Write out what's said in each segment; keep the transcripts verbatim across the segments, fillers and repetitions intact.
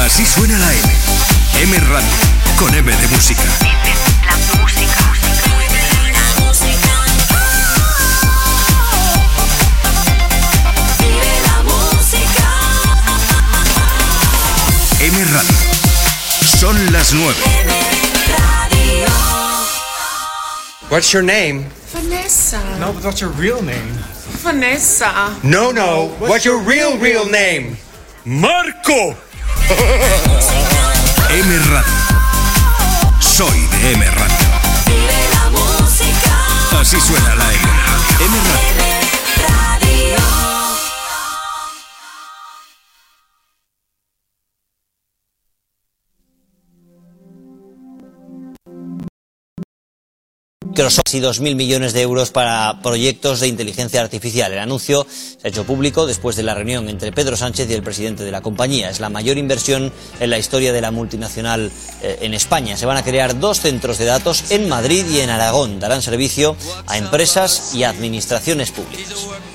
Así suena la M. M Radio, con M de música. La música. Vive la música. M Radio. Son las nueve. What's your name? Vanessa. No, but what's your real name? Vanessa. No, no. What's, what's your real, real name? ¡Marco! M Radio. Soy de M Radio. Vive la música. Así suena la M. M Radio. Microsoft y dos mil millones de euros para proyectos de inteligencia artificial. El anuncio se ha hecho público después de la reunión entre Pedro Sánchez y el presidente de la compañía. Es la mayor inversión en la historia de la multinacional eh, en España. Se van a crear dos centros de datos en Madrid y en Aragón. Darán servicio a empresas y administraciones públicas.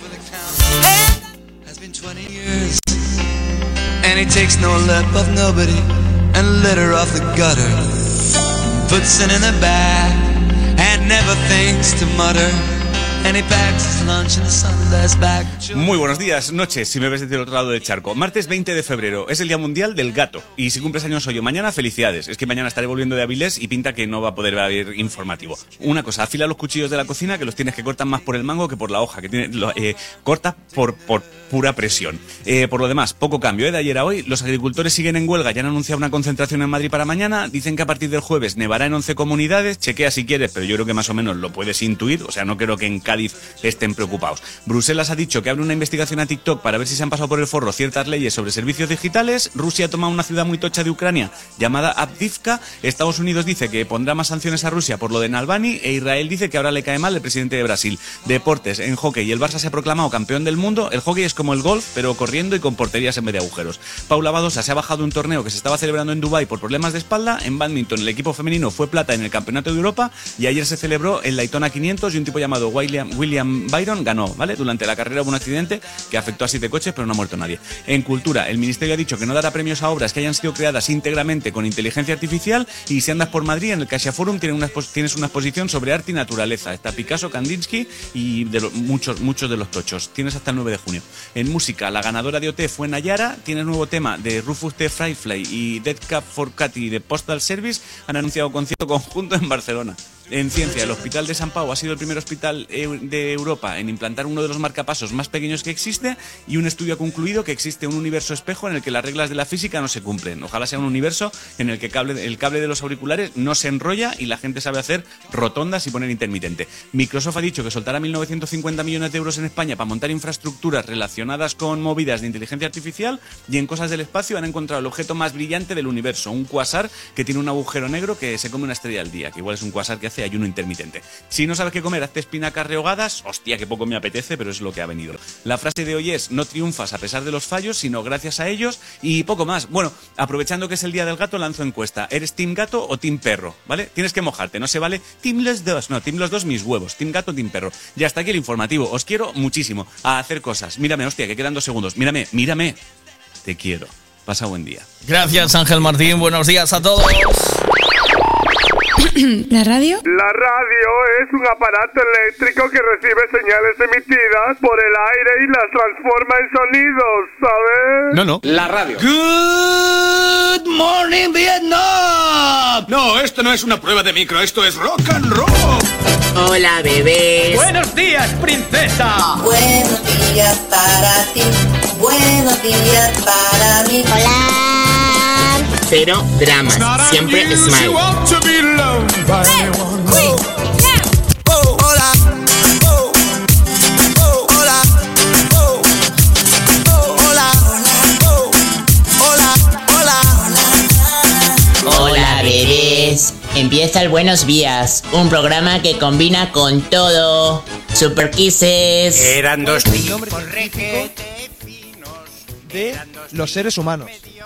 Muy buenos días, noches, si me ves desde el otro lado del charco. Martes veinte de febrero, es el Día Mundial del Gato. Y si cumples años hoy o mañana, felicidades. Es que mañana estaré volviendo de Avilés y pinta que no va a poder haber informativo. Una cosa, afila los cuchillos de la cocina, que los tienes que cortar más por el mango que por la hoja, que tiene, lo, eh, corta por, por pura presión. Eh, por lo demás, poco cambio, ¿eh? De ayer a hoy, los agricultores siguen en huelga, ya han anunciado una concentración en Madrid para mañana, dicen que a partir del jueves nevará en once comunidades, chequea si quieres, pero yo creo que más o menos lo puedes intuir, o sea, no creo que en Cádiz estén preocupados. Bruselas ha dicho que abre una investigación a TikTok para ver si se han pasado por el forro ciertas leyes sobre servicios digitales. Rusia ha tomado una ciudad muy tocha de Ucrania llamada Avdiivka. Estados Unidos dice que pondrá más sanciones a Rusia por lo de Navalny e Israel dice que ahora le cae mal el presidente de Brasil. Deportes, en hockey, el Barça se ha proclamado campeón del mundo. El hockey es como el golf, pero corriendo y con porterías en vez de agujeros. Paula Badosa se ha bajado un torneo que se estaba celebrando en Dubái por problemas de espalda. En bádminton, el equipo femenino fue plata en el Campeonato de Europa y ayer se celebró el Daytona quinientos y un tipo llamado William, William Byron ganó, ¿vale? Durante la carrera hubo un accidente que afectó a siete coches, pero no ha muerto nadie. En cultura, el Ministerio ha dicho que no dará premios a obras que hayan sido creadas íntegramente con inteligencia artificial y si andas por Madrid, en el CaixaForum tienes una, tienes una exposición sobre arte y naturaleza. Está Picasso, Kandinsky y de lo, muchos, muchos de los tochos. Tienes hasta el nueve de junio. En música, la ganadora de O T fue Nayara, tiene el nuevo tema de Rufus T. Fryfly y Dead Cap for Cathy de Postal Service, han anunciado concierto conjunto en Barcelona. En ciencia, el Hospital de San Pau ha sido el primer hospital de Europa en implantar uno de los marcapasos más pequeños que existe y un estudio ha concluido que existe un universo espejo en el que las reglas de la física no se cumplen. Ojalá sea un universo en el que cable, el cable de los auriculares no se enrolla y la gente sabe hacer rotondas y poner intermitente. Microsoft ha dicho que soltará mil novecientos cincuenta millones de euros en España para montar infraestructuras relacionadas con movidas de inteligencia artificial y en cosas del espacio han encontrado el objeto más brillante del universo, un cuasar que tiene un agujero negro que se come una estrella al día, que igual es un cuasar que hace ayuno intermitente. Si no sabes qué comer, hazte espinacas rehogadas. Hostia, que poco me apetece, pero es lo que ha venido. La frase de hoy es: no triunfas a pesar de los fallos, sino gracias a ellos, y poco más. Bueno, aprovechando que es el día del gato, lanzo encuesta. ¿Eres team gato o team perro? ¿Vale? Tienes que mojarte, no se vale team los dos. No, team los dos mis huevos. Team gato, team perro. Ya está aquí el informativo. Os quiero muchísimo a hacer cosas. Mírame, hostia, que quedan dos segundos. Mírame, mírame. Te quiero. Pasa buen día. Gracias, Ángel Martín. Buenos días a todos. ¿La radio? La radio es un aparato eléctrico que recibe señales emitidas por el aire y las transforma en sonidos, ¿sabes? No, no. La radio. Good morning, Vietnam. No, esto no es una prueba de micro, esto es rock and roll. Hola, bebés. Buenos días, princesa. Buenos días para ti. Buenos días para mí. Hola. Cero dramas, siempre smile. Hola, bebés. Empieza el Buenos Días, un programa que combina con todo. Super Kisses. Eran dos niños de los seres humanos.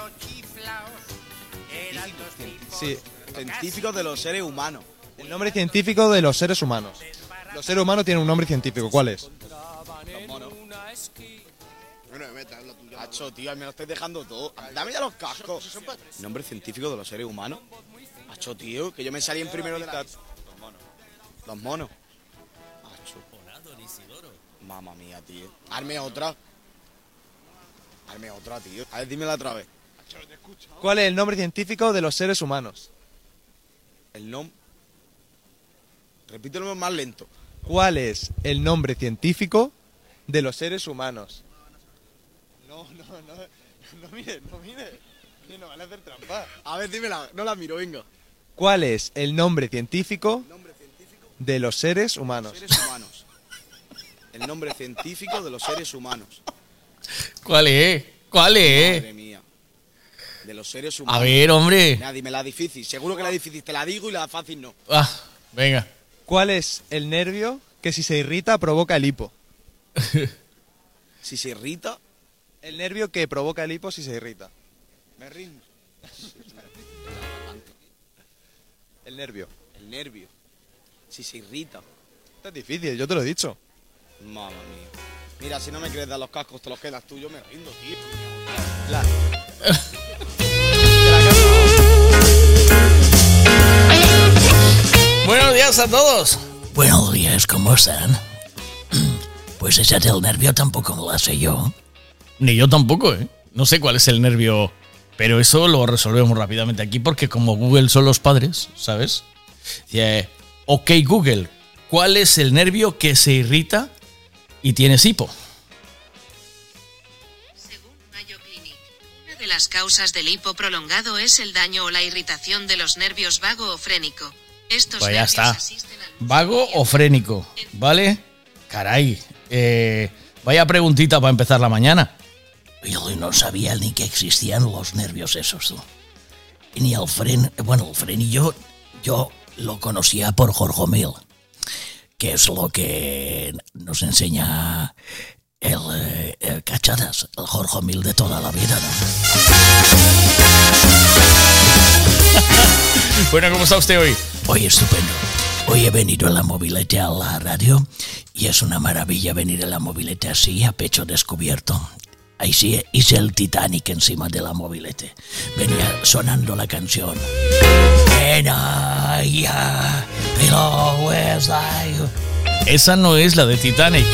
Sí, científico de los seres humanos. El nombre científico de los seres humanos. Los seres humanos tienen un nombre científico, ¿cuál es? Los monos. Macho, tío, me lo estáis dejando todo. Dame ya los cascos. Nombre científico de los seres humanos. Macho, tío, que yo me salí en primero de la... Los monos. Los monos. Macho. Mamma mía, tío. Hazme otra. Hazme otra, tío. A ver, dímela otra vez. ¿Cuál es el nombre científico de los seres humanos? El nombre... Repítelo más lento. ¿Cuál es el nombre científico de los seres humanos? No, no, no, no mires, no mires. Que no van a hacer trampa. A ver, dímela, no la miro, venga. ¿Cuál es el nombre científico de los seres humanos? Seres humanos. El nombre científico de los seres humanos. ¿Cuál es? ¿Cuál es? Madre mía. De los seres humanos. A ver, hombre. Nada, dime la difícil. Seguro que la difícil te la digo y la fácil no. Ah, venga. ¿Cuál es el nervio que si se irrita provoca el hipo? Si se irrita... El nervio que provoca el hipo si se irrita. Me rindo. El nervio. El nervio. Si se irrita. Esto es difícil, yo te lo he dicho. Mamma mía. Mira, si no me quieres dar los cascos, te los quedas tú. Yo me rindo, tío. La... Buenos días a todos. Buenos días, ¿cómo están? Pues esa del nervio tampoco me la sé yo. Ni yo tampoco, ¿eh? No sé cuál es el nervio, pero eso lo resolvemos rápidamente aquí porque como Google son los padres, ¿sabes? Dice, ok Google, ¿cuál es el nervio que se irrita y tienes hipo? Según Mayo Clinic, una de las causas del hipo prolongado es el daño o la irritación de los nervios vago o frénico. Estos pues ya nervios está. asisten al... Vago o frénico, ¿vale? Caray, eh, vaya preguntita para empezar la mañana. Yo no sabía ni que existían los nervios esos, tú. Ni el fren, bueno, el frenillo yo lo conocía por Jorge Mil, que es lo que nos enseña el, el Cachadas, el Jorge Mil de toda la vida, ¿no? Bueno, ¿cómo está usted hoy? Hoy estupendo. Hoy he venido en la mobilete a la radio y es una maravilla venir en la mobilete así, a pecho descubierto. Ahí sí, hice el Titanic encima de la mobilete. Venía sonando la canción. Esa no es la de Titanic.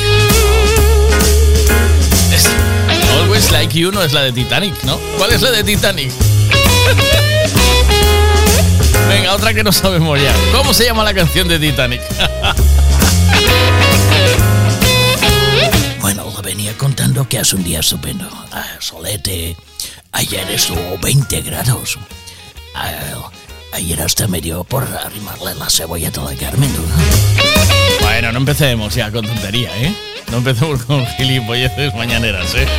Es Always Like You no es la de Titanic, ¿no? ¿Cuál es la de Titanic? Venga, otra que no sabemos ya. ¿Cómo se llama la canción de Titanic? Bueno, lo venía contando que hace un día estupendo. Ah, solete. Ayer estuvo veinte grados. Ah, ayer hasta me dio por arrimarle la cebolleta a la Carmen, ¿no? Bueno, no empecemos ya con tontería, ¿eh? No empecemos con gilipolleces mañaneras, ¿eh?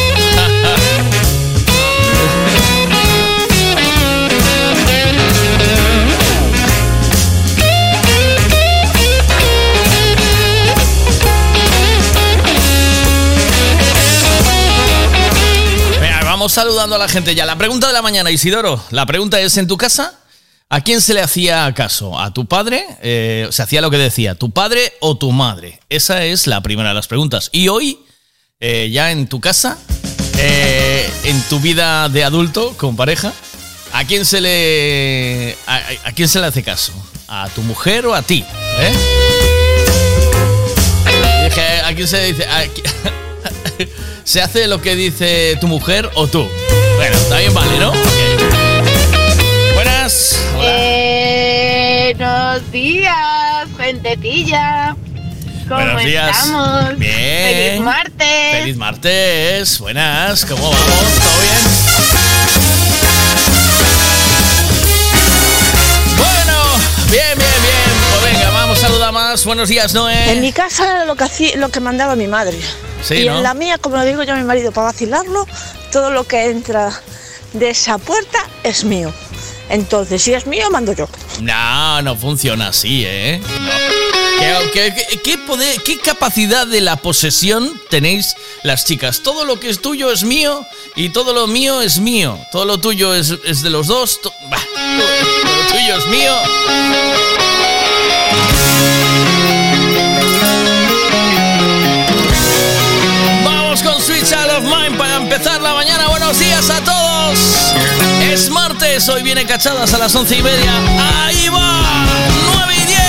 Vamos saludando a la gente ya. La pregunta de la mañana, Isidoro. La pregunta es, ¿en tu casa a quién se le hacía caso? ¿A tu padre? Eh, ¿Se hacía lo que decía? ¿Tu padre o tu madre? Esa es la primera de las preguntas. Y hoy, eh, ya en tu casa, eh, en tu vida de adulto, con pareja, ¿a quién se le, a, a quién se le hace caso? ¿A tu mujer o a ti? ¿Eh? Dije, ¿a quién se le dice? ¿A ¿Se hace lo que dice tu mujer o tú? Bueno, también vale, ¿no? Okay. Buenas. Hola. Buenos días, gentecilla. ¿Cómo Buenos días. estamos? Bien. Feliz martes. Feliz martes. Buenas. ¿Cómo vamos? ¿Todo bien? Bueno, bien, bien, bien. Pues venga, vamos a saludar más. Buenos días, Noé. En mi casa lo que hacía, lo que mandaba mi madre. Sí, y ¿no? en la mía, como lo digo yo a mi marido, para vacilarlo, todo lo que entra de esa puerta es mío. Entonces, si es mío, mando yo. No, no funciona así, ¿eh? No. ¿Qué, qué, qué, qué poder, ¿Qué capacidad de la posesión tenéis las chicas? Todo lo que es tuyo es mío y todo lo mío es mío. Todo lo tuyo es, es de los dos. To, bah, todo lo tuyo es mío. Vamos con Sweet Child of Mine para empezar empezar la mañana. Buenos días a todos. Es martes, hoy viene Cachadas a las once y media. Ahí va, nueve y diez.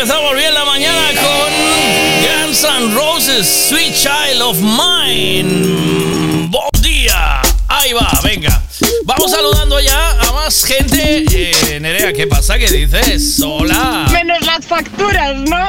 empezamos bien la mañana con Guns N' Roses, Sweet Child of Mine. ¡Buen día! Ahí va, venga. Vamos saludando ya a más gente. Eh, Nerea, ¿qué pasa? ¿Qué dices? Hola. Menos las facturas, ¿no?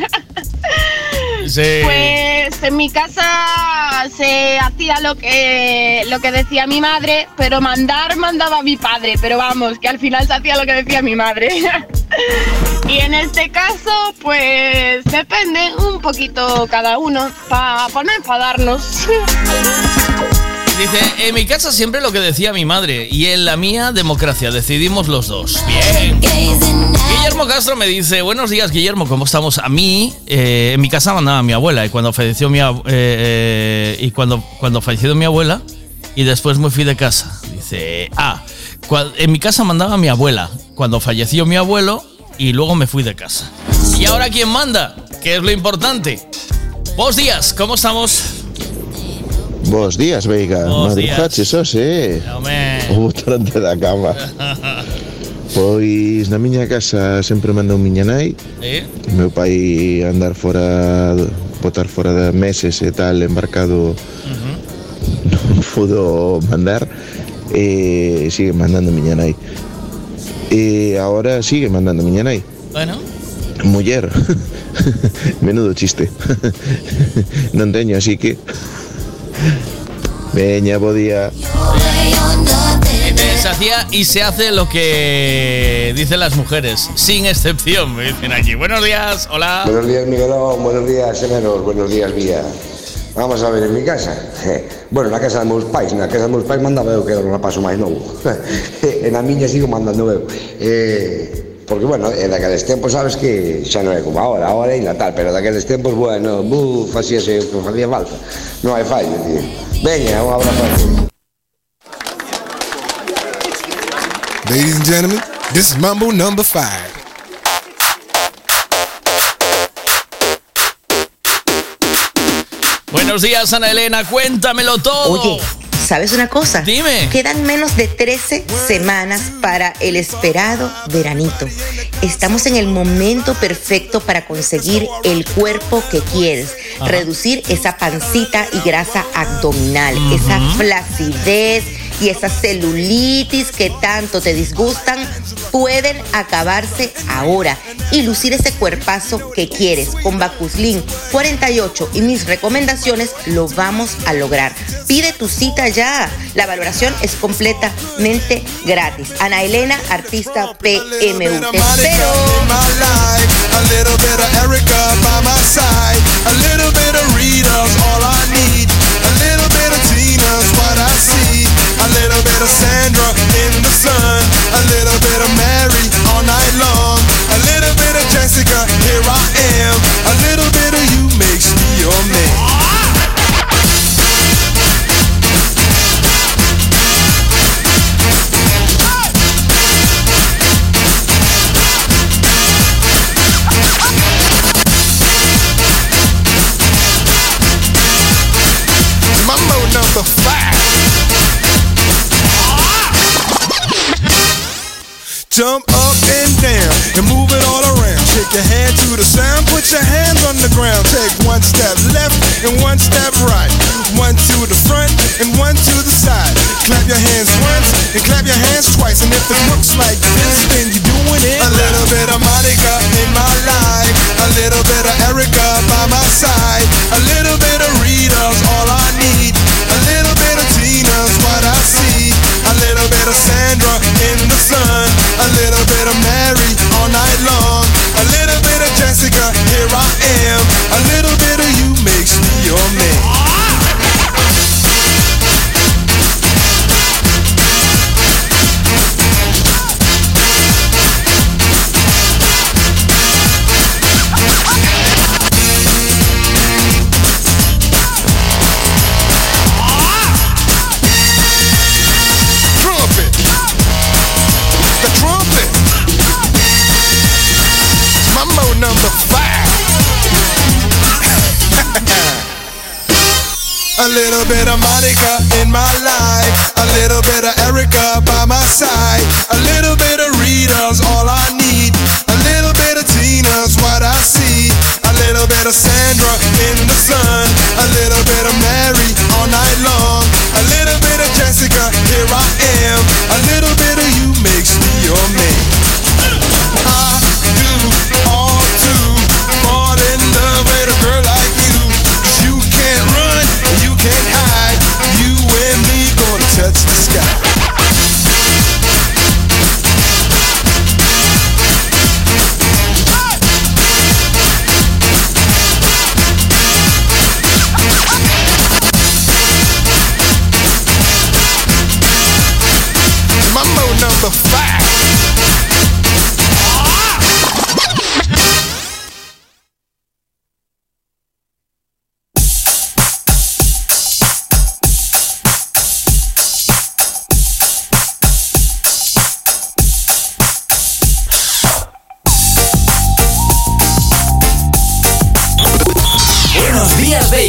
Sí. Pues en mi casa se hacía lo que lo que decía mi madre, pero mandar mandaba mi padre, pero vamos, que al final se hacía lo que decía mi madre. Y en este caso, pues depende un poquito cada uno, para no enfadarnos. Dice, en mi casa siempre lo que decía mi madre y en la mía democracia, decidimos los dos. Bien. Guillermo Castro me dice, buenos días Guillermo, ¿cómo estamos? A mí, eh, en mi casa mandaba mi abuela y cuando falleció mi ab- eh, eh, y cuando, cuando falleció mi abuela y después me fui de casa. Dice, ah, cua- en mi casa mandaba mi abuela cuando falleció mi abuelo y luego me fui de casa. ¿Y ahora quién manda? ¿Qué es lo importante? Buenos días, ¿cómo estamos? Bos días, Veiga. Bos días. Madrugache, sos, eh? Home. O botarante da cama. Pois na miña casa sempre mandou miña nai. ¿Eh? Meu pai andar fora, botar fora de meses e tal, embarcado, uh-huh. Non pudo mandar. E sigue mandando miña nai. E agora sigue mandando miña nai. Bueno. Muller. Menudo chiste. Non teño, así que... Veña, bo día. Se hacía y se hace lo que dicen las mujeres, sin excepción, me dicen allí. Buenos días, hola. Buenos días, Miguelón, buenos días, Semeros, buenos días, Vía. Vamos a ver, en mi casa, bueno, na casa de meus pais, na casa de meus pais mandaba eu que era un rapazo máis novo. En a miña sigo mandando eu. Eh, porque, bueno, en daqueles tempos sabes que xa non é como agora, agora é la tal, pero daqueles tempos, bueno, bu, facíase o que facía falta. Non hai fallo, tío. Veña, un abrazo a ti. Ladies and gentlemen, this is Mambo number five. Buenos días, Ana Elena, cuéntamelo todo. Oye, ¿sabes una cosa? Dime. Quedan menos de trece semanas para el esperado veranito. Estamos en el momento perfecto para conseguir el cuerpo que quieres. Ajá. Reducir esa pancita y grasa abdominal, uh-huh. esa flacidez y esa celulitis que tanto te disgustan pueden acabarse ahora y lucir ese cuerpazo que quieres. Con Vacuslin cuarenta y ocho y mis recomendaciones lo vamos a lograr. Pide tu cita ya. La valoración es completamente gratis. Ana Elena, artista P M U. Te espero. A little bit of Sandra in the sun, a little bit of Mary all night long, a little bit of Jessica, here I am, a little bit of you makes me your man. Mambo number five. Jump up and down and move it all around. Shake your head to the sound, put your hands on the ground. Take one step left and one step right. One to the front and one to the side. Clap your hands once and clap your hands twice. And if it looks like this, then you're doing it. A little bit of Monica in my life, a little bit of Erica by my side, a little bit of Rita's all I need, a little bit of Tina's what I see, a little bit of Sandra in the sun, a little bit of Mary all night long, a little bit of Jessica, here I am, a little bit of you makes me your man. Number five. A little bit of Monica in my life, a little bit of Erica by my side, a little bit of Rita's all I need, a little bit of Tina's what I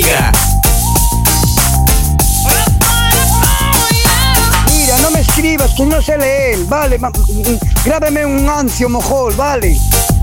diga. Mira, no me escribas, que no sé leer, vale, ma- grábame un ancio mojol, vale.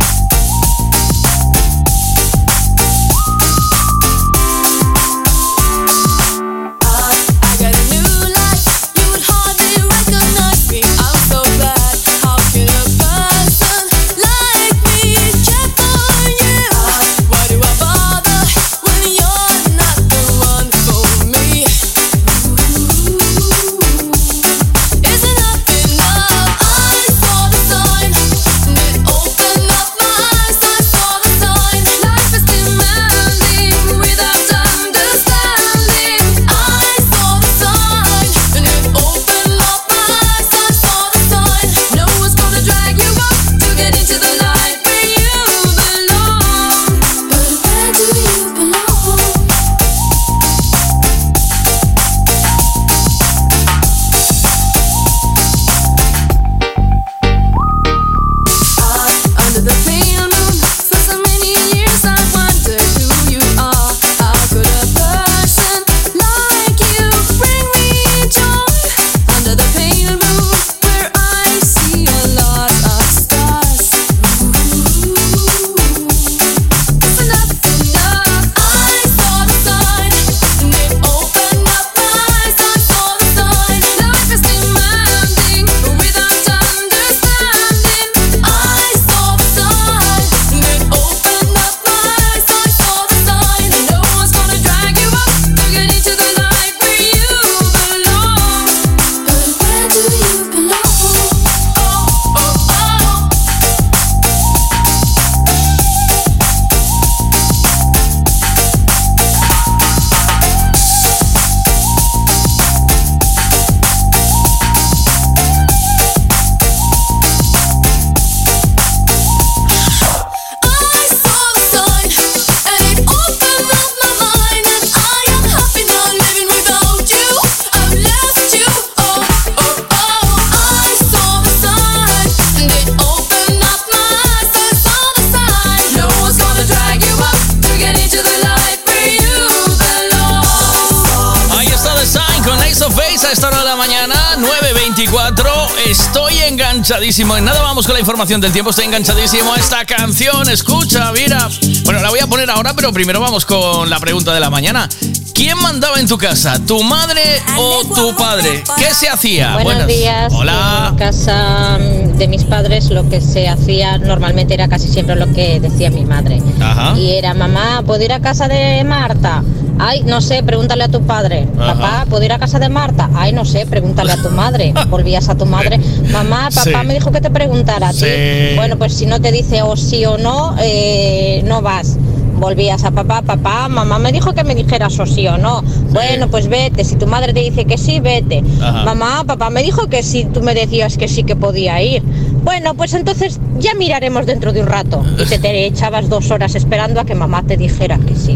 Estoy enganchadísimo. En nada vamos con la información del tiempo. Estoy enganchadísimo a esta canción. Escucha, mira. Bueno, la voy a poner ahora, pero primero vamos con la pregunta de la mañana. ¿Quién mandaba en tu casa? ¿Tu madre o tu padre? ¿Qué se hacía? Buenos Buenas. días. Hola. En casa de mis padres lo que se hacía normalmente era casi siempre lo que decía mi madre. Ajá. Y era, mamá, ¿puedo ir a casa de Marta? Ay, no sé, pregúntale a tu padre. Ajá. Papá, ¿puedo ir a casa de Marta? Ay, no sé, pregúntale a tu madre. Volvías a tu madre. Mamá, papá Sí. me dijo que te preguntara a ti. Sí. Bueno, pues si no te dice o sí o no, eh, no vas. Volvías a papá, papá, mamá me dijo que me dijeras o sí o no. Bueno, pues vete, si tu madre te dice que sí, vete. Ajá. Mamá, papá me dijo que sí, tú me decías que sí que podía ir. Bueno, pues entonces ya miraremos dentro de un rato. Y te, te echabas dos horas esperando a que mamá te dijera que sí.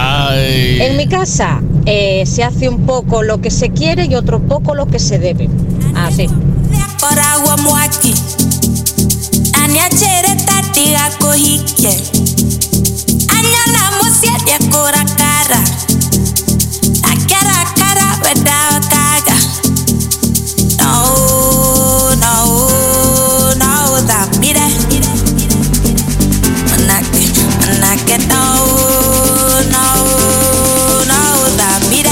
Ay. En mi casa eh, se hace un poco lo que se quiere y otro poco lo que se debe. Así. No, no, no, da, mire. Manaque, manaque, no, no, no, da, mire.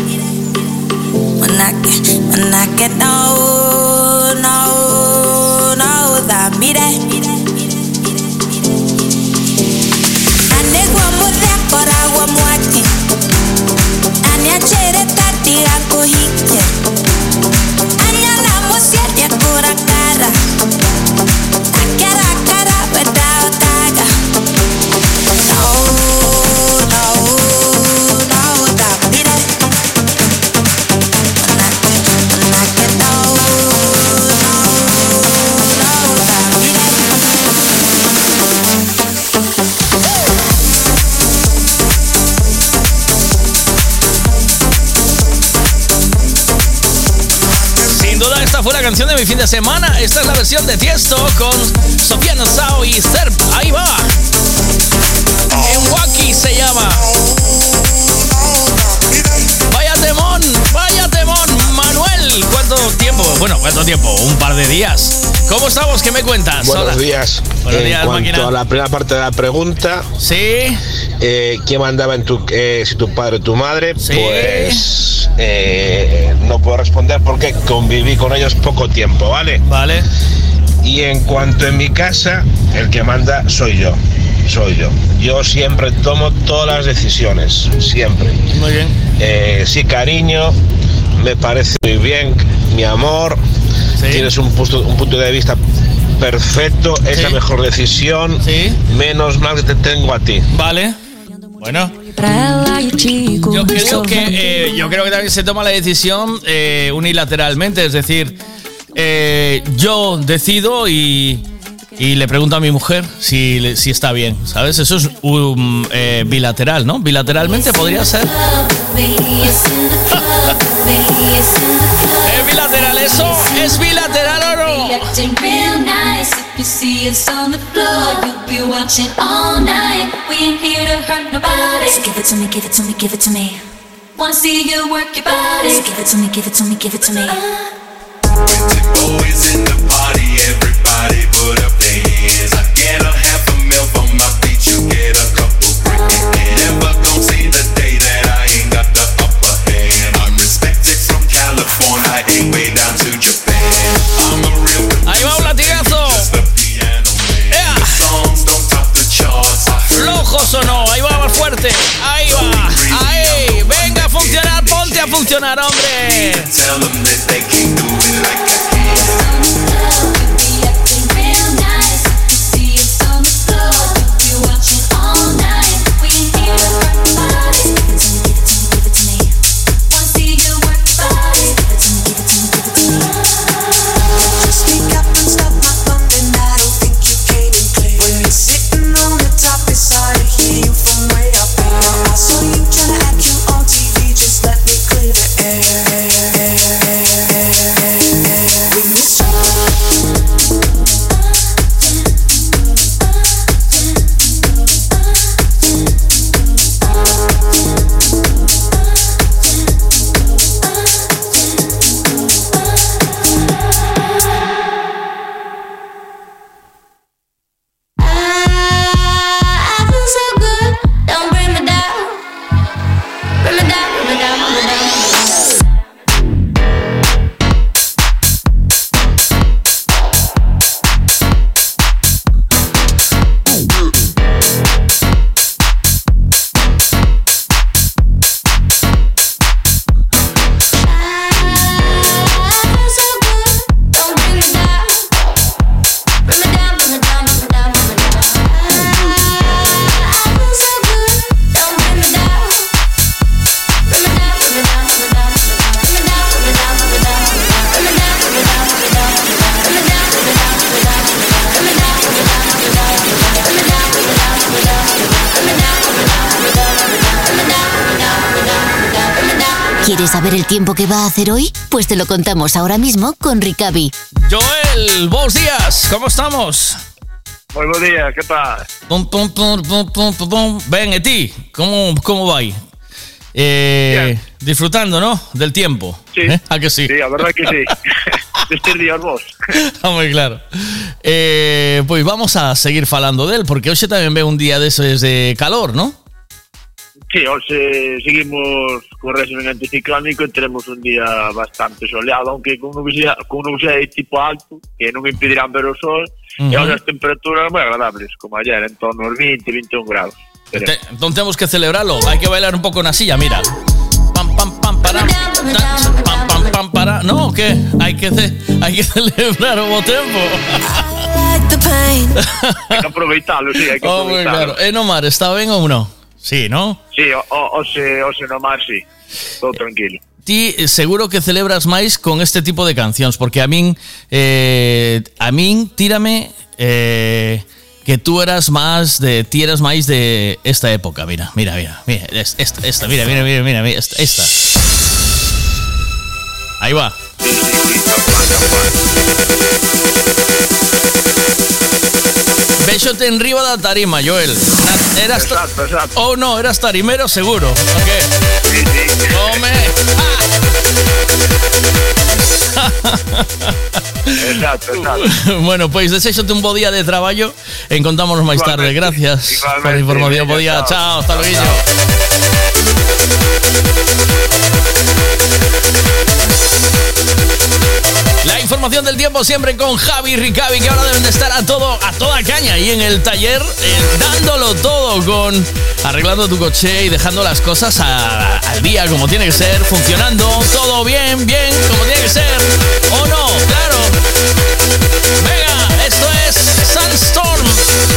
Manaque, manaque, no, no, fue la canción de mi fin de semana. Esta es la versión de Tiesto con Sofía Nassau y Serp. Ahí va. En Wacky se llama. Vaya temón, vaya temón. Manuel, ¿cuánto tiempo? Bueno, ¿cuánto tiempo? Un par de días. ¿Cómo estamos? ¿Qué me cuentas? Buenos Hola. días. Buenos en días, cuanto máquina. a la primera parte de la pregunta, sí. Eh, ¿quién mandaba en tu, eh, si tu padre o tu madre? Sí. Pues eh, no puedo responder porque conviví con ellos poco tiempo, ¿vale? Vale. Y en cuanto en mi casa, el que manda soy yo. Soy yo. Yo siempre tomo todas las decisiones, siempre. Muy bien. Eh, sí, cariño, me parece muy bien, mi amor. Sí. Tienes un punto, un punto de vista perfecto, es sí. la mejor decisión. Sí. Menos mal que te tengo a ti. Vale. Bueno. Yo creo que eh, yo creo que también se toma la decisión eh, unilateralmente, es decir, eh, yo decido y y le pregunto a mi mujer si, si está bien, ¿sabes? Eso es um, eh, bilateral, ¿no? Bilateralmente podría ser. ¿Es bilateral eso? ¿Es bilateral o no? Put up their hands. I get a half a mil for my feet. You get a couple bricks. Never gon' see the day that I ain't got the upper hand. I'm respected from California, I ain't way down to Japan. I'm a real. Ahí va un latigazo. Yeah. Flojos o no, ahí va más fuerte. Ahí va. Ahí. Venga a funcionar, ponte a funcionar, hombre. Tell them that they can't do it like I can. ¿Quieres saber el tiempo que va a hacer hoy? Pues te lo contamos ahora mismo con Ricavi. Joel, buenos días, ¿cómo estamos? Muy buen día, ¿qué tal? Pum, pum, pum, pum, pum, pum, pum. Ven, ¿y ti? ¿Cómo, cómo va ahí? Eh, disfrutando, ¿no? Del tiempo. Sí. ¿Eh? ¿A que sí? Sí, la verdad que sí. Estes días vos. Está moi claro. Eh, pois vamos a seguir falando del, porque hoxe tamén ve un día deses de calor, ¿no? Sí, hoxe seguimos co régimen anticiclónico e teremos un día bastante soleado, aunque con nubosidade, con nubosidade de tipo alto, que non impedirán ver o sol, uh-huh. e hoxe as temperaturas moi agradables, como ayer, en torno aos vinte, veintiún grados. Te, entón temos que celebrarlo, hai que bailar un pouco na silla, mira. Pam, pam, pam, para, pam, pam, pam, para. No, que hai que ce, hai que celebrar o bo tempo. Hai que aproveitalo, sí, hai que oh, aproveitalo. Claro. E no mar, está ben ou non? Sí, ¿no? Sí, o, o, ose, ose no mar, sí. Todo tranquilo. Ti seguro que celebras máis con este tipo de cancións, porque a min eh, a min tírame eh, que tú eras máis de ti eras máis de esta época, mira, mira, mira, mira, esta, esta mira, mira, mira, mira, esta, esta. Ahí va. Sí, sí, sí, Béixote en riba da tarima, Joel. Na, eras exacto, exacto. Oh, no, eras tarimero seguro. Ok. Sí, sí. Home. Exacto, exacto. Bueno, pois desexote un bo día de traballo. Encontrámonos máis tarde. Gracias igualmente, por a información. Bo día. Chao, hasta luego. La información del tiempo siempre con Javi y Ricavi, que ahora deben de estar a todo, a toda caña y en el taller, eh, dándolo todo, con arreglando tu coche y dejando las cosas a- al día como tiene que ser, funcionando, todo bien, bien, como tiene que ser, o no, claro. Venga, esto es Sunstorm.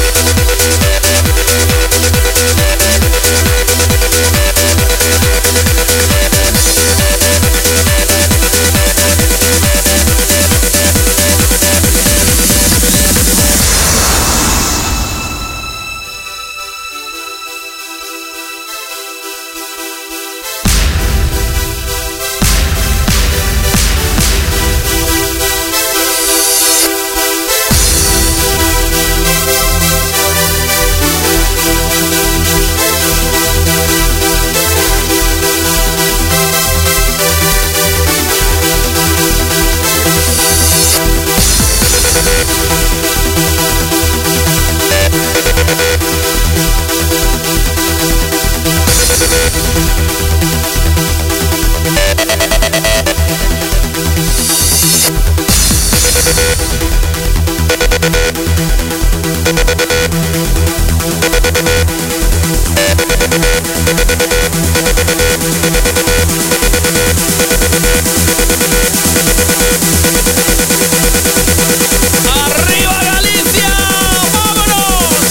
¡Arriba Galicia! ¡Vámonos!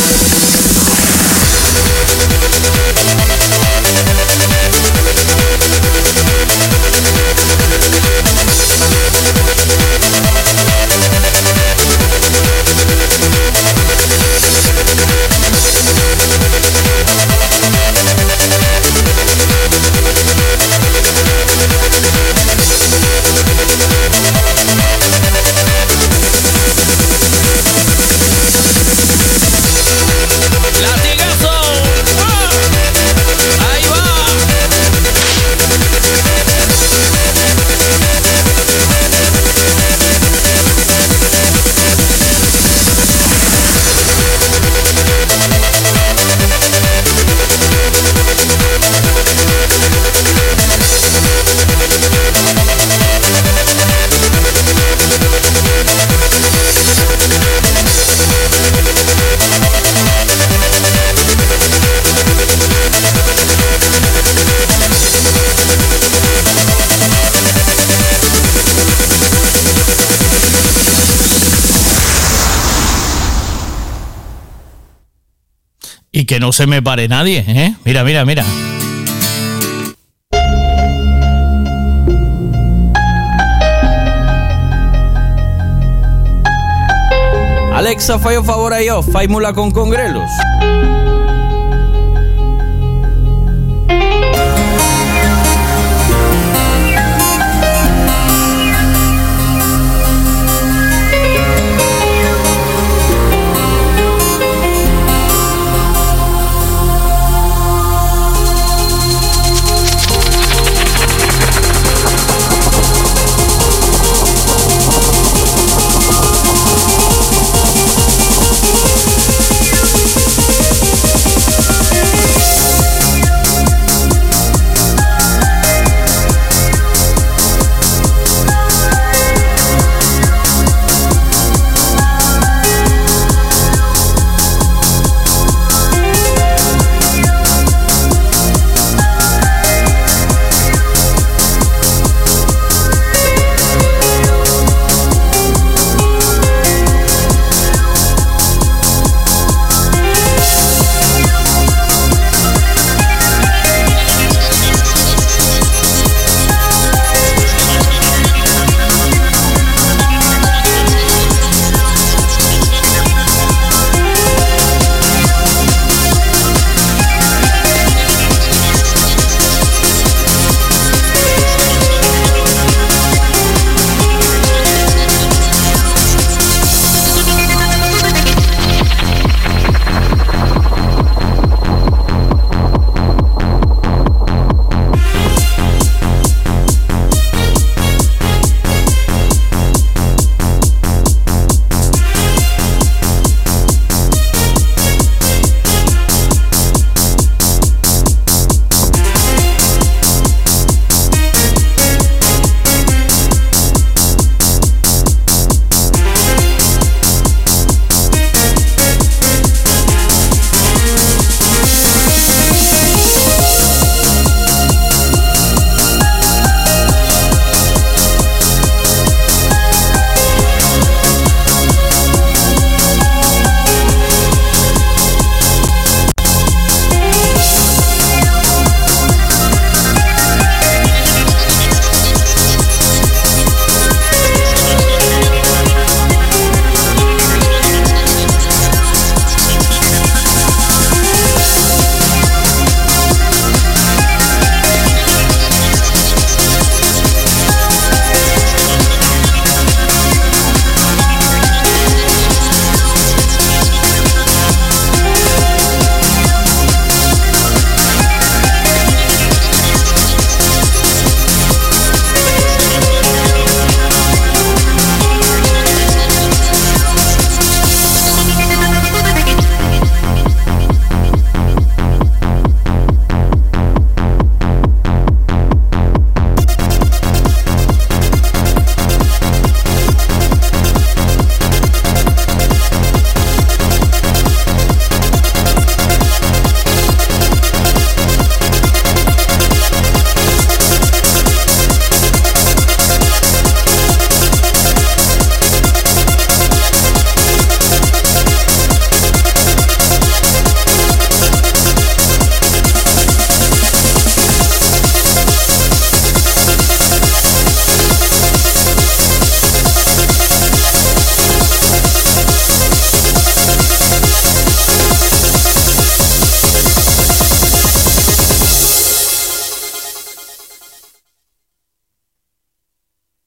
¡Latigazo! ¡Ah! ¡Ahí va! Y que no se me pare nadie, ¿eh? Mira, mira, mira. Alexa, fai o favor aí, ó, fai mula con congrelos.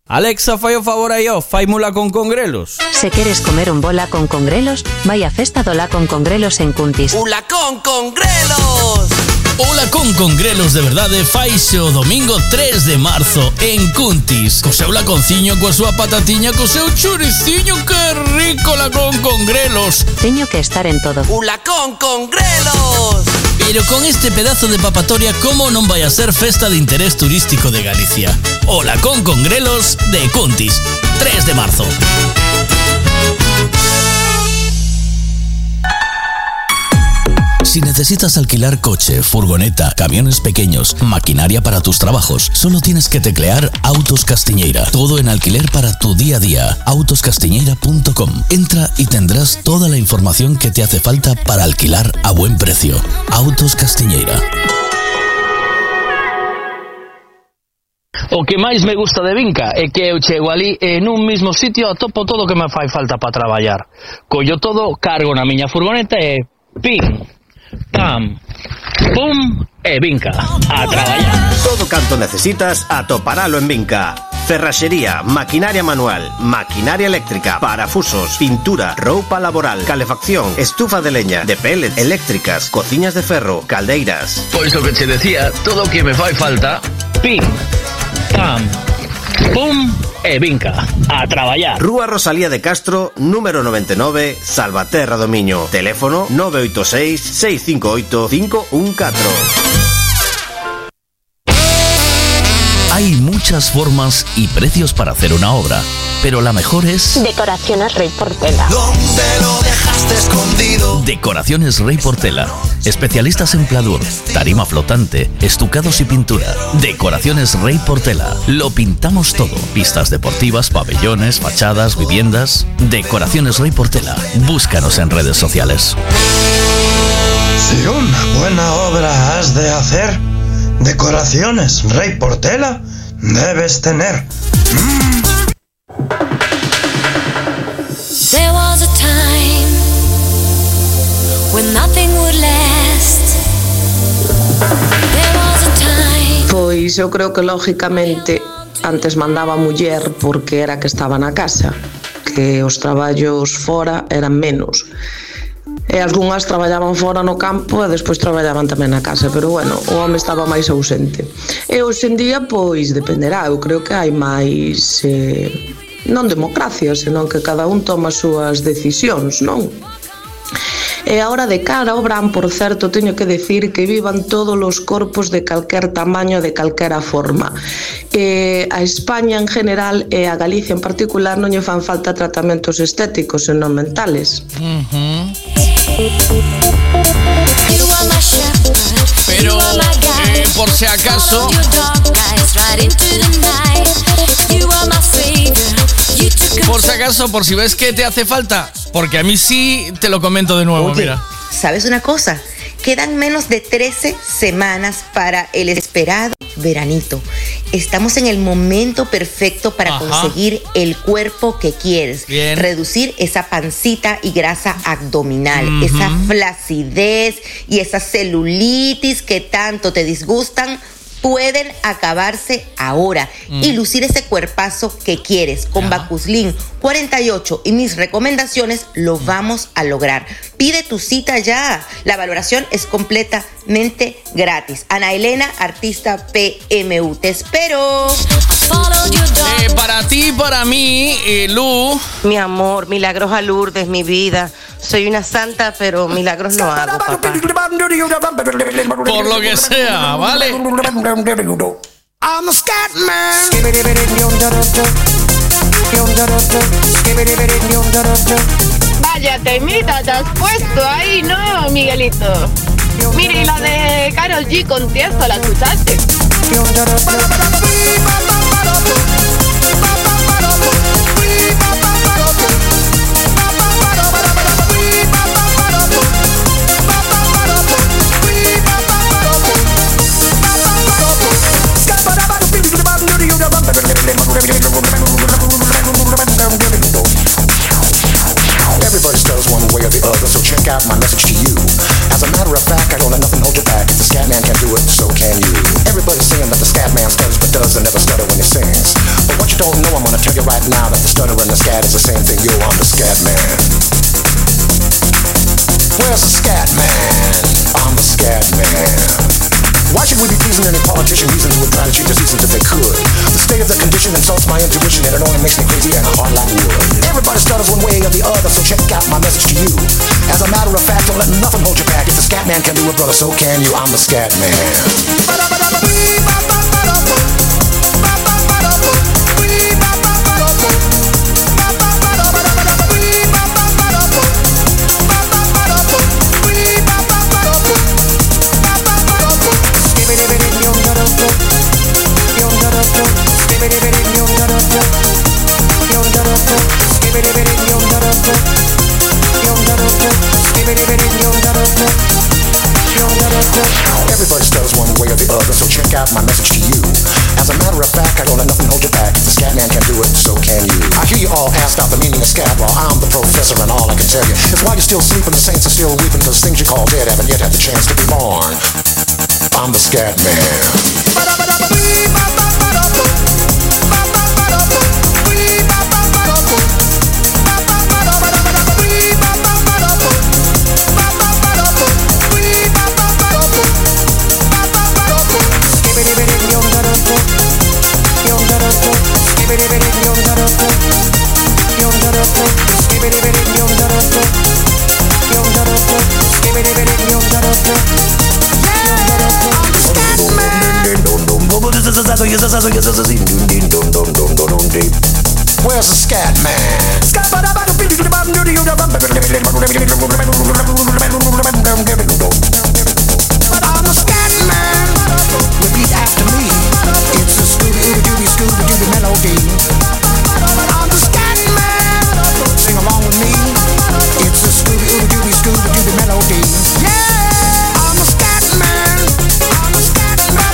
Alexa, fai o favor aí, ó, faimula con congrelos. Se queres comer un bola con congrelos, vai a festa do la con congrelos en Cuntis. ¡Ula con congrelos! Ola con congrelos de verdade faise o domingo tres de marzo en Cuntis. Co seu laconciño, coa súa patatiña, co seu churiciño, que rico la con congrelos. Teño que estar en todo. ¡Ula con congrelos! Pero con este pedazo de papatoria, como non vai a ser festa de interés turístico de Galicia? Ola con congrelos de Cuntis, tres de marzo. Si necesitas alquilar coche, furgoneta, camiones pequeños, maquinaria para tus trabajos, solo tienes que teclear Autos Castiñeira. Todo en alquiler para tu día a día. autos castiñeira punto com. Entra y tendrás toda la información que te hace falta para alquilar a buen precio. Autos Castiñeira. O que máis me gusta de Vinca é que eu chego ali e nun mismo sitio atopo todo o que me fai falta para traballar. Collo todo, cargo na miña furgoneta e pim, pam, pum e Vinca, a traballar. Todo canto necesitas atoparalo en Vinca. Ferraxería, maquinaria manual, maquinaria eléctrica, parafusos, pintura, roupa laboral, calefacción, estufa de leña, de pellet, eléctricas, cociñas de ferro, caldeiras. Pois o que che decía, todo o que me fai falta, pim, pam, pum e Vinca, a traballar. Rúa Rosalía de Castro, número noventa e nove, Salvaterra do Miño. Teléfono nove oito seis, seis cinco oito, cinco uno catro. Hay muchas formas y precios para hacer una obra, pero la mejor es... Decoraciones Rey Portela. ¿Dónde lo dejaste escondido? Decoraciones Rey Portela. Especialistas en pladur, tarima flotante, estucados y pintura. Decoraciones Rey Portela. Lo pintamos todo. Pistas deportivas, pabellones, fachadas, viviendas. Decoraciones Rey Portela. Búscanos en redes sociales. Si una buena obra has de hacer, Decoraciones Rey Portela debes tener. Mm. There was a time when nothing would last. There was a time. Pois eu creo que lógicamente antes mandaba a muller porque era que estaba na casa, que os traballos fora eran menos. E algunhas traballaban fora no campo e despois traballaban tamén na casa, pero bueno, o home estaba máis ausente. E hoxe en día, pois, dependerá, eu creo que hai máis eh, non democracia, senón que cada un toma as súas decisións, non? E agora de cara ao verán, por certo, teño que decir que vivan todos os corpos de calquer tamaño, de calquera forma. E a España en general e a Galicia en particular non lle fan falta tratamentos estéticos, senón mentales. Uh-huh. Pero, eh, por si acaso... Por si acaso, por si ves que te hace falta, porque a mí sí te lo comento de nuevo. Oye, mira. ¿Sabes una cosa? Quedan menos de trece semanas para el esperado veranito. Estamos en el momento perfecto para Ajá. conseguir el cuerpo que quieres. Bien. Reducir esa pancita y grasa abdominal, uh-huh. esa flacidez y esa celulitis que tanto te disgustan. Pueden acabarse ahora mm. y lucir ese cuerpazo que quieres. Con Bacuslin cuarenta y ocho y mis recomendaciones lo mm. vamos a lograr. Pide tu cita ya. La valoración es completamente gratis. Ana Elena, artista P M U. Te espero. Eh, para ti, para mí, eh, Lu. Mi amor, milagros a Lourdes, mi vida. Soy una santa, pero milagros no hago, papá. Por lo que sea, ¿vale? I'm a scat man. Vaya temita te has puesto ahí, ¿no, Miguelito? Mira, y la de Karol G con Tiesto, ¿la escuchaste? Everybody stutters one way or the other, so check out my message to you. As a matter of fact, I don't let nothing hold you back. If the scat man can do it, so can you. Everybody's saying that the scat man stutters but does and never stutter when he sings. But what you don't know, I'm same thing, yo, I'm the scat man. Where's the scat man? I'm the scat man. Why should we be pleasing any politician reasons who would try to change the seasons if they could? The state of the condition insults my intuition and it only makes me crazy and a heart like wood. Everybody stutters one way or the other, so check out my message to you. As a matter of fact, don't let nothing hold you back. If the scat man can do it, brother, so can you. I'm the scat man. Everybody stutters one way or the other, so check out my message to you. As a matter of fact, I don't let nothing hold you back. If the scat man can do it, so can you. I hear you all ask out the meaning of scat. Well, I'm the professor and all I can tell you is why you're still sleeping, the saints are still weeping, cause things you call dead haven't yet had the chance to be born. I'm the scat man. Where's the scat man? I'm the scat man. Repeat after me. It's a Scooby-Dooby, Scooby-Dooby melody. I'm the scat man. Sing along with me. It's a Scooby-Dooby, Scooby-Dooby melody. Yeah, I'm the scat man. I'm the scat man.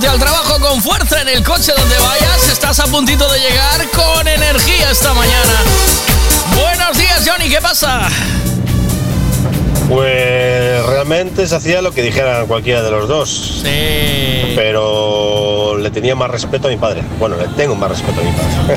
camino al trabajo con fuerza en el coche donde vayas. Estás a puntito de llegar con energía esta mañana. Buenos días, Johnny, ¿qué pasa? Pues realmente se hacía lo que dijeran cualquiera de los dos. Sí. Pero le tenía más respeto a mi padre. Bueno, le tengo más respeto a mi padre.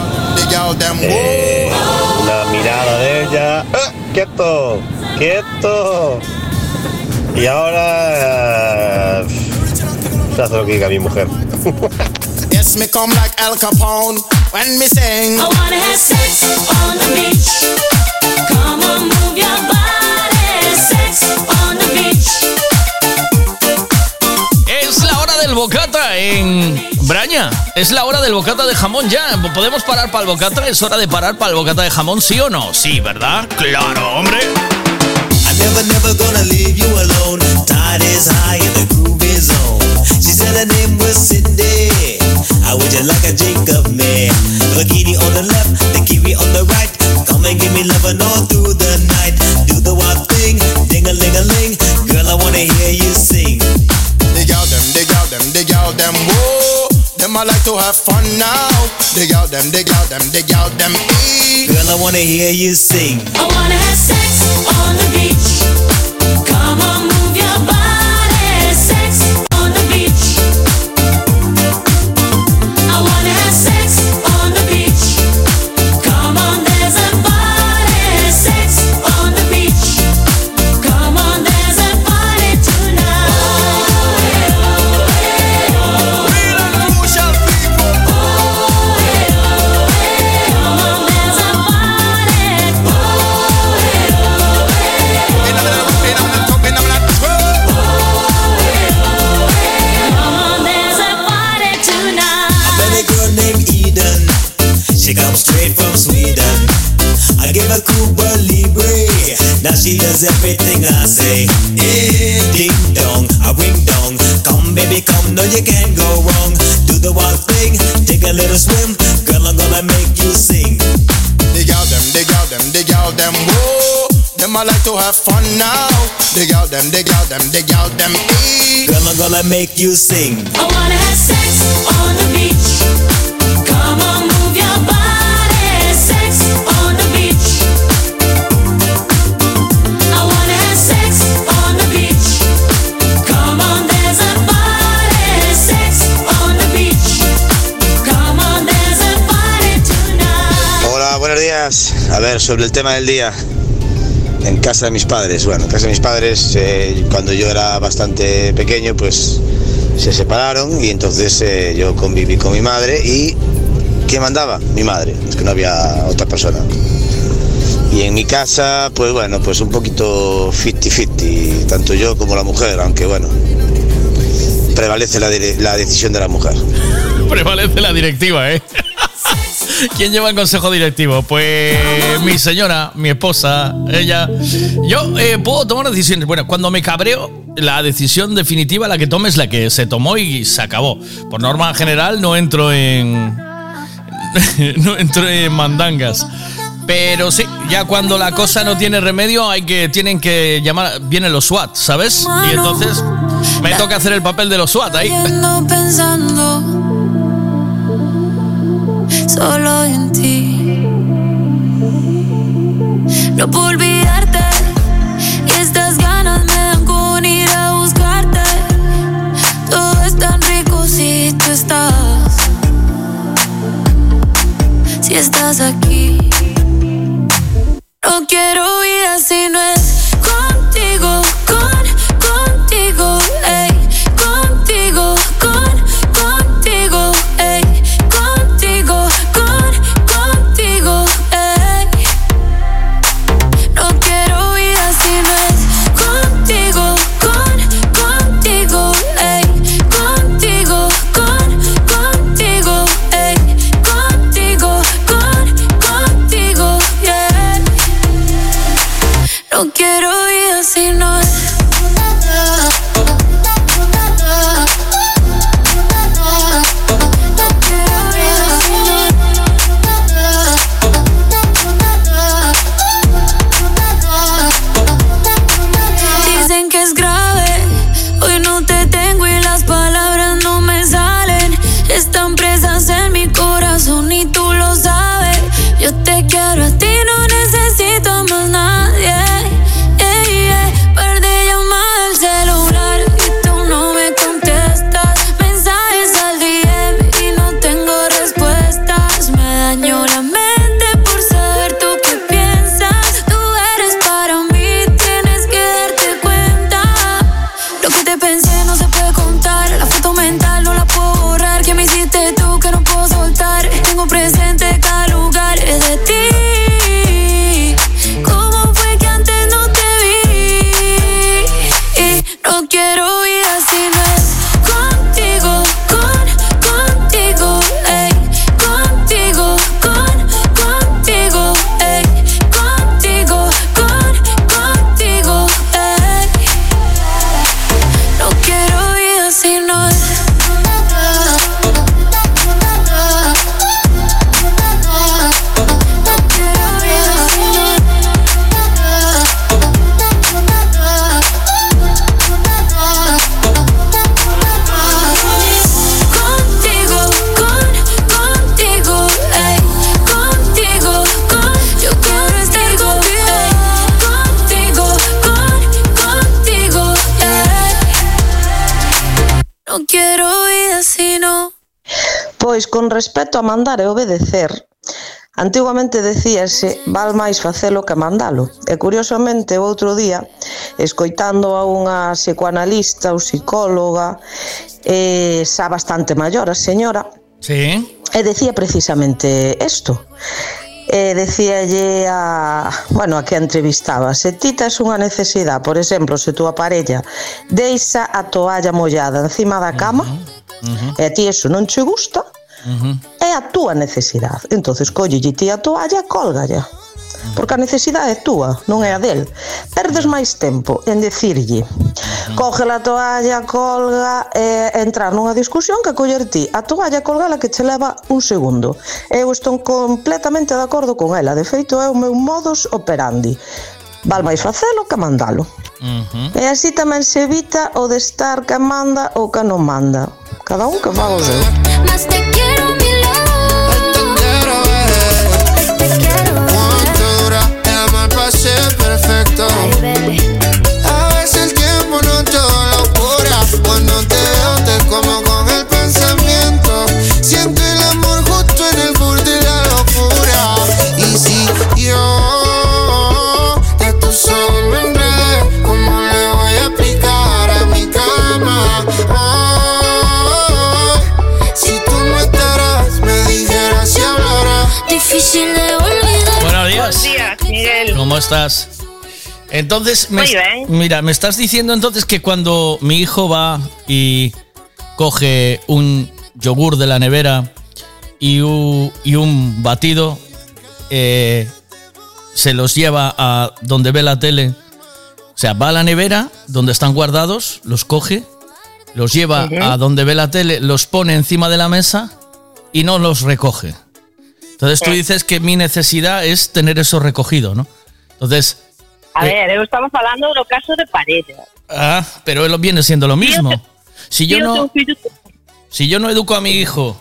eh, una mirada de ella. ¡Ah! ¡Quieto! ¡Quieto! Y ahora uh, se hace lo que diga mi mujer. Yes, me come like Al Capone when me sing. I wanna have sex on the beach. Come on, move your body. Sex on the beach. Es la hora del bocata en Braña. Es la hora del bocata de jamón ya. ¿Podemos parar para el bocata? ¿Es hora de parar para el bocata de jamón, sí o no? Sí, ¿verdad? Claro, hombre. Never, never gonna leave you alone. Tide is high and the groove is on. She said her name was Cindy. How would you like a drink of me? The bikini on the left, the kiwi on the right. Come and give me lovin' all through the night. Do the wild thing, ding-a-ling-a-ling. Girl, I wanna hear you sing. Dig out them, dig out them, dig out them, whoa. Them I like to have fun now. Dig out them, dig out them, dig out them, ee. Girl, I wanna hear you sing. I wanna have sex on the beach. Come on, move your body. Sex on the beach. I wanna have sex on the beach. Come on, there's a party. Sex on the beach. Come on, there's a party tonight. She comes straight from Sweden. I give her Cuba Libre. Now she does everything I say. Eh, ding dong, a ring dong. Come baby, come, no you can't go wrong. Do the wild thing, take a little swim. Girl, I'm gonna make you sing. Dig out them, dig out them, dig out them, whoa. Them I like to have fun now. Dig out them, dig out them, dig out them, ee. Girl, I'm gonna make you sing. I wanna have sex on the beach. Come on, move your body. Sex on the beach. I wanna have sex on the beach. Come on, there's a party. Sex on the beach. Come on, there's a party tonight. Hola, buenos días. A ver, sobre el tema del día. En casa de mis padres. Bueno, en casa de mis padres, eh, cuando yo era bastante pequeño, pues se separaron y entonces eh, yo conviví con mi madre y ¿quién mandaba? Mi madre, es que no había otra persona. Y en mi casa, pues bueno, pues un poquito cincuenta cincuenta, tanto yo como la mujer, aunque bueno, prevalece la, de- la decisión de la mujer. Prevalece la directiva, ¿eh? ¿Quién lleva el consejo directivo? Pues mi señora, mi esposa, ella. Yo eh, puedo tomar decisiones. Bueno, cuando me cabreo, la decisión definitiva, la que tome, es la que se tomó y se acabó. Por norma general no entro en... no entro en mandangas. Pero sí, ya cuando la cosa no tiene remedio, hay que tienen que llamar, vienen los SWAT, ¿sabes? Y entonces me toca hacer el papel de los SWAT ahí. Ando pensando solo en ti. No puedo olvidarte y estas ganas me dan con ir a buscarte. Todo es tan rico si tú estás. Si estás aquí. No quiero vida si no es contigo, con, contigo, ey, contigo, con, contigo, ey, contigo, con, contigo, ey. No quiero vida si no es contigo, con, contigo, ey, contigo, con, contigo, ey, contigo, con, contigo, yeah. No quiero vida si no es. Dicen que es grave, hoy no te tengo y las palabras no me Pois con respecto a mandar e obedecer, antiguamente decíase val máis facelo que mandalo. E curiosamente o outro día, escoitando a unha psicoanalista ou psicóloga, eh, xa bastante maior a señora, Sí. e decía precisamente isto. E decíalle a, bueno, a que a entrevistaba, se ti tes unha necesidade, por exemplo, se túa parella deixa a toalla mollada encima da cama, Uh-huh. e a ti eso non che gusta, Uh-huh. é a túa necesidade. Entonces collelle ti a toalla e cólgalla. Porque a necesidade é túa, non é a del. Perdes máis tempo en decirlle coge a toalla, colga e entrar nunha discusión que coller ti a toalla e colgala que che leva un segundo. Eu estou completamente de acordo con ela. De feito é o meu modus operandi. Val máis facelo que mandalo. Uh-huh. E así tamén se evita o de estar que manda ou que non manda. Cada un que faga o seu. Más te quiero, mi ¿Cuánto dura el amor para ser perfecto? A veces el tiempo no es todo locura. Cuando te veo te como con el pensamiento. Siento el amor justo en el borde de la locura. Y si yo de tu sol me enredé, ¿cómo le voy a explicar a mi cama? Oh, si tú no estarás, me dijeras y hablarás. Difícil de olvidar. Buenos días. Buenos días, Miguel. ¿Cómo estás? Entonces, me, Muy bien. mira, me estás diciendo entonces que cuando mi hijo va y coge un yogur de la nevera y un, y un batido, eh, se los lleva a donde ve la tele. O sea, va a la nevera donde están guardados, los coge, los lleva Ujú. a donde ve la tele, los pone encima de la mesa y no los recoge. Entonces tú Sí. dices que mi necesidad es tener eso recogido, ¿no? Entonces, A eh, ver, eu estaba falando do caso de parella. ah, pero él viene siendo lo mismo. Si yo Tío, no, teu fillo, si yo no educo a mi hijo,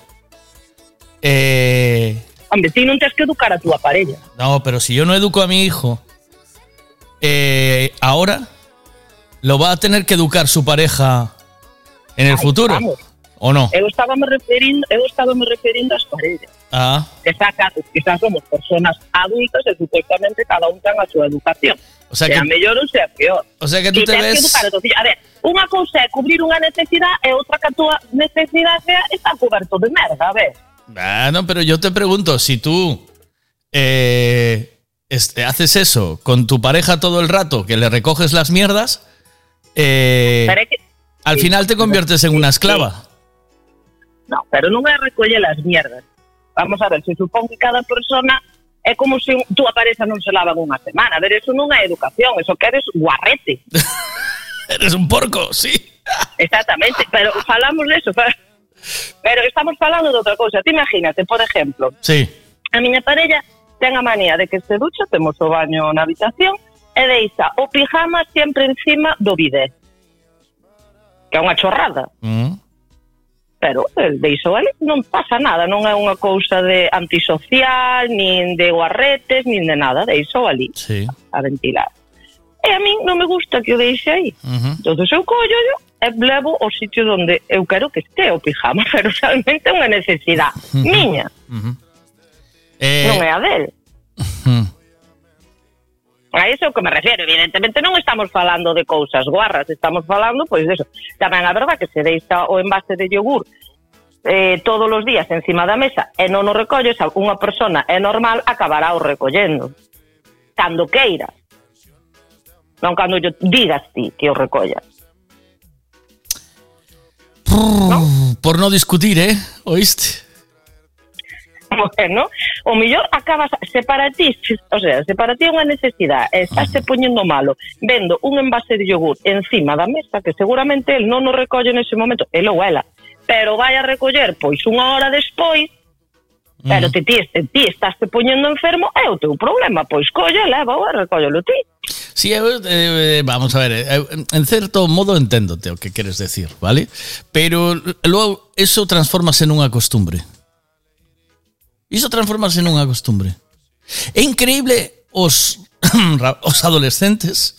eh, hombre, ti non tens que educar a túa parella. no, pero si yo no educo a mi hijo, eh, ahora lo va a tener que educar su pareja en el Ay, futuro, vamos. ¿o no? Eu estaba me referindo, eu estaba me referindo ás parellas. Ah, Que xa, que xa somos personas adultas e supuestamente cada un ten a súa educación. O sea sea que- mellor ou sea peor. o sea que tú Ti te tens ves- que educar a tu fillo. A ver, unha cousa é cubrir unha necesidade e outra que a túa necesidade sea está coberto de merda, a ver. bueno, pero yo te pregunto, si tú eh, este, haces eso con tu pareja todo el rato, que le recoges las mierdas, eh, Pero é que al sí, final te conviertes en una esclava. No, pero non é recoller as mierdas. Vamos a ver, se supón que cada persona é como se un, tú apareza non se lava unha semana. A ver, eso non é educación, eso que eres guarrete. Eres un porco, sí. Exactamente, pero falamos de eso. fa- Pero estamos falando de outra cousa. Te imagínate, por exemplo, Sí. a miña parella ten a manía de que se ducha, temos o baño na habitación, e deixa o pijama sempre encima do bidé. Que é unha chorrada. Mm. Pero el deixo ali, non pasa nada, non é unha cousa de antisocial, nin de guarretes, nin de nada, deixo ali Sí. a ventilar. E a min non me gusta que o deixe aí. Ujú. Entón eu collo yo e levo ao sitio onde eu quero que este o pijama, pero realmente é unha necesidade Ujú. miña, Ujú. Eh, non é a del. mm. A iso é o que me refiero. Evidentemente non estamos falando de cousas guarras, estamos falando, pois, de eso. Tamén a verdade que se deixa o envase de yogur eh, todos os días encima da mesa e non o recolles, unha persona é normal acabará o recollendo. Cando queira. Non cando yo digas ti que o recollas. Por no discutir, ¿eh? ¿Oíste? Bueno, o mellor acabas, se para ti, o sea, se para ti é unha necesidade e estás poñendo malo vendo un envase de yogur encima da mesa que seguramente el non o recolle nese momento, el ou ela, pero vai a recoller pois unha hora despois, pero te, ti, ti estás te poñendo enfermo, é o teu problema, pois colle, leva ou recóllelo ti. Sí, eh, eh, vamos a ver, eh, en cierto modo enténdote o que quieres decir, ¿vale? Pero luego eso transformase nunha costumbre. Iso transformase nunha costumbre. É increíble os, os adolescentes,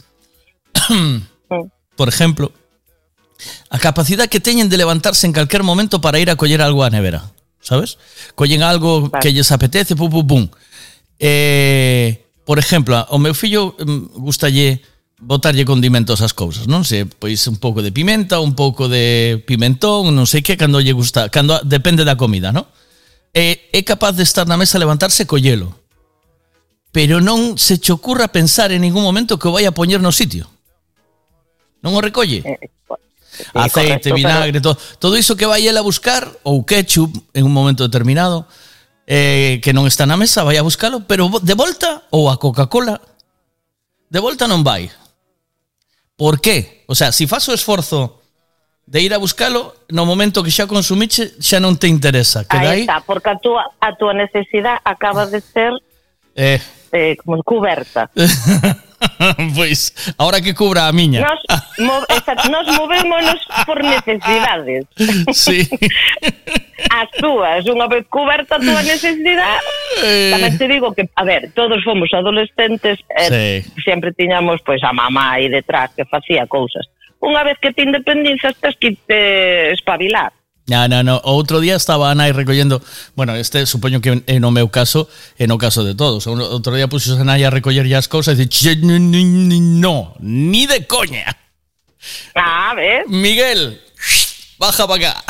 por ejemplo, a capacidade que teñen de levantarse en calquer momento para ir a coller algo á nevera. sabes? Collen algo Claro. que lles apetece, pum, pum, pum. Eh, por exemplo, ao meu fillo mm, gustalle botarlle condimentos ás cousas, non sei, pois un pouco de pimenta, un pouco de pimentón, non sei que, cando lle gusta, cando depende da comida, non? É, é capaz de estar na mesa, levantarse e collelo. Pero non se che ocurra pensar en ningún momento que o vai a poñer no sitio. Non o recolle? Eh, Aceite, correcto, vinagre, todo, todo iso que vai ele a buscar, ou ketchup en un momento determinado, eh, que non está na mesa, vai a buscalo, pero de volta, ou a Coca-Cola, de volta non vai. Por qué? O sea, si faz o esforzo de ir a buscalo, no momento que xa consumiche, xa non te interesa. Que dai, Aí está, porque a túa, a túa necesidade acaba de ser eh, eh, como cuberta. pois, ahora que cubra a miña. Nos, mo, exacto, nos movémonos por necesidades. Sí. As túas, unha vez cuberta a túa necesidade, Eh. tamén te digo que, a ver, todos fomos adolescentes, eh, Sí. sempre tiñamos pois a mamá aí detrás que facía cousas. Unha vez que te independizas, tens que te espabilar. No, no, no. Outro día estaba Ana aí recollendo, bueno, este supoño que é no meu caso, é no caso de todos. Outro día puxo a Ana aí a recoller ya as cousas e dice, "Che, no, no, no, ni de coña. Ah, ves? Miguel, baja para acá."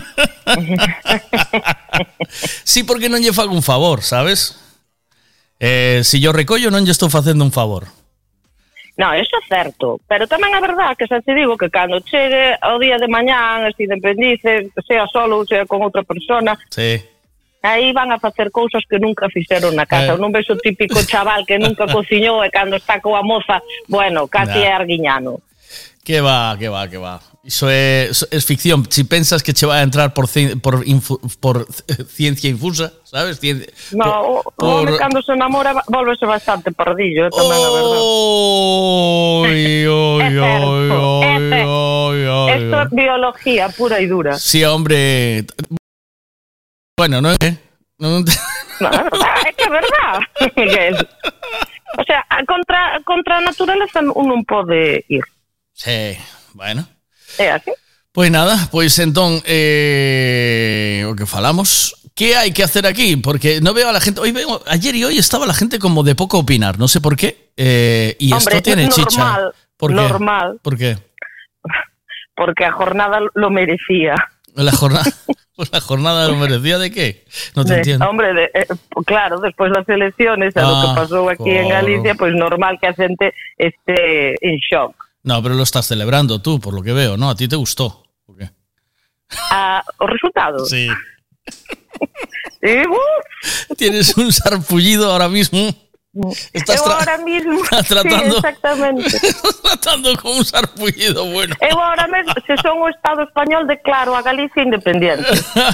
Sí, porque non lle fago un favor, sabes? Eh, si yo recollo non lle estou facendo un favor. No, eso é certo, pero tamén é verdad que xa te digo que cando chegue o día de mañán, se independice, sea solo ou sea con outra persona, Sí. aí van a facer cousas que nunca fixeron na casa. Eh. Eu non vexo o típico chaval que nunca cociñou e cando está coa moza, bueno, casi é Nah. arguiñano. Que va, que va, que va. Iso é, é ficción. Si pensas que che vai a entrar por ci- por, infu, por ciencia infusa, sabes? Cien, No, o por- home cando se enamora volvese bastante pardillo, é tamén a verdade. Oi, oi, É certo, oi, é oi, certo. oi, oi. Esto é biología pura e dura. Sí, hombre. Bueno, no é. Non te- No, é verdade, é que é verdade, Miguel. O sea, a contra, contra a naturaleza un non pode ir. Sí, bueno. É así. Pois nada, pois entón eh, o que falamos, que hai que hacer aquí? Porque no veo a la gente, hoy veo, ayer y hoy estaba la gente como de poco opinar, no sé por qué, eh, y Hombre, esto tiene es chicha. normal, ¿Por qué? normal. ¿Por qué? Porque a jornada lo merecía. La jornada, pues la jornada lo merecía de qué? No te De- entiendo. Hombre, de, eh, claro, despois das elecciones, a lo Ah, que pasou aquí en claro. Galicia, pois normal que a xente este en shock. No, pero lo estás celebrando tú, por lo que veo, ¿no? A ti te gustó. Ah, o resultado. Sí. Sí, uh, Tienes un sarpullido ahora mismo. Estás eu tra- ahora mismo tratando- sí, exactamente. tratando con un sarpullido bueno. Eu ahora mesmo, se son o Estado español, declaro a Galicia independiente.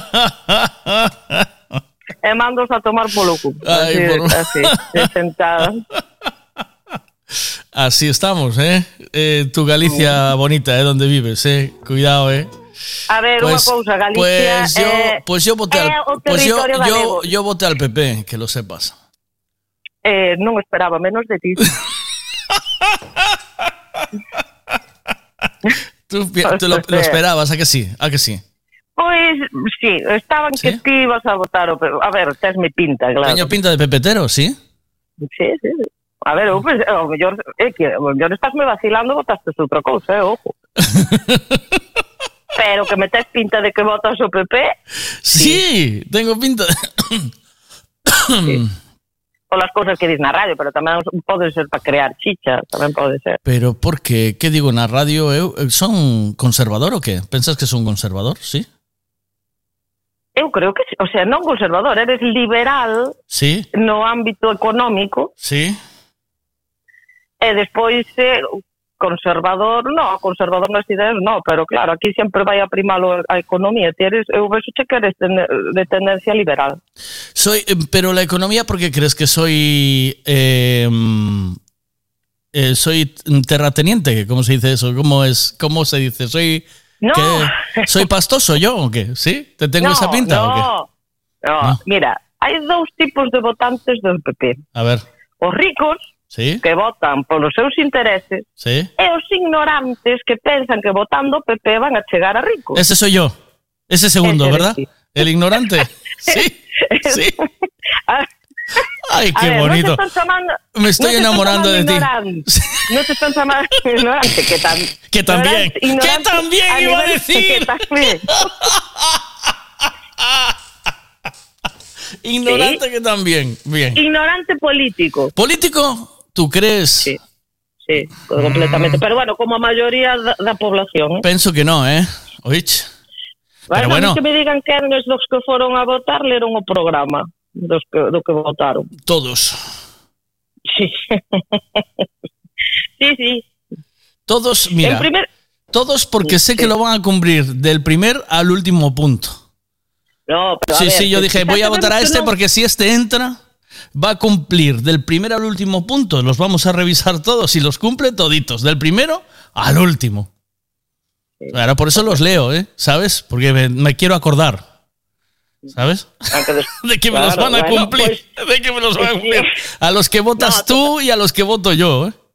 E mandos a tomar polo cu. Ay, Así, por- así, de sentada. Así estamos, ¿eh? Eh, tu Galicia bonita, ¿eh? Donde vives, ¿eh? Cuidado, ¿eh? A ver, unha cousa, Galicia pues yo, é, pues yo voté é al, o pues yo, territorio galego. yo, yo voté al P P, que lo sepas. Eh, non esperaba menos de ti. Tú, pi- tú lo, lo esperabas, ¿a que sí? ¿A que sí? Pois, sí, estaban que ti ibas a votar o P P. A ver, tes mi pinta, claro. Teño pinta de pepetero, ¿sí? Sí, sí. A ver, eu, pues, o mellor, é que, o mellor estás me vacilando e votaste outra cousa, eh, ojo. Pero que me tes pinta de que votas o P P, Sí, tengo pinta de... o las cousas que dis na radio, pero tamén pode ser para crear chicha, tamén pode ser. Pero por qué? ¿Qué digo na radio? Eu, eu son conservador o qué? Pensas que son conservador? Sí? Eu creo que, sí. O sea, non conservador, eres liberal Sí? no ámbito económico, Sí? e despois eh, conservador, no, conservador nas ideas, no, pero claro, aquí sempre vai a primar a economía, ti eres, eu vexo che que eres ten- de tendencia liberal. Soy, eh, pero la economía, ¿por qué crees que soy... Eh, eh, soy terrateniente? ¿Cómo se dice eso? ¿Cómo es? ¿Cómo se dice? Soy... No. ¿qué? ¿Soy pastoso yo o qué? ¿Sí? ¿Te tengo no, esa pinta no, o qué? no, No. mira, hai dous tipos de votantes do P P. A ver, Os ricos, ¿sí? que votan polos seus intereses, ¿Sí? e os ignorantes que pensan que votando P P van a chegar a ricos. Ese soy yo. Ese segundo, Ese eres ¿verdad? ti. El ignorante. Sí, sí. Ay, A qué ver, bonito. No te están chamando, Me estoy no te están enamorando de ti. chamando ignorante. No te están chamando ignorante, que, tam, Que también, ignorante- ignorante que también iba a nivel- decir. que también. Ignorante que también. Bien. Ignorante político. ¿Político? ¿Tú crees? Sí, sí, completamente. Pero bueno, como a maioría da, da población. ¿eh? Penso que no, eh? Oich. Pero Bueno, bueno, a mí que me digan que eran los que foron a votar, leron o programa dos que, do que votaron. todos. Sí. sí, sí. Todos, mira. En primer- Todos porque sé que lo van a cumplir del primer al último punto. No, pero a Sí, ver, sí, yo que- dije, que voy a sabemos votar a que este no- porque si este entra, va a cumplir del primer al último punto. Los vamos a revisar todos y los cumple toditos, del primero al último. Ahora por eso los leo, ¿eh? ¿Sabes? Porque me, me quiero acordar. ¿Sabes? De que me los Claro, van a bueno, cumplir. pues- de que me los van a Sí. cumplir. A los que votas No, tú y a los que voto yo, ¿eh?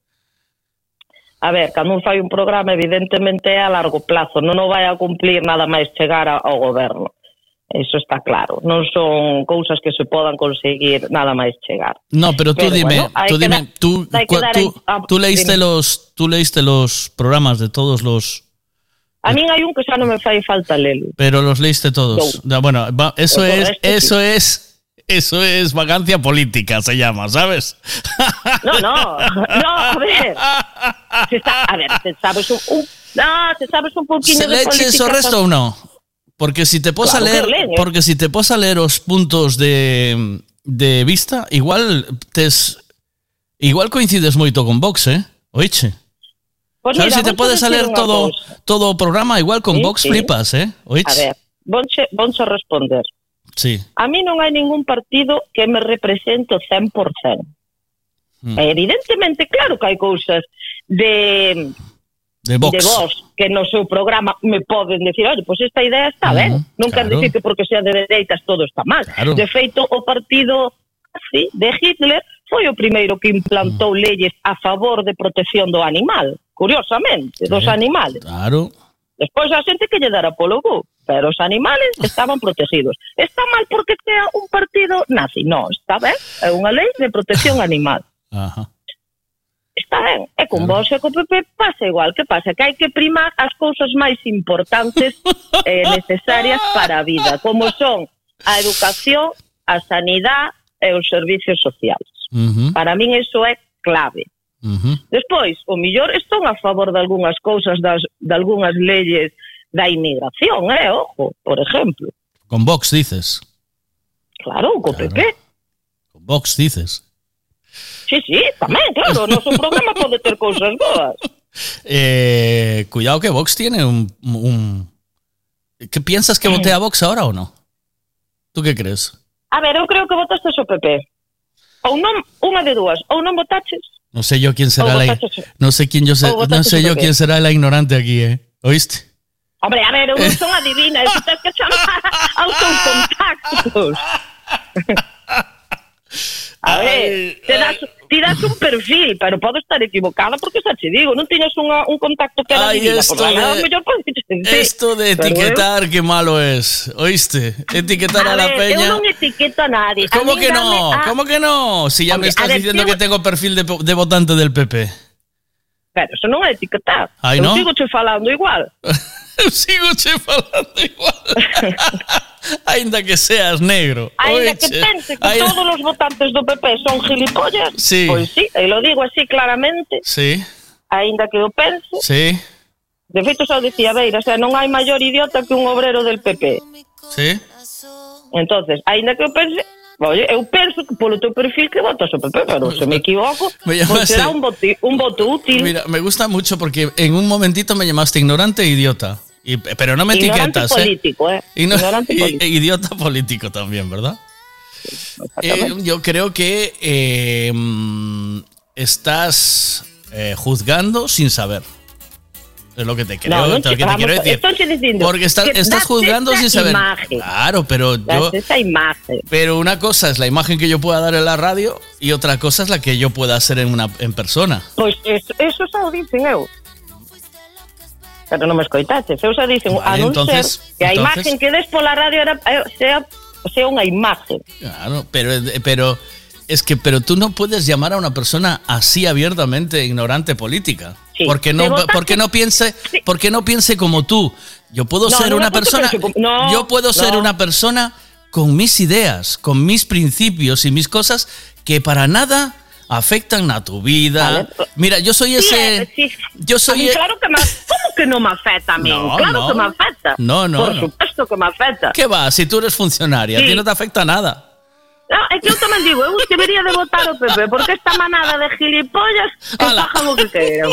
A ver, cando un fai un programa evidentemente é a largo plazo, non o vai a cumplir nada máis chegar a- ao goberno. Eso está claro, non son cousas que se podan conseguir nada máis chegar. No, pero tú Pero dime, bueno, hay tú que dime, dar- tú, hay que cua- dar tú, ahí- ah, tú leíste dime. los, tú leíste los programas de todos los, A min hai un que xa non me fai falta lelo. pero los leíste todos. Ya, bueno, va- eso O es, resto, sí. eso es, eso es vacancia política, se llama, ¿sabes? No, no, no, a ver. Se sa- a ver, te sabes un, un no, te sabes un poquinho ¿Se de leches política. o resto ou no? Porque si te pos a Claro que leer, leen, eh. porque si te pos a leer os puntos de, de vista, igual tes igual coincides moito con Vox, eh? Oiche. Pues ¿Sabes? mira, Si te vouche podes a decir leer unha todo cousa. todo o programa, igual con Sí, Vox sí. flipas, eh? Oiche. A ver, vonche, vonche responder. Sí. A mí non hai ningún partido que me represente o cen por cento. Mm. Evidentemente, claro que hai cousas de, De Vox. de vos que no seu programa me poden decir, oye, pois pues esta idea está ben. Non quer claro. dicir que porque sea de dereitas todo está mal. Claro. De feito, o partido así, de Hitler foi o primeiro que implantou Mm. leyes a favor de protección do animal, curiosamente, dos Sí. animales. Claro. Despois a xente que lle dara polo cu, pero os animales estaban protegidos. Está mal porque sea un partido nazi? No, está ben, é unha lei de protección animal. Ajá. Está ben, e con vos e co P P pasa igual. Que pasa? Que hai que primar as cousas máis importantes e necesarias para a vida, como son a educación, a sanidade e os servicios sociais. Ujú, Para min iso é clave. ujú. Despois, o millor están a favor de algunhas cousas das, de algunhas leyes da inmigración, eh, ojo, por exemplo. Con Vox dices. Claro, co P P. Con Vox dices. Sí, sí, tamén, claro, o noso programa pode ter cousas boas. Eh, cuidado que Vox tiene un, un... ¿Qué piensas que voté a Vox ahora o no? ¿Tú qué crees? A ver, eu creo que votaste o P P. Ou non, unha de dúas, ou non votaches. No sé yo quién será O la votaches- no sé quién yo sé, o no votaches sé o yo P P. quién será la ignorante aquí, ¿eh? ¿Oíste? Hombre, a ver, eu non son adivina, eu tens que chamar aos teus contactos. A ver, te das, ti das un perfil, pero podo estar equivocada porque xa che digo, non tiñas unha, un contacto que era Ay, adivina, esto por nada, de- mellor podes decir. Esto de Pero eu- etiquetar, qué malo es. ¿Oíste? Etiquetar a, A la ver, peña. eu non etiqueto a nadie. A ¿Cómo min que dame no? a- ¿Cómo que no? Si ya me Hombre, estás a ver, diciendo tengo- que tengo perfil de, de votante del P P. Pero eso non é etiquetar. Ai, eu non? sigo che falando igual. Sigo che falando igual. Ainda que seas negro. Ainda que Oiche, pense que ainda- todos os votantes do P P son gilipollas, Sí. pois sí, e lo digo así claramente, Sí, ainda que eu pense. sí, De feito, xa o dicía Beira, o sea, non hai maior idiota que un obrero del P P. sí. Entonces, ainda que eu pense, oye, eu penso que polo teu perfil que votas o P P, pero se me equivoco, Me pois llamaste- será un, voti, un voto útil. Mira, me gusta mucho porque en un momentito me llamaste ignorante e idiota. Y- pero no me Ignorante etiquetas, ¿eh? político, eh. Y no- Ignorante y- político. e idiota político también, ¿verdad? Eh, yo creo que eh, mm, estás eh, juzgando sin saber. Es lo que te creo, No, non lo que che- te vamos, quiero decir. estou che dicindo Porque estás, que estás das juzgando esa sin saber. imagen. Claro, pero yo. Das esa imagen. Pero una cosa es la imagen que yo pueda dar en la radio y otra cosa es la que yo pueda hacer en una en persona. Pois eso, eso xa o dicen eu. Pero non me escoitaches. Eu xa dicen, Vale, a non entonces- ser que a entonces- imagen que des pola radio era, eh, sea O sea, unha imagen. Claro, pero, pero es que pero tú no puedes llamar a una persona así abiertamente ignorante política. Sí. Porque Te no, votaste- porque no piense, porque no piense como tú. Yo puedo No, ser no una me apunto persona, que se- no, yo puedo ser no. una persona con mis ideas, con mis principios y mis cosas que para nada afectan a tu vida. Vale. Mira, yo soy Sí, ese, eh, sí. yo A soy mí, e- claro que me... ¿Cómo que no me afecta a mí? No, claro no. que me afecta. No, no, Por no. supuesto que me afecta. ¿Qué va? Si tú eres funcionaria, a ti Sí. no te afecta nada. No, é que eu tamén digo, eu debería de votar o P P, porque esta manada de gilipollas que Ala. fajan o que queiran.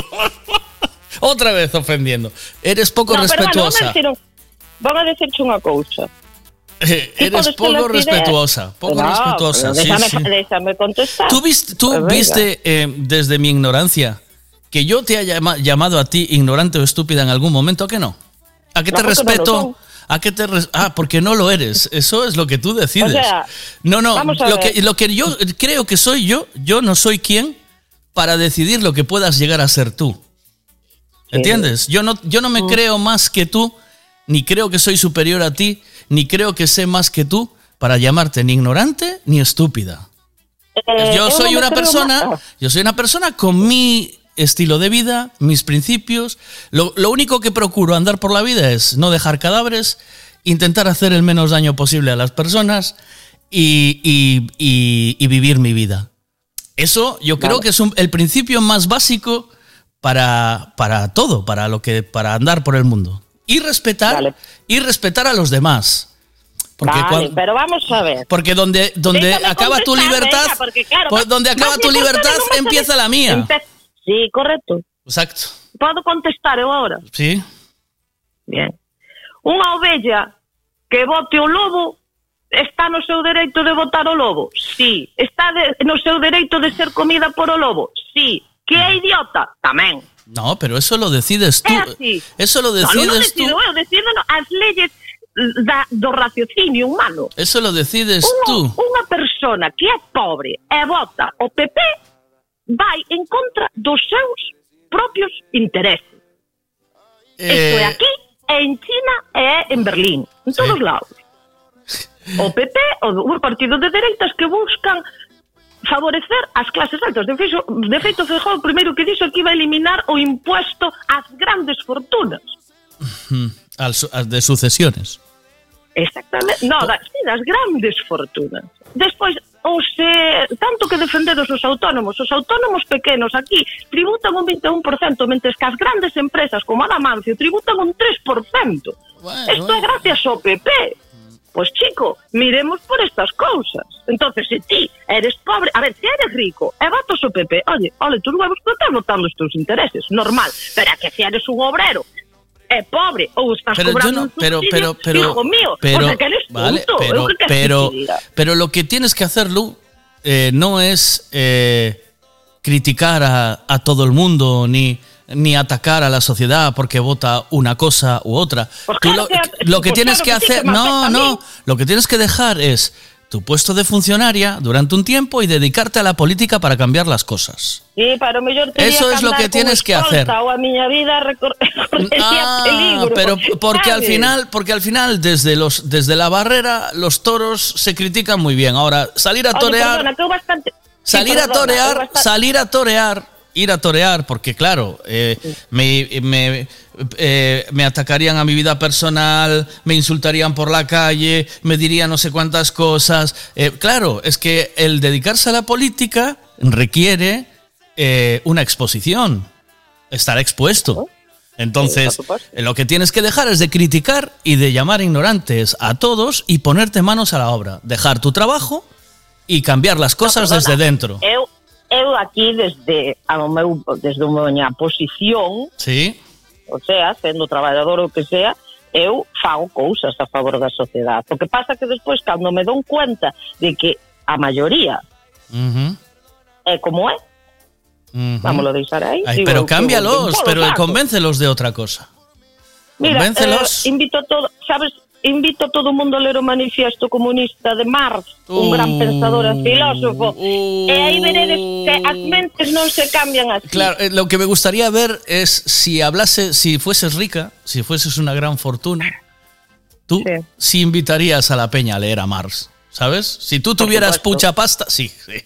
Otra vez ofendiendo. Eres poco No, pero bueno, respetuosa. van a decir- van a decirche unha cousa. Eh, Tipo Eres de poco las ideas. respetuosa. Poco No, respetuosa. pero Sí, déjame, sí. déjame contestar. Tú viste, tú Pues venga. viste eh, desde mi ignorancia que yo te haya llama- llamado a ti ignorante o estúpida en algún momento, ¿a qué no? ¿A qué te No, porque no lo respeto? son. ¿A qué te res- Ah, porque no lo eres. Eso es lo que tú decides. O sea, no, no, vamos a lo ver. que, lo que yo creo que soy yo, yo no soy quien para decidir lo que puedas llegar a ser tú. ¿Entiendes? Yo no, yo no me Mm. creo más que tú, ni creo que soy superior a ti, ni creo que sé más que tú para llamarte ni ignorante ni estúpida. Eh, Yo eu soy non me una creo persona, má- yo soy una persona con mi estilo de vida, mis principios. Lo, lo único que procuro andar por la vida es no dejar cadáveres, intentar hacer el menos daño posible a las personas y, y- y- y vivir mi vida. Eso yo creo Vale. que es un- el principio más básico para, para todo, para lo que, para andar por el mundo. Y respetar, y respetar a los demás. Porque Vale, cuan- pero vamos a ver. porque donde, donde Déjame acaba tu contestar, libertad, venga, porque claro, pues más- donde acaba más tu importante libertad, no me empieza sale- la mía. Empe- Sí, correcto. Exacto. Podo contestar eu agora? Sí. Bien. Unha ovella que vote o lobo está no seu dereito de votar o lobo? Sí. Está de, no seu dereito de ser comida por o lobo? Sí. Que é idiota? Tamén. No, pero eso lo decides tú. É así. Eso lo No, non o decides tú. decido eu, decido no, as leyes da, do raciocinio humano. Eso lo decides Unha, tú. unha persona que é pobre e vota o P P vai en contra dos seus propios intereses. Isto é Eh, aquí, é en China e é en Berlín, en todos lados. O P P, o un partido de dereitas que buscan favorecer as clases altas. De feito, de feito Feijóo o primeiro que dixo que iba a eliminar o impuesto ás grandes fortunas. mm, al su- al de sucesiones. Exactamente. No, das, sí, das grandes fortunas. Despois, os, eh, tanto que defenderos os autónomos, os autónomos pequenos aquí tributan un vinte e un por cento, mentres que as grandes empresas como a Damancio tributan un tres por cento. Isto é gracias ao P P. Pois chico, miremos por estas cousas. Entonces, se ti eres pobre, a ver, se eres rico e votas o P P, oye, ole, tú non vas estás votando os teus intereses, normal. Pero é que se eres un obrero é pobre ou estás Pero yo cobrando no, un pero, subsidio, pero, pero, hijo mío, pero, o sea, que eres vale, tonto. pero, Eu que queres pero, que te diga? pero lo que tienes que hacer, Lu, eh, no es eh, criticar a, a todo el mundo ni ni atacar a la sociedad porque vota una cosa u otra. Pues Tú claro lo, que- lo que pues tienes claro que que sí, hacer, que me afecta no, a mí. no, lo que tienes que dejar es tu puesto de funcionaria durante un tiempo y dedicarte a la política para cambiar las cosas. Sí, para o mellor tería Eso es lo andar que con tienes que escolta hacer. Ou a miña vida recor- correría Ah, peligro. pero porque al ¿sabes? final, porque al final desde los desde la barrera los toros se critican muy bien. Ahora salir a Oye, torear, perdona, que eu bastante... Sí, salir a perdona, eu torear, bastante- salir a torear, ir a torear, porque claro, eh, me, me, eh, me atacarían a mi vida personal, me insultarían por la calle, me dirían no sé cuántas cosas. Eh, claro, es que el dedicarse a la política requiere eh, una exposición, estar expuesto. Entonces, eh, lo que tienes que dejar es de criticar y de llamar ignorantes a todos y ponerte manos a la obra, dejar tu trabajo y cambiar las cosas No, desde perdona, dentro. Eu, eu aquí desde a meu, desde a miña posición, Sí. o sea, sendo traballador ou que sea, eu fago cousas a favor da sociedade. O que pasa que despois, cando me dou cuenta de que a maioría Ujú, é como é, ujú. vámoslo deixar aí. Ay, digo, pero eu que cámbialos, vou- pero vou saco. convéncelos de otra cosa. Mira, Convéncelos. eh, invito a todo, sabes, invito a todo o mundo a ler o Manifiesto Comunista de Marx, un gran pensador e filósofo, e aí veredes que as mentes non se cambian así. Claro, eh, lo que me gustaría ver es si hablase, si fueses rica, si fueses una gran fortuna, tú sí invitarías a la peña a leer a Marx, ¿sabes? Si tú tuvieras pucha pasta, sí. sí.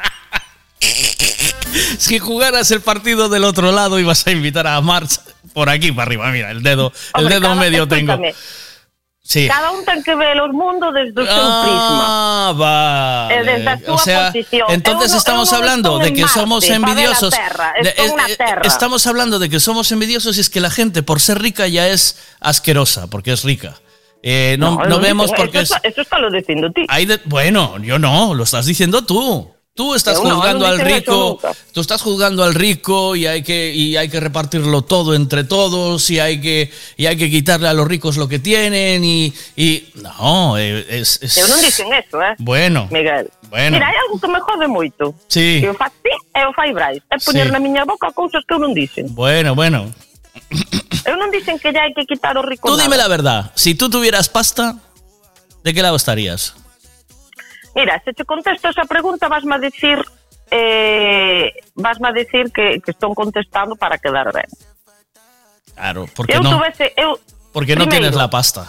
Si jugaras el partido del otro lado, ibas a invitar a Marx por aquí para arriba. Mira, el dedo, el Hombre, dedo cada- medio tengo. escúchame, Sí. Cada un ten que ver os mundo desde o seu Ah, prisma. vale. E desde a súa O sea, posición. entonces Eu non- estamos eu non hablando estou de en que Marte somos pa ver a envidiosos. terra, De- estou es- na eh, terra. Estamos hablando de que somos envidiosos y es que la gente por ser rica ya es asquerosa, porque es rica. Eh, no, no, eu vemos dicen, porque eso, es... está- Eso está lo dicindo ti. Hay de- bueno, yo no, lo estás diciendo tú. Tú estás Eu no, juzgando non al dicen eso rico, nunca. tú estás juzgando al rico y hay que y hay que repartirlo todo entre todos y hay que y hay que quitarle a los ricos lo que tienen y, y no, eh, es, es Eu non dicen eso, eh? bueno. Miguel. Bueno. Mira, hai algo que me jode moito. Sí. Que o faz ti e o fai Brais. É poñer Sí. na miña boca cousas que eu non dicen. Bueno, bueno. Eu non dicen que ya hai que quitar o rico Tú dime nada. la verdad, si tú tuvieras pasta, ¿de qué lado estarías? Mira, se te contesto esa pregunta vasme a decir eh, vasme a decir que, que estou contestando para quedar ben. Claro, porque eu no, tuvese, eu, porque no primeiro, tienes la pasta.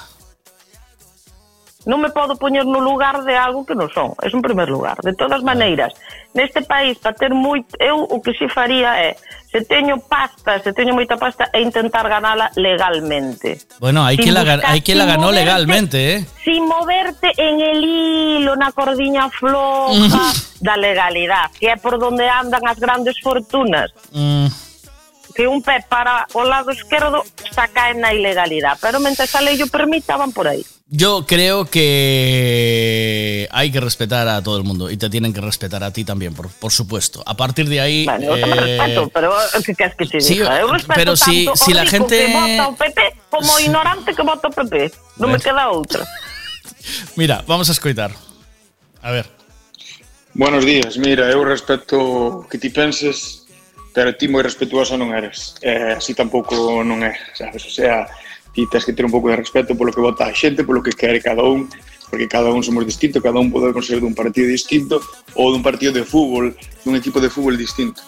non me podo poñer no lugar de algo que non son. É un primer lugar. De todas maneiras, neste país, para ter moito... Eu o que si faría é, se teño pasta, se teño moita pasta, é intentar ganala legalmente. Bueno, hay Sin quien la, gan- buscar- hay quien la sin ganó moverte- legalmente, ¿eh? Sin moverte en el hilo, na cordiña floja da legalidad, que é por donde andan as grandes fortunas. Mm, Que un pé para o lado esquerdo xa cae na ilegalidad, pero mentre a lei o permita, van por aí. yo creo que hay que respetar a todo el mundo y te tienen que respetar a ti también, por, por supuesto. A partir de ahí... Bueno, eu tamén eh, respeto, pero que queres que te sí, diga? Eu respeto pero si- tanto si o la rico gente- que vota o P P como o ignorante que vota o P P. Non me Bueno. queda outra. Mira, vamos a escoitar. A ver. Buenos días, mira, eu respeto que ti penses, pero ti moi respetuosa non eres. Eh, así tampouco non é, sabes? O sea, ti tens que ter un pouco de respeto polo que vota a xente, polo que quere cada un, porque cada un somos distinto, cada un podemos ser dun partido distinto ou dun partido de fútbol, dun equipo de fútbol distinto.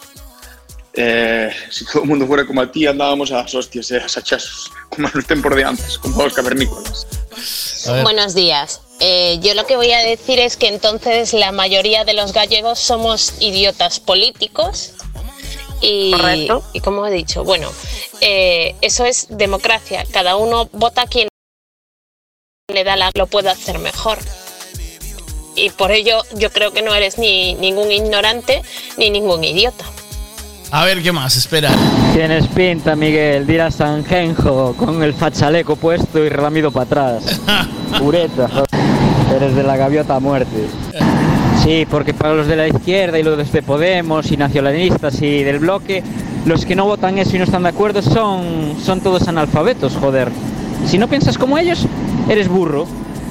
Eh, se todo o mundo fuera como a ti, andábamos ás hostias e ás hachazos, como nos tempos de antes, como os cavernícolas. Buenos días. Eh, yo lo que voy a decir es que entonces la mayoría de los gallegos somos idiotas políticos y, Correcto. y como he dicho, bueno, eh, eso es democracia. Cada uno vota a quien le da la lo puede hacer mejor. Y por ello yo creo que no eres ni ningún ignorante ni ningún idiota. A ver, ¿qué más? Espera. Tienes pinta, Miguel, de ir a San Genjo con el fachaleco puesto y relamido para atrás. Pureta, joder. Eres de la gaviota a muerte. Sí, porque para los de la izquierda y los de Podemos y nacionalistas y del bloque, los que no votan eso y no están de acuerdo son, son todos analfabetos, joder. Si no piensas como ellos, eres burro.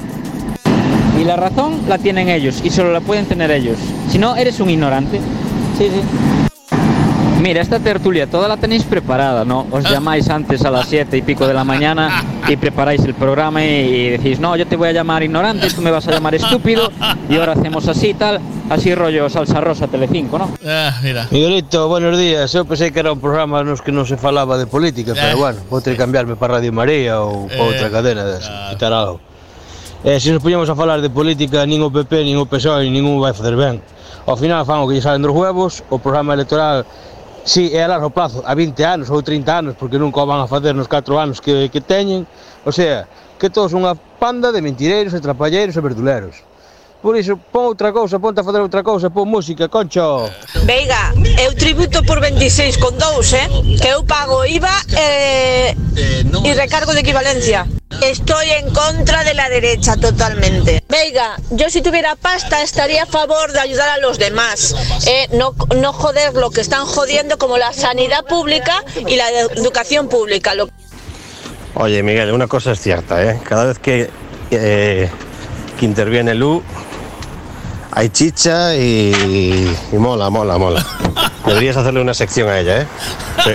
Y la razón la tienen ellos y solo la pueden tener ellos. Si no, eres un ignorante. Sí, sí. Mira, esta tertulia toda la tenéis preparada, ¿no? Os llamáis antes a las siete y pico de la mañana y preparáis el programa y, y decís, no, yo te voy a llamar ignorante, tú me vas a llamar estúpido y ahora hacemos así y tal, así rollo salsa rosa Telecinco, ¿no? Ah, mira. Miguelito, buenos días. Eu pensei que era un programa nos que non se falaba de política, pero bueno, vou ter que cambiarme para Radio María ou para outra cadena desa, quitar algo. Eh, se nos poñemos a falar de política, nin o P P, nin o P S O E, ningún vai facer ben. Ao final fan o que lle salen dos huevos, o programa electoral, si é a largo plazo, a vinte anos ou trinta anos, porque nunca o van a facer nos catro anos que, que teñen, o sea, que todos unha panda de mentireiros e trapalleiros e verduleros. Por iso, pon outra cousa, ponte a fazer outra cousa, pon música, concho. Veiga, eu tributo por veintiséis con dous, eh? Que eu pago I V A e, e recargo de equivalencia. Estoy en contra de la derecha totalmente. Veiga, yo si tuviera pasta estaría a favor de ayudar a los demás. Eh, no, no joder lo que están jodiendo como la sanidad pública y la educación pública. Lo... Oye, Miguel, una cosa es cierta, ¿eh? Cada vez que, eh, que interviene Lu, hay chicha y, y mola, mola, mola. Deberías hacerle una sección a ella, ¿eh? Sí.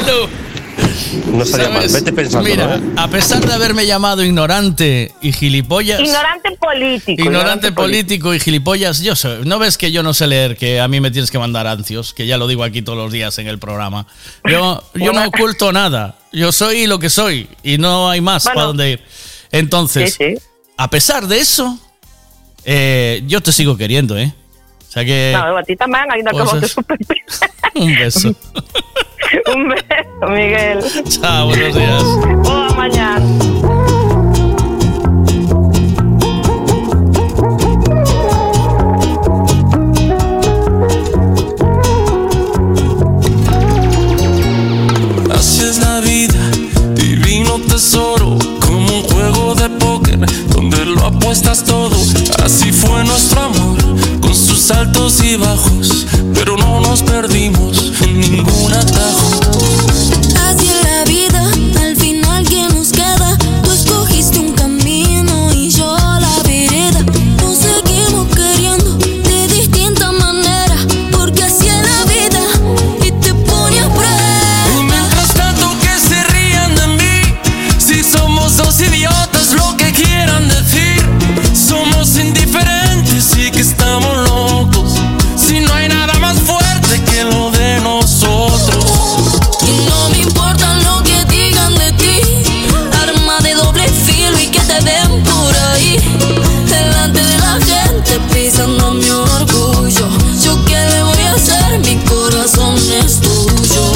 No estaría mal, ¿Sabes? vete pensando. Mira, ¿eh? a pesar de haberme llamado ignorante y gilipollas... Ignorante político. Ignorante político y gilipollas, yo soy. ¿No ves que yo no sé leer, que a mí me tienes que mandar ancios? Que ya lo digo aquí todos los días en el programa. Yo, yo no oculto nada. Yo soy lo que soy y no hay más Bueno. para dónde ir. Entonces, Sí, sí. a pesar de eso, eh, yo te sigo queriendo, ¿eh? O sea que... No, eu a ti tamén, ainda Pues como te es- super... Un beso. Un beso, Miguel. Chao, buenos días. Boa mañá. Así es la vida, divino tesoro, como un juego de póker donde lo apuestas todo. Así fue nuestro amor, con sus altos y bajos, pero no nos perdimos en ningún atajo. Así es la vida, al final ¿qué nos queda? Tú escogiste un camino y yo la vereda. Nos seguimos queriendo de distinta manera, porque así es la vida y te pone a prueba. Y mientras tanto que se rían de mí, si somos dos idiotas, lo que quieran decir, somos indiferentes y que estamos locos, si no hay nada más fuerte que lo de nosotros. Y no me importa lo que digan de ti, arma de doble filo y que te den por ahí, delante de la gente pisando mi orgullo. Yo qué le voy a hacer, mi corazón es tuyo.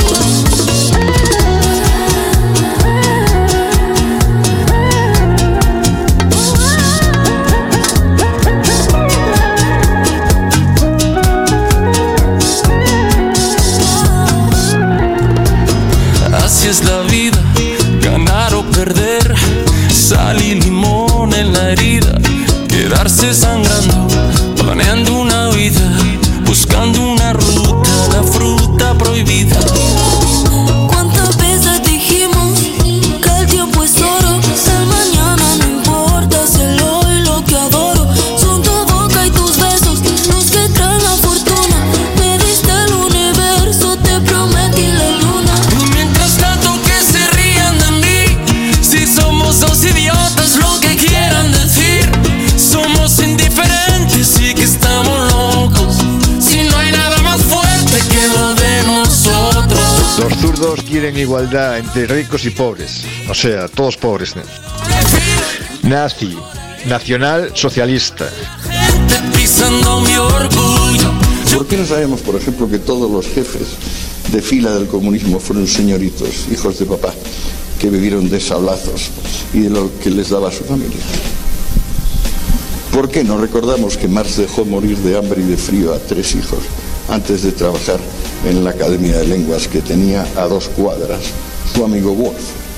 Así es la vida, ganar o perder, sal y limón en la herida, quedarse sangrando, planeando una vida, buscando una ruta, la fruta prohibida. ¿Cuántas veces dijimos que el tiempo es oro? El mañana no importa, es el hoy lo que adoro. Son tu boca y tus besos los que traen la fortuna. Me diste el universo, te prometí la luna. Y mientras tanto que se rían de mí, si somos dos idiotas, lo que quieran decir, somos indiferentes y que estamos locos, si no hay nada más fuerte que lo de nosotros. Los zurdos quieren igualdad entre ricos y pobres, o sea, todos pobres, ¿no? Nazi, nacional socialista. Pisando mi orgullo. ¿Por qué no sabemos, por ejemplo, que todos los jefes de fila del comunismo fueron señoritos, hijos de papá, que vivieron de sablazos y de lo que les daba su familia? ¿Por qué no recordamos que Marx dejó morir de hambre y de frío a tres hijos antes de trabajar en la Academia de Lenguas que tenía a dos cuadras su amigo Wolf?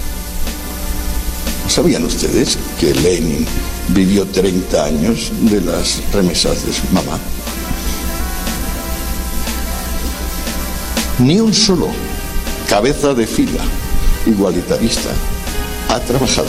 ¿Sabían ustedes que Lenin vivió treinta años de las remesas de su mamá? Ni un solo cabeza de fila igualitarista ha trabajado.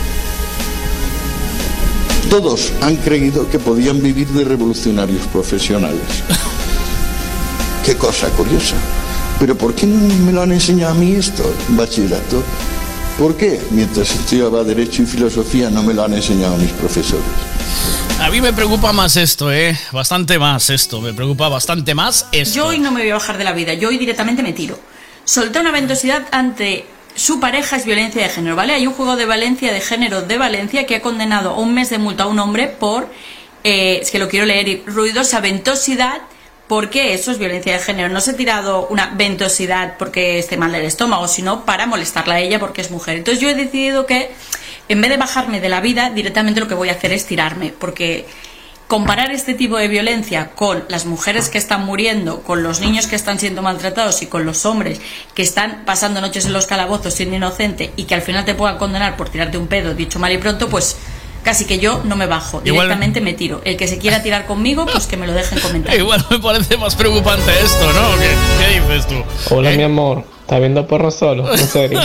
Todos han creído que podían vivir de revolucionarios profesionales. Qué cosa curiosa. Pero ¿por qué no me lo han enseñado a mí esto, bachillerato? ¿Por qué, mientras estudiaba Derecho y Filosofía, no me lo han enseñado mis profesores? A mí me preocupa más esto, ¿eh? Bastante más esto. Me preocupa bastante más esto. Yo hoy no me voy a bajar de la vida, yo hoy directamente me tiro. Soltar una ventosidad ante su pareja es violencia de género, ¿vale? Hay un juego de Valencia, de género de Valencia, que ha condenado a un mes de multa a un hombre por, eh, es que lo quiero leer, ruidosa ventosidad, porque eso es violencia de género. No se ha tirado una ventosidad porque esté mal del estómago, sino para molestarla a ella porque es mujer. Entonces yo he decidido que, en vez de bajarme de la vida, directamente lo que voy a hacer es tirarme, porque comparar este tipo de violencia con las mujeres que están muriendo, con los niños que están siendo maltratados y con los hombres que están pasando noches en los calabozos siendo inocente y que al final te puedan condenar por tirarte un pedo, dicho mal y pronto, pues casi que yo no me bajo, Igual- directamente me tiro. El que se quiera tirar conmigo, pues que me lo dejen comentar. Igual me parece más preocupante esto, ¿no? ¿Qué, qué dices tú? Hola, ¿Eh? mi amor. ¿Estás viendo porno solo? En serio.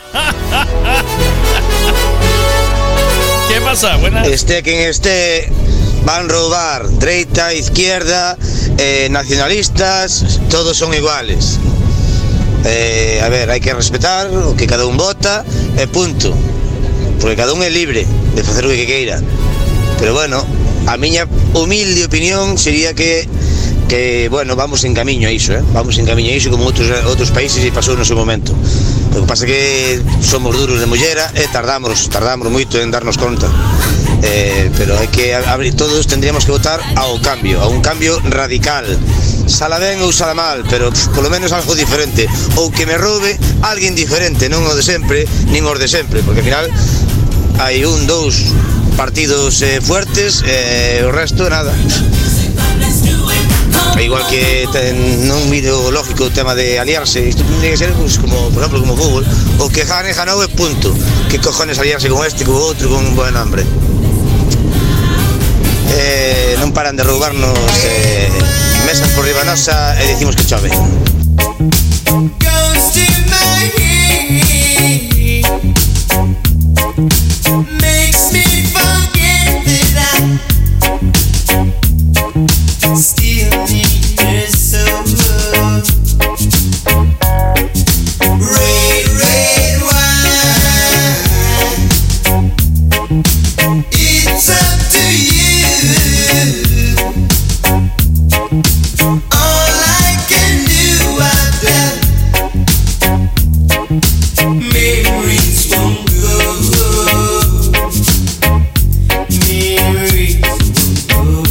¿Qué pasa? Buenas. Este quien esté van robar, derecha, izquierda, eh, nacionalistas, todos son iguales. Eh, a ver, hai que respetar o que cada un vota e punto. Porque cada un é libre de facer o que queira. Pero bueno, a miña humilde opinión sería que que, bueno, vamos en camiño a iso, eh? Vamos en camiño a iso como outros, outros países e pasou no seu momento. O que pasa que somos duros de mollera e tardamos, tardamos moito en darnos conta. Eh, pero hai que abrir, todos tendríamos que votar ao cambio, a un cambio radical. Sala ben ou sala mal, pero pff, polo menos algo diferente. Ou que me roube alguén diferente, non o de sempre, nin os de sempre, porque ao final hai un, dous partidos eh, fuertes e eh, o resto nada. Igual que ten, non vídeo lógico o tema de aliarse, isto tiene que ser pues, como, por exemplo, como fútbol, o que gane ganou e punto. Que cojones aliarse con este, con outro, con un buen hambre. Eh, non paran de roubarnos eh, mesas por riba nosa e dicimos que chove. Goes to my head, makes me forget that I still need her so much. Red, red wine, it's up to you. All I can do, I tell. Memories won't go. Memories won't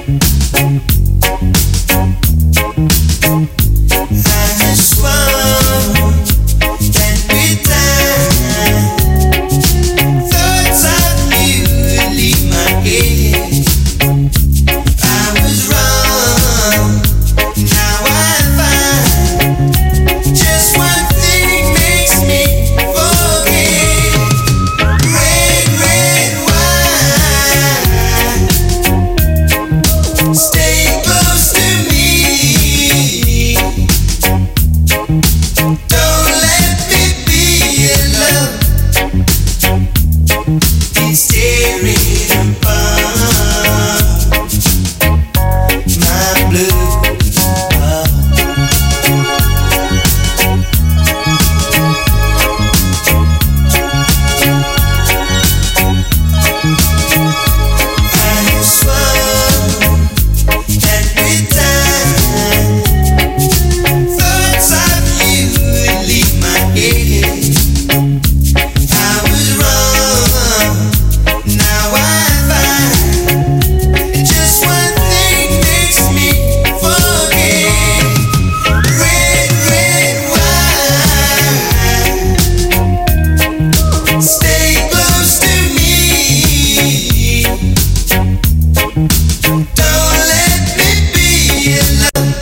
go. I have sworn that with time, thoughts of you would leave my head. I was wrong. Now I find just one thing makes me forget. Red, red wine, stay close to me. Don't let me be alone. It's tearing apart my blue heart. I have sworn that with time, thoughts of you would leave my head. I was wrong. Now I find just one thing makes me forget. Red, red wine, stay close to me. Don't let me be alone.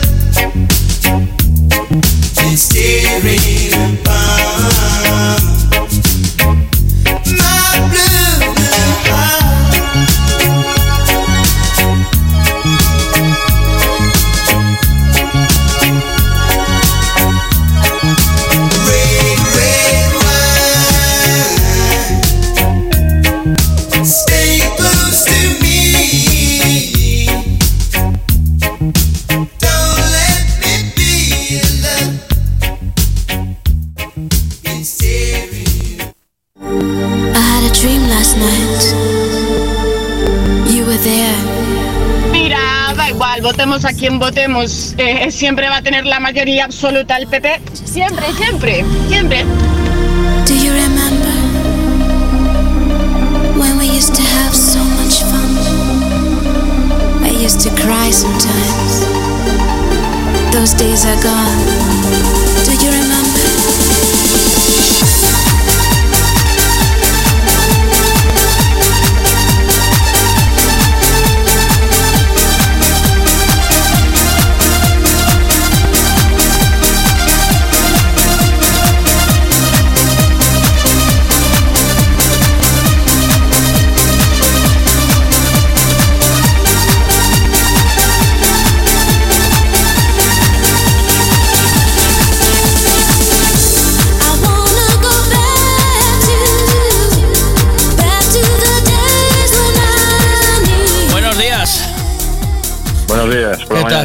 It's tearing apart my blue, blue heart. Red, red wine, stay close to me. Don't let me be alone. It's tearing. I had a dream last night. You were there. Mira, da igual, votemos a quien votemos, eh, siempre va a tener la mayoría absoluta el P P. Siempre, siempre, siempre. Do you remember when we used to have so much fun? I used to cry sometimes. Those days are gone. Do you remember?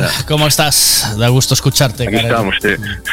¿Cómo estás? Da gusto escucharte, Aquí caray. estamos, tío.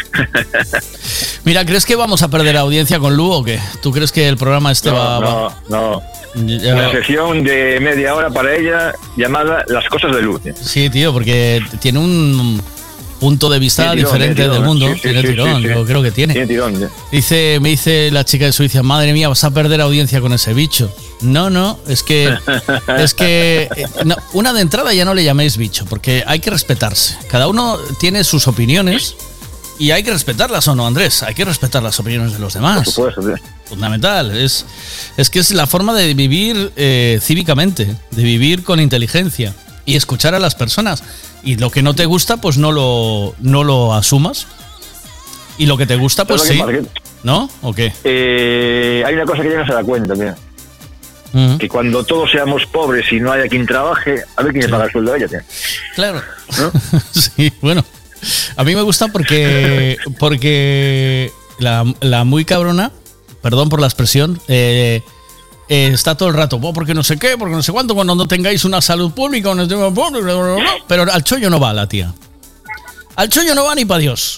Mira, ¿crees que vamos a perder audiencia con Lu o qué? ¿Tú crees que el programa este No, va, no, va- no. Ya- Una sesión de media hora para ella llamada Las cosas de luz. tío. Sí, tío, porque tiene un punto de vista Tiene tirón, diferente tiene del tirón, mundo. sí, sí, tiene sí, tirón, sí, sí. yo creo que tiene. Tiene tirón, tío. Dice, me dice la chica de Suiza, madre mía, vas a perder audiencia con ese bicho. No, no, es que es que eh, no, una de entrada ya no le llaméis bicho, porque hay que respetarse. Cada uno tiene sus opiniones y hay que respetarlas o no, Andrés. Hay que respetar las opiniones de los demás. Por supuesto, tío. Fundamental. Es, es que es la forma de vivir eh, cívicamente, de vivir con inteligencia y escuchar a las personas. Y lo que no te gusta, pues no lo, no lo asumas. Y lo que te gusta, pues ¿Sabes sí. lo que pasa? ¿No? ¿O qué? Eh, hay una cosa que ella no se da cuenta, tío. Ujú. Que cuando todos seamos pobres y no haya quien trabaje, a ver quién le paga el sueldo a ella, tío. Claro. Sí, bueno. A mí me gusta porque, porque la, la muy cabrona, perdón por la expresión, eh, eh, está todo el rato, "Oh, porque no sé qué, porque no sé cuánto, cuando no tengáis una salud pública, una- pero al chollo no va la tía. Al chollo no va ni para Dios.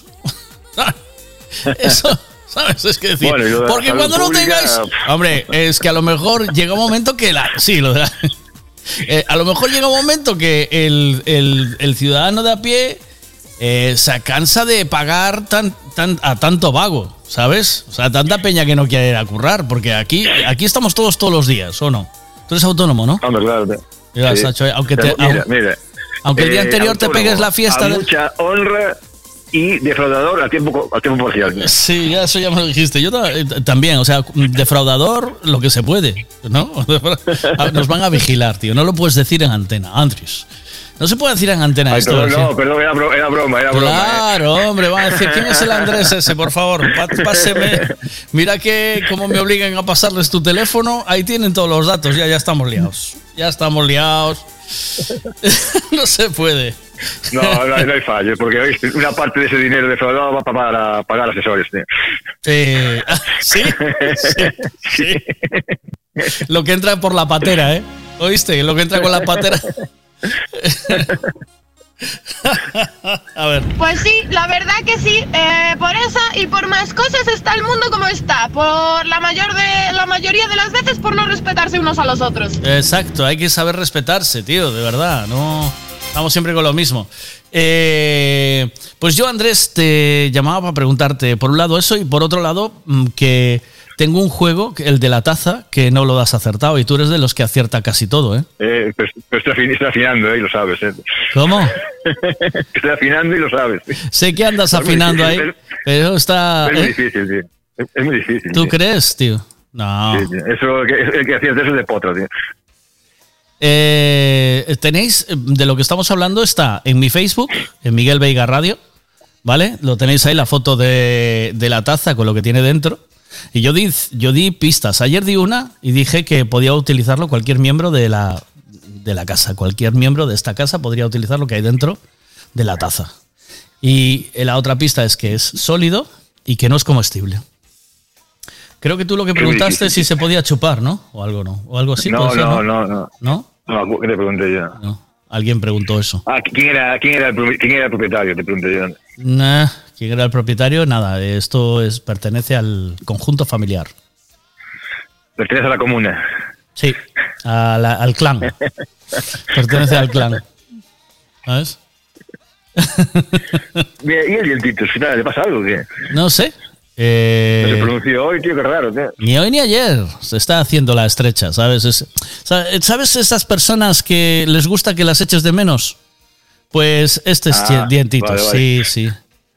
Eso, ¿sabes? Es que decir, Bueno, y lo de la porque salud cuando no pública, tengáis... Hombre, es que a lo mejor llega un momento que la... Sí, lo de la... Eh, a lo mejor llega un momento que el, el- el ciudadano de a pie eh, se cansa de pagar tan, tan, a tanto vago, ¿sabes? O sea, tanta peña que no quiere ir a currar, porque aquí, aquí estamos todos todos los días, ¿o no? Tú eres autónomo, ¿no? Hombre, claro, tío. Ya, Sí. Sacho, aunque te- Mira, aun- mira. aunque el día Eh, anterior te autónomo, pegues la fiesta a de- mucha honra y defraudador al tiempo, al tiempo parcial. tío. Sí, ya eso ya me lo dijiste. Yo ta- eh, también, o sea, defraudador lo que se puede, ¿no? Nos van a vigilar, tío. No lo puedes decir en antena, Andrés. No se puede decir en antena Ay, esto. perdón, ¿sí? no, perdón, era, bro- era broma, era broma. eh. Claro, hombre, van a decir, ¿quién es el Andrés ese? Por favor, pa- páseme. Mira que como me obligan a pasarles tu teléfono, ahí tienen todos los datos, ya, ya estamos liados. Ya estamos liados. No se puede. No, no, hay- no hay fallo, porque ¿oíste? Una parte de ese dinero defraudado va para pagar asesores. Tío. Eh, ¿sí? Sí, sí. Lo que entra por la patera, ¿eh? ¿Oíste? Lo que entra con la patera. A ver. Pues sí, la verdad que sí. Eh, por esa y por más cosas está el mundo como está. Por la mayor de la mayoría de las veces por no respetarse unos a los otros. Exacto, hay que saber respetarse, tío, de verdad. No estamos siempre con lo mismo. Eh, pues yo, Andrés, te llamaba para preguntarte, por un lado eso, y por otro lado, mm, que tengo un juego, el de la taza, que no lo das acertado, y tú eres de los que acierta casi todo, ¿eh? Eh, pero, pero estoy, afin- estoy afinando, ¿eh? Y lo sabes. ¿eh? ¿Cómo? Estoy afinando y lo sabes. Sé que andas Es muy afinando ahí, difícil, pero está... Es muy ¿eh? difícil, tío. Es, es muy difícil. ¿Tú tío. crees, tío? No. Sí, tío. Eso, el que, el que acierta eso es de potra, tío. Eh, tenéis, eh, de lo que estamos hablando está en mi Facebook, en Miguel Veiga Radio, ¿vale? Lo tenéis ahí, la foto de, de la taza con lo que tiene dentro. Y yo di, yo di pistas. Ayer di una y dije que podía utilizarlo cualquier miembro de la, de la casa. Cualquier miembro de esta casa podría utilizar lo que hay dentro de la taza. Y la otra pista es que es sólido y que no es comestible. Creo que tú lo que Qué preguntaste difícil. es si se podía chupar, ¿no? O algo, ¿no? O algo así. no, ¿puede ser, no, no, no, ¿No? no. ¿Qué te pregunté yo? No. Alguien preguntó eso. Ah, ¿quién era, quién, era el, pro- ¿quién era el propietario? Te pregunté yo. Nah, ¿quién era el propietario? Nada, esto es, pertenece al conjunto familiar. Pertenece a la comuna. Sí, a la- al clan. Pertenece al clan. ¿Sabes? Bien, ¿y el dientito? ¿Le pasa algo o qué? No sé. Eh, No se pronunció hoy, tío, qué raro, tío. Ni hoy ni ayer se está haciendo la estrecha, ¿sabes? Es- ¿Sabes esas personas que les gusta que las eches de menos? Pues este es Ah, dientito, vale, sí, vale. sí.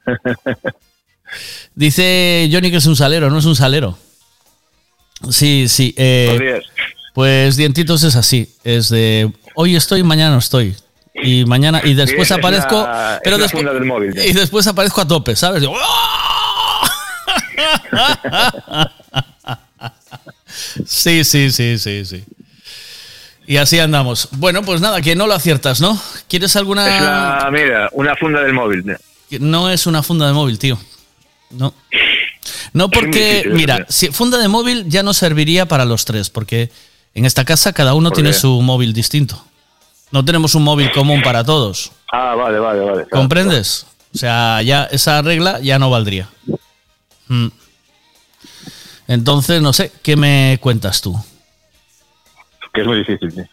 Dice Johnny que es un salero, no es un salero. Sí, sí. eh, Buenos días. pues dientitos es así, es de hoy estoy, mañana no estoy. Y mañana, y después Sí, es aparezco, la- pero es la después, funda del móvil, tío. y después aparezco a tope, ¿sabes? Digo, sí, sí, sí, sí, sí. Y así andamos. Bueno, pues nada, que no lo aciertas, ¿no? ¿Quieres alguna...? Es la, mira, una funda del móvil, tío. No es una funda de móvil, tío. No. No Es muy porque, difícil, mira, tío. si funda de móvil ya no serviría para los tres, porque en esta casa cada uno ¿Por tiene qué? su móvil distinto. No tenemos un móvil común para todos. Ah, vale, vale, vale. Claro, ¿Comprendes? O sea, ya esa regla ya no valdría. Mm. Entonces, no sé, ¿qué me cuentas tú? Que es muy difícil, tío.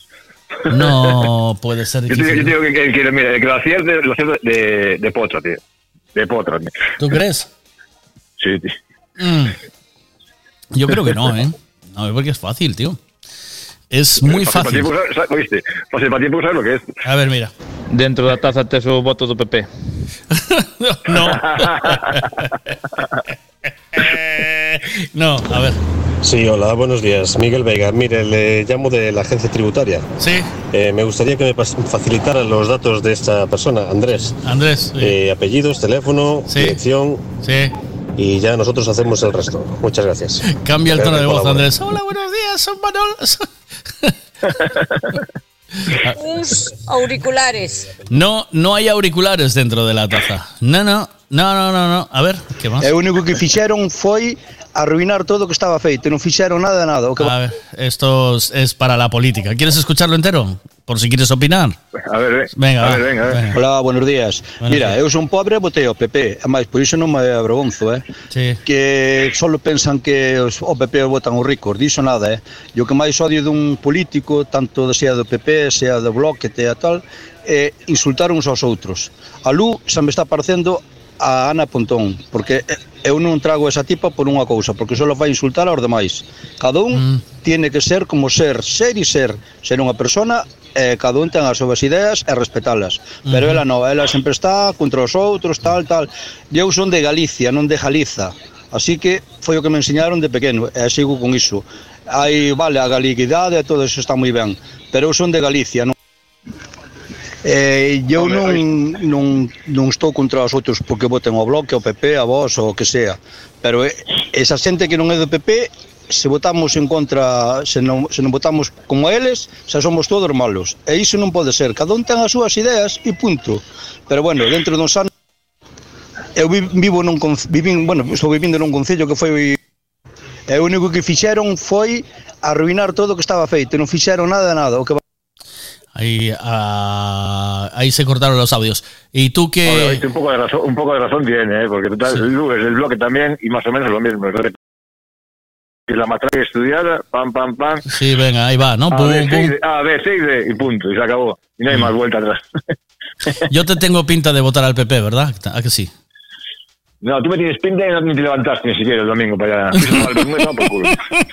No puede ser Yo te difícil. digo que, que, que, mira, que lo acierte, lo acierte de, de potra, tío. De potra, tío. ¿Tú crees? Sí, tío. Mm. Yo creo que no, ¿eh? No, porque es fácil, tío. Es muy fácil. Para ti, ¿sabes? ¿Oíste? Para ti, ¿sabes lo que es? A ver, mira. Dentro da taza tes o voto do P P. No. No, a ver. Sí, hola, buenos días. Miguel Vega. Mire, le llamo de la agencia tributaria. Sí. Eh, me gustaría que me pas- facilitara los datos de esta persona, Andrés. Andrés. Sí. Eh, apellidos, teléfono, Sí. dirección. Sí. Y ya nosotros hacemos el resto. Muchas gracias. Cambia el tono de voz, Colabora. Andrés. Hola, buenos días, son Manol. Uns auriculares. No, no hay auriculares dentro de la taza. No, no, no, no, no, no. A ver, ¿qué más? E o único que fixeron foi arruinar todo o que estaba feito, non fixeron nada, nada. O que... A ver, esto es- es para la política. ¿Quieres escucharlo entero? Por si quieres opinar. A ver, Venga, a va, ver, venga, a ver. venga. Hola, buenos días. Buenos Mira, días. eu son pobre e votei ao P P. E máis, por iso non me avergonzo, eh? Sí. Que solo pensan que os, o P P votan os ricos. Diso nada, eh? E o que máis odio dun político, tanto sea do P P, sea do Bloque, tea tal, é insultar uns aos outros. A Lu xa me está parecendo a Ana Pontón, porque eu non trago esa tipa por unha cousa, porque só vai insultar aos demais. Cada un mm. tiene que ser como ser, ser e ser, ser unha persona, eh, cada un ten as súas ideas e respetalas. Pero Ujú. ela non, ela sempre está contra os outros, tal, tal. E eu son de Galicia, non de Galiza. Así que foi o que me enseñaron de pequeno, e sigo con iso. Aí, vale, a galiquidade e todo iso está moi ben, pero eu son de Galicia, non. Eh, eu non, non, non estou contra os outros porque voten ao Bloque, ao P P, a Vox ou o que sea, pero eh, esa xente que non é do P P, se votamos en contra, se non, se non votamos como eles, xa somos todos malos, e iso non pode ser, cada un ten as súas ideas e punto. Pero bueno, dentro dun anos eu vi- vivo nun conce- vivín, bueno, estou vivindo nun concello que foi, e o único que fixeron foi arruinar todo o que estaba feito, non fixeron nada, nada, o que Ahí, ah, ahí se cortaron los audios. ¿Y tú qué? Hombre, oíste, un poco de razón, un poco de razón tiene, ¿eh? Porque total, el, Lu es del bloque también y más o menos lo mismo. Y la matraca estudiada, pam, pam, pam. Sí, venga, ahí va, ¿no? A, Pum, B, C, pum. y D, A, B, C y D, y punto, y se acabó. Y no hay más vuelta atrás. Yo te tengo pinta de votar al P P, ¿verdad? ¿A que sí? No, tú me tienes pinta y no ni te levantaste ni siquiera el domingo para allá. Eso vale, me da por culo.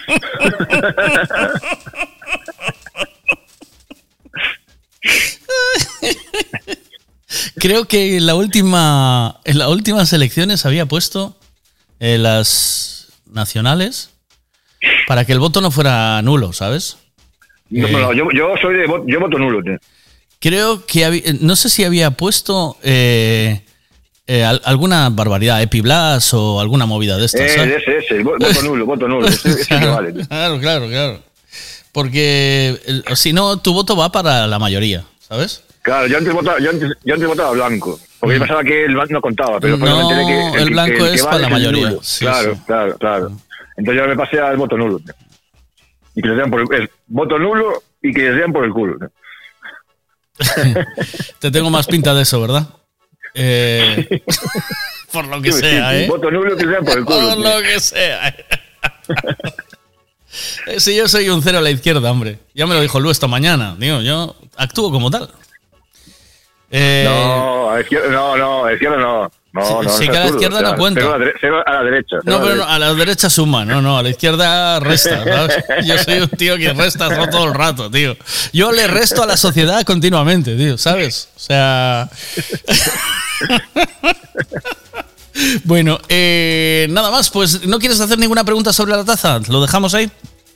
Creo que en la última, en las últimas elecciones había puesto eh, las nacionales para que el voto no fuera nulo, ¿sabes? No, Eh, no, yo, yo soy de voto, yo voto nulo, tío. Creo que había, no sé si había puesto eh, eh, al- alguna barbaridad, Epiblas o alguna movida de estas, Eh, ¿sabes? ese, ese, vo- voto nulo, voto nulo. Ese, ese que Claro, vale, tío. claro, claro, claro. Porque eh, si no, tu voto va para la mayoría, ¿sabes? Claro, yo antes votaba, yo antes, yo antes votaba blanco, porque yo pensaba que el blanco no contaba, pero después No, me enteré que el que- blanco que es para vale la el mayoría, nulo. sí, claro, sí. claro, claro. Entonces yo me pasé al voto nulo. tío. Y que les den por el, es voto nulo y que les den por el culo. tío. Te tengo más pinta de eso, ¿verdad? Eh, por lo que Sí, sí, sea, sí, ¿eh? voto nulo que les den por el culo. Por tío. lo que sea. Eh, Si yo soy un cero a la izquierda, hombre. Ya me lo dijo Lu esta mañana. Digo, yo actúo como tal. Eh, No, a la izquierda no, no, a la izquierda no. No, Sí, no, sí no que seas a la zurdo, izquierda o sea, no cuenta. cero a la, dere- cero a la derecha. cero No, a la pero no, derecha. a la derecha suma, no, no, a la izquierda resta, ¿sabes? Yo soy un tío que resta todo- todo el rato, tío. Yo le resto a la sociedad continuamente, tío, ¿sabes? O sea... Bueno, eh, nada más, pues ¿no quieres hacer ninguna pregunta sobre la taza? ¿Lo dejamos ahí?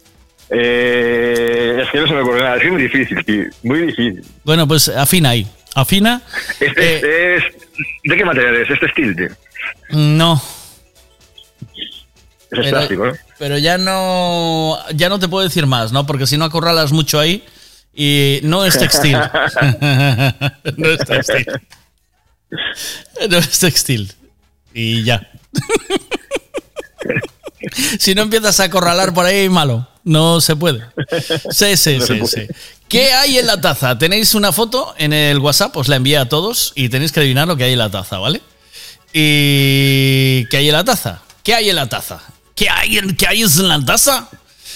Eh, es que no se me ocurre nada, es muy difícil, tío, muy difícil. Bueno, pues afina ahí, afina. Este, este es, ¿de qué material es? Este steel, tío. No. Ese es plástico, ¿no? Pero ya no, ya no te puedo decir más, ¿no? Porque si no acorralas mucho ahí y no es textil. No es textil. No es textil. Y ya. Si no empiezas a acorralar por ahí, malo. no se puede. Sí, sí, No se sí, puede. sí. ¿Qué hay en la taza? Tenéis una foto en el WhatsApp, os la envié a todos y tenéis que adivinar lo que hay en la taza, ¿vale? ¿Y qué hay en la taza? ¿Qué hay en la taza? ¿Qué hay en, qué hay en la taza?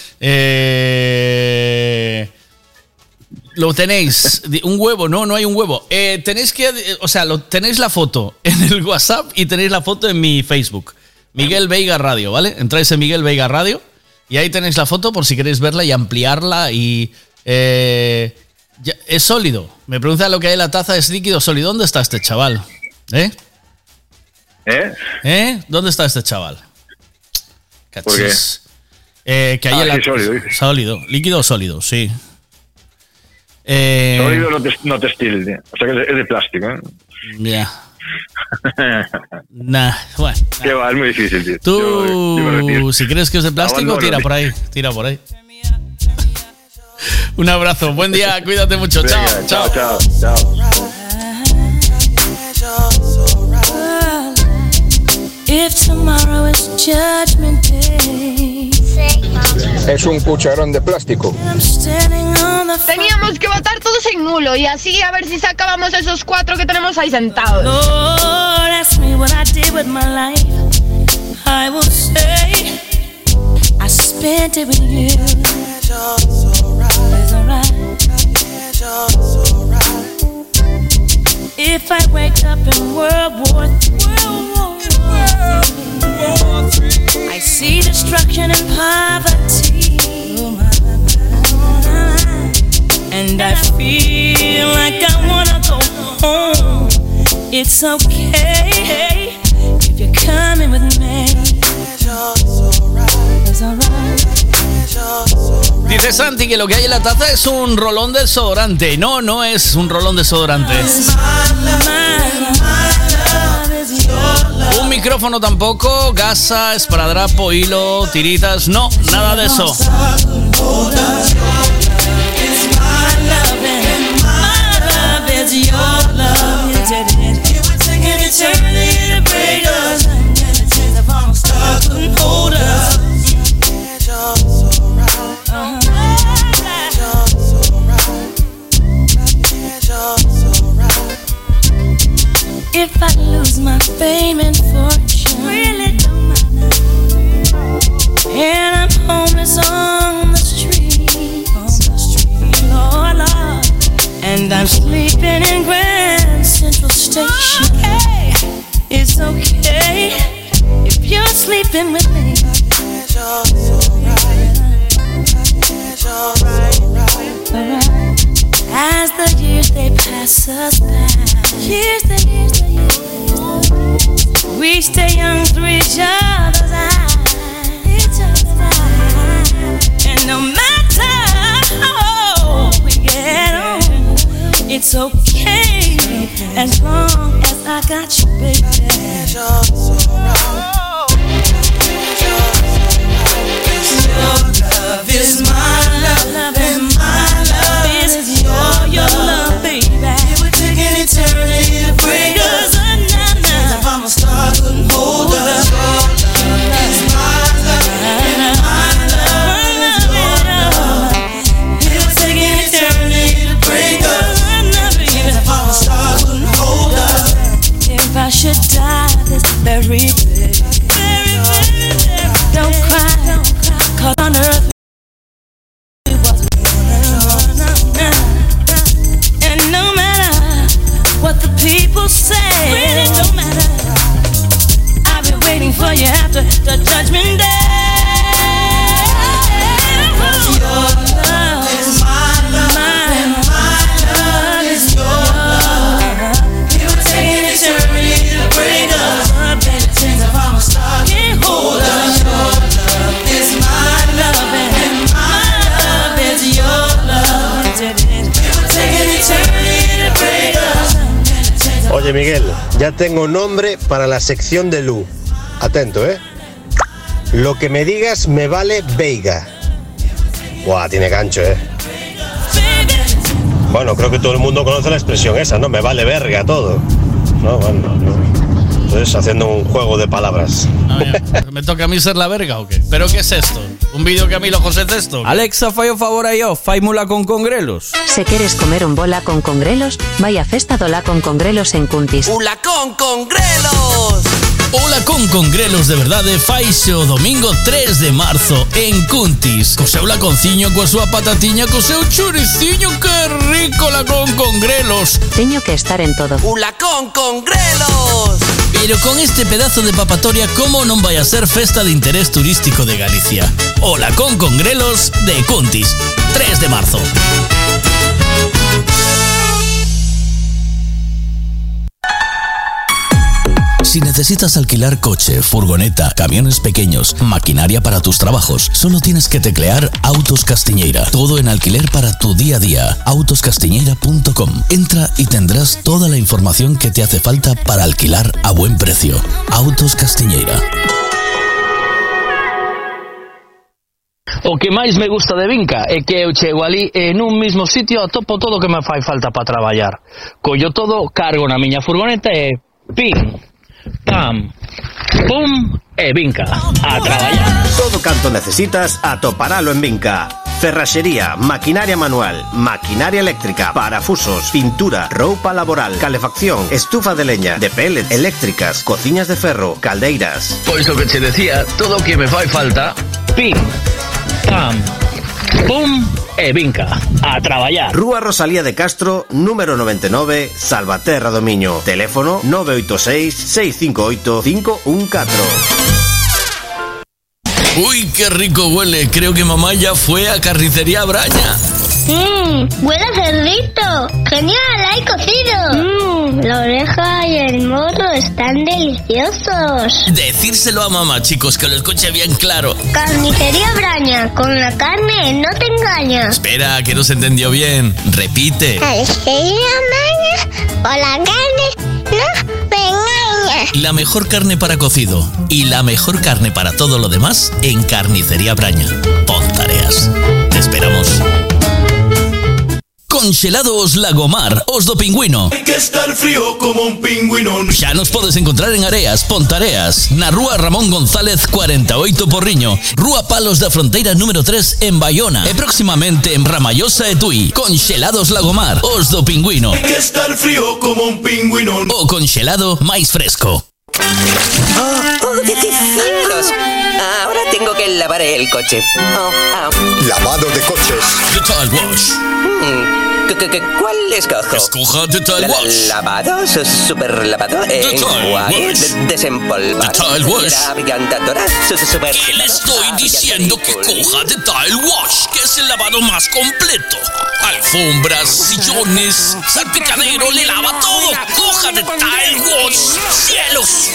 Eh... Lo tenéis, un huevo, no, no hay un huevo. Eh, tenéis que, o sea, lo, tenéis la foto en el WhatsApp y tenéis la foto en mi Facebook. Miguel Veiga Radio, ¿vale? Entráis en Miguel Veiga Radio y ahí tenéis la foto por si queréis verla y ampliarla y... Eh, ya, es sólido. Me pregunta lo que hay en la taza, es líquido sólido. ¿Dónde está este chaval? ¿Eh? ¿Eh? ¿Eh? ¿Dónde está este chaval? ¿Por qué? Cachis. Eh, que hay Ah, en la... sí, sólido, dices. Sólido, líquido sólido, sí. Eh, Sólido no, tes- no textil, tío. O sea que es de, es de plástico, ¿eh? Ya. Nah, bueno. Qué va, es muy difícil, tío. Tú, Yo- yo me retiro. si crees que es de plástico, Abandono, tira tío. por ahí, tira por ahí. Un abrazo, buen día, cuídate mucho. Venga, Chao, chao, chao. chao, If tomorrow is judgment day, Es un cucharón de plástico. I'm standing on the Teníamos que votar todos en nulo y así a ver si sacábamos esos cuatro que tenemos ahí sentados. Lord, ask me what I did with my life. I will say I spent it with you. It's alright. If I wake up in World War Three, I see destruction and poverty, and I feel like I wanna go home. It's okay if you're coming with me. It's alright. Dice Santi que lo que hay en la taza es un rolón de desodorante. No, no es un rolón de desodorante. Un micrófono tampoco, gasa, esparadrapo, hilo, tiritas, no, nada de eso. If I lose my fame and fortune, really don't matter. And I'm homeless on the street, on the street, Lord, Lord. And I'm sleeping in Grand Central Station. Okay. It's okay if you're sleeping with me. Alright. As the years they pass us by, years the years the years, we stay young through each other's eyes, each other's eyes. And no matter how we get on, it's okay as long as I got you, baby. Your love is my love, and my love is your, your love, baby. It would take an eternity to break us. If I'm a star, couldn't hold us. Your love is my love, and my love is your love. It would take an eternity to break us. If I'm a star, couldn't hold us. If I should die this very day, don't cry, cause on earth we wasn't born. And no matter what the people say, really don't matter. I've been waiting for you after the judgment day. Cause your love is my love, and my love is your love. It would take an eternity to break us. Since if I'm a star, can't hold us. Your love is my love, and my love is your love. It would take an eternity to break us. Oye, Miguel, ya tengo nombre para la sección de Lu. Atento, ¿eh? Lo que me digas me vale Veiga. Buah, tiene gancho, ¿eh? Bueno, creo que todo el mundo conoce la expresión esa, ¿no? Me vale verga todo. No, bueno, no. Entonces, haciendo un juego de palabras. Ah, ¿me toca a mí ser la verga o qué? ¿Pero qué es esto? ¿Un vídeo que a mí lo José Cesto? Alexa, fai o favor aí, ó, faimula con congrelos. Se queres comer un bola con congrelos, vai a festa do la con congrelos en Cuntis. ¡Ula con congrelos! Ola con congrelos de verdade faixe o domingo tres de marzo en Cuntis. Co seu laconciño, coa súa patatiña, co seu churiciño, que rico la con congrelos. Teño que estar en todo. ¡Ula con congrelos! Pero con este pedazo de papatoria, como non vai a ser festa de interés turístico de Galicia? Ola con congrelos de Cuntis, tres de marzo. Si necesitas alquilar coche, furgoneta, camiones pequeños, maquinaria para tus trabajos, solo tienes que teclear Autos Castiñeira. Todo en alquiler para tu día a día. autos castiñeira punto com. Entra y tendrás toda la información que te hace falta para alquilar a buen precio. Autos Castiñeira. O que máis me gusta de Vinca é que eu chego ali e nun mismo sitio atopo todo o que me fai falta para traballar. Collo todo, cargo na miña furgoneta e pim, pam, pum e Vinca, a traballar. Todo canto necesitas atoparalo en Vinca. Ferraxería, maquinaria manual, maquinaria eléctrica, parafusos, pintura, roupa laboral, calefacción, estufa de leña, de pellet, eléctricas, cociñas de ferro, caldeiras. Pois o que che decía, todo o que me fai falta, pim, pam, pum e Vinca, a traballar. Rúa Rosalía de Castro, número noventa e nove, Salvaterra do Miño. Teléfono nove oito seis, seis cinco oito, cinco uno cuatro. Uy, qué rico huele. Creo que mamá ya fue a Carnicería Braña. Mmm, huele a cerdito. Genial, hay cocido. Mmm, la oreja y el morro están deliciosos. Decírselo a mamá, chicos, que lo escuche bien claro. Carnicería Braña, con la carne no te engañas. Espera, que no se entendió bien. Repite. Carnicería Braña, con la carne no te engañas. La mejor carne para cocido y la mejor carne para todo lo demás en Carnicería Braña. Pontareas. Te esperamos. Conxelados Lagomar, os do Pingüino. Hay que estar frío como un pingüino. Xa nos podes encontrar en Areas, Pontareas, na rúa Ramón González cuarenta e oito Porriño, rúa Palos da Fronteira número tres en Bayona e próximamente en Ramallosa e Tui. Conxelados Lagomar, os do Pingüino. Hay que estar frío como un pingüino. O conxelado máis fresco. Oh, oh, qué cielos. Ahora tengo que lavar el coche. Oh, oh. Lavado de coches. The Tile Wash. Mm. ¿Qué, qué, qué, ¿Cuál escojo? Escoja The Tile Wash. ¿Lavado? ¿Su- ¿Super lavado? The Tile Enjuague, Wash. de- desempolvar. The Tile Wash. Abillantadora. Su- su- super ¿Qué le estoy diciendo que coja The Tile Wash, que es el lavado más completo? Alfombras, sillones, salpicadero, le lava todo. Coja The Tile Wash. ¡Cielos!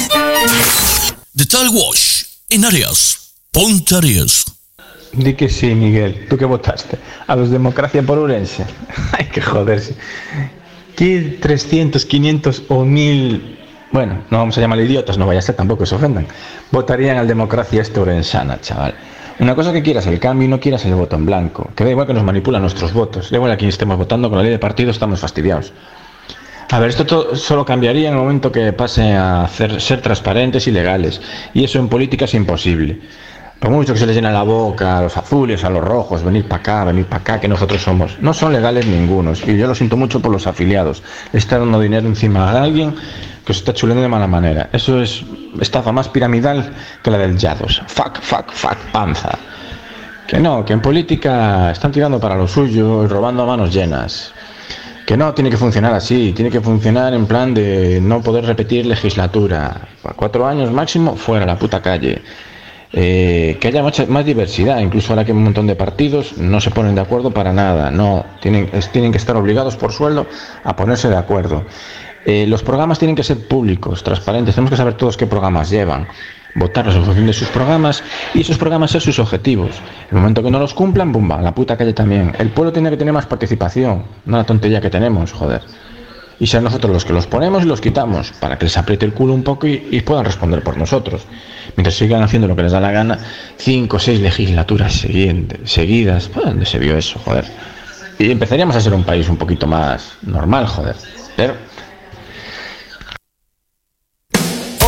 The Tile Wash, en Areas, Pontareas. Di que sí, Miguel. ¿Tú qué votaste? ¿A los Democracia por Urense? Hay que joderse. ¿Qué trescientos, quinientos o mil... Bueno, no vamos a llamarle idiotas, no vaya a ser tampoco que se ofendan. Votarían al Democracia este orensana, chaval. Una cosa que quieras el cambio y no quieras el voto en blanco. Que da igual que nos manipulan nuestros votos. Da igual a quien estemos votando, con la ley de partido estamos fastidiados. A ver, esto to- solo cambiaría en el momento que pase a hacer, ser transparentes y legales. Y eso en política es imposible. Por mucho que se les llena la boca a los azules, a los rojos, venir para acá, venir para acá, que nosotros somos. No son legales ningunos. Y yo lo siento mucho por los afiliados. Le está dando dinero encima a alguien que se está chuleando de mala manera. Eso es estafa más piramidal que la del Yados. Fuck, fuck, fuck, panza. Que no, que en política están tirando para lo suyo y robando a manos llenas. Que no tiene que funcionar así, tiene que funcionar en plan de no poder repetir legislatura. A cuatro años máximo, fuera a la puta calle. Eh, que haya mucha, más diversidad, incluso ahora que un montón de partidos no se ponen de acuerdo para nada, no, tienen, es, tienen que estar obligados por sueldo a ponerse de acuerdo. Eh, los programas tienen que ser públicos, transparentes, tenemos que saber todos qué programas llevan, votarlos en función de sus programas y esos programas ser sus objetivos. En el momento que no los cumplan, ¡bumba!, la puta calle también. El pueblo tiene que tener más participación, no la tontería que tenemos, joder. Y ser nosotros los que los ponemos y los quitamos, para que les apriete el culo un poco y, y puedan responder por nosotros. Mientras sigan haciendo lo que les da la gana, cinco o seis legislaturas siguientes, seguidas, ¿dónde se vio eso, joder? Y empezaríamos a ser un país un poquito más normal, joder. Pero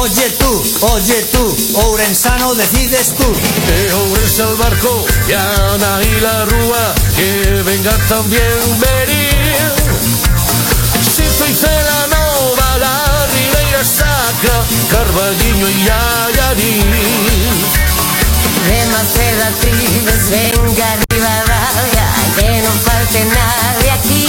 Oye tú, oye tú, Ourensano decides tú. De Ourense al barco, y Ana y la Rúa, que venga también venir. Si sois la Nova, la Ribeira Sacra, Carballiño y Ayarín. De Maceda, Tribes, venga Rivadavia, que no falte nadie aquí.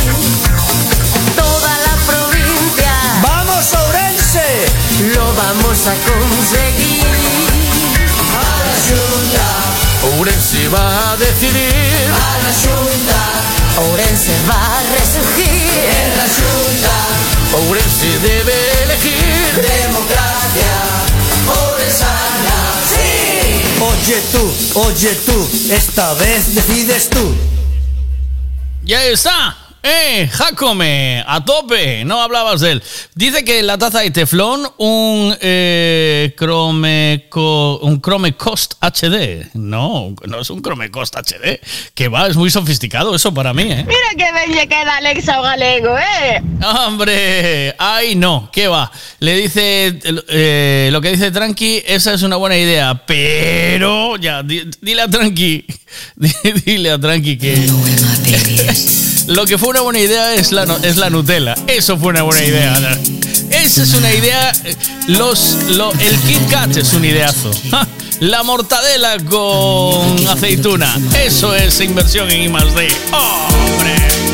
Toda la provincia, ¡vamos Ourense! Lo vamos a conseguir. A la Xunta, Ourense va a decidir. A la Xunta, Ourense va a resurgir. En la Xunta, Ourense debe elegir. Democracia ourensana, sí. Oye tú, oye tú, esta vez decides tú. Ya está. ¡Eh! ¡Jacome! ¡A tope! No hablabas de él. Dice que la taza de teflón, un eh, Chromeco, un Chromecost H D. No, no es un Chromecost H D. Que va, es muy sofisticado eso para mí, ¿eh? Mira que ben lle queda Alexa o galego, eh. ¡Hombre! ¡Ay, no! ¿Qué va? Le dice eh, lo que dice Tranqui, esa es una buena idea, pero ya, di, dile a Tranqui, dile a Tranqui que lo que fue una buena idea es la, es la Nutella. Eso fue una buena idea. Esa es una idea. Los, lo, el Kit Kat es un ideazo. ¡Ja! La mortadela con aceituna. Eso es inversión en I más D. ¡Oh, hombre!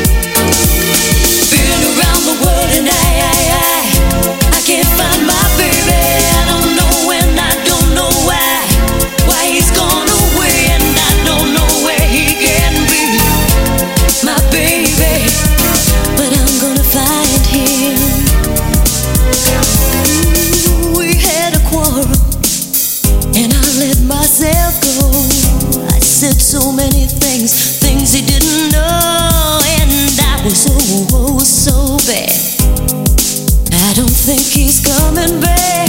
Been around the world and I, I, I, I can't find my baby. I don't know when, I don't know why. Why he's gone away and I don't know where he can be. My baby, but I'm gonna find him. Ooh, we had a quarrel and I let myself go. I said so many things, things he didn't know, and I was oh, oh so bad. I don't think he's coming back.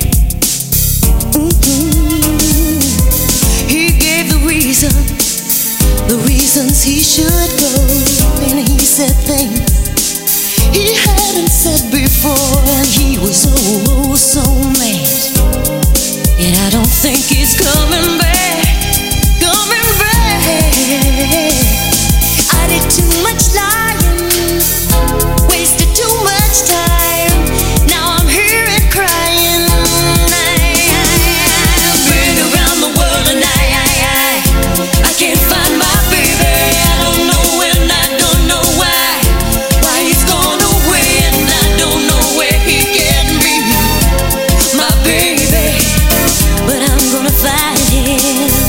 Mm-hmm. He gave the reason, the reasons he should go, and he said things he hadn't said before, and he was oh, oh so mad. And I don't think he's coming back, coming back. I did too much lying, wasted too much time. Now I'm here and crying. I've been around the world and I, I, I, I can't find my baby. I don't know when, I don't know why. Why he's gone away and I don't know where he can be. My baby, but I'm gonna find him.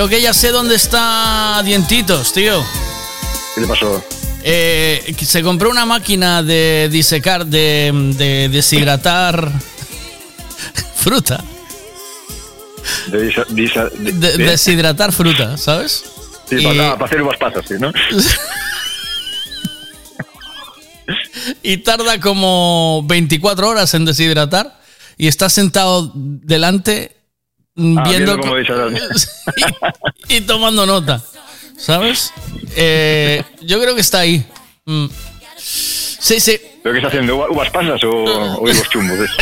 Creo que ya sé dónde está Dientitos, tío. ¿Qué le pasó? Eh, se compró una máquina de disecar, de, de deshidratar fruta. De, disa- disa- de- De- de- deshidratar fruta, ¿sabes? Sí, Y- para, para hacer uvas pasas, sí, ¿no? y tarda como veinticuatro horas en deshidratar y está sentado delante mm, Ah, viendo viendo cómo deshidratar. y, y tomando nota, ¿sabes? Eh, yo creo que está ahí. Mm. Sí, sí. ¿Pero qué está haciendo? ¿Uva- ¿Uvas pasas o, o higos chumbos? eh?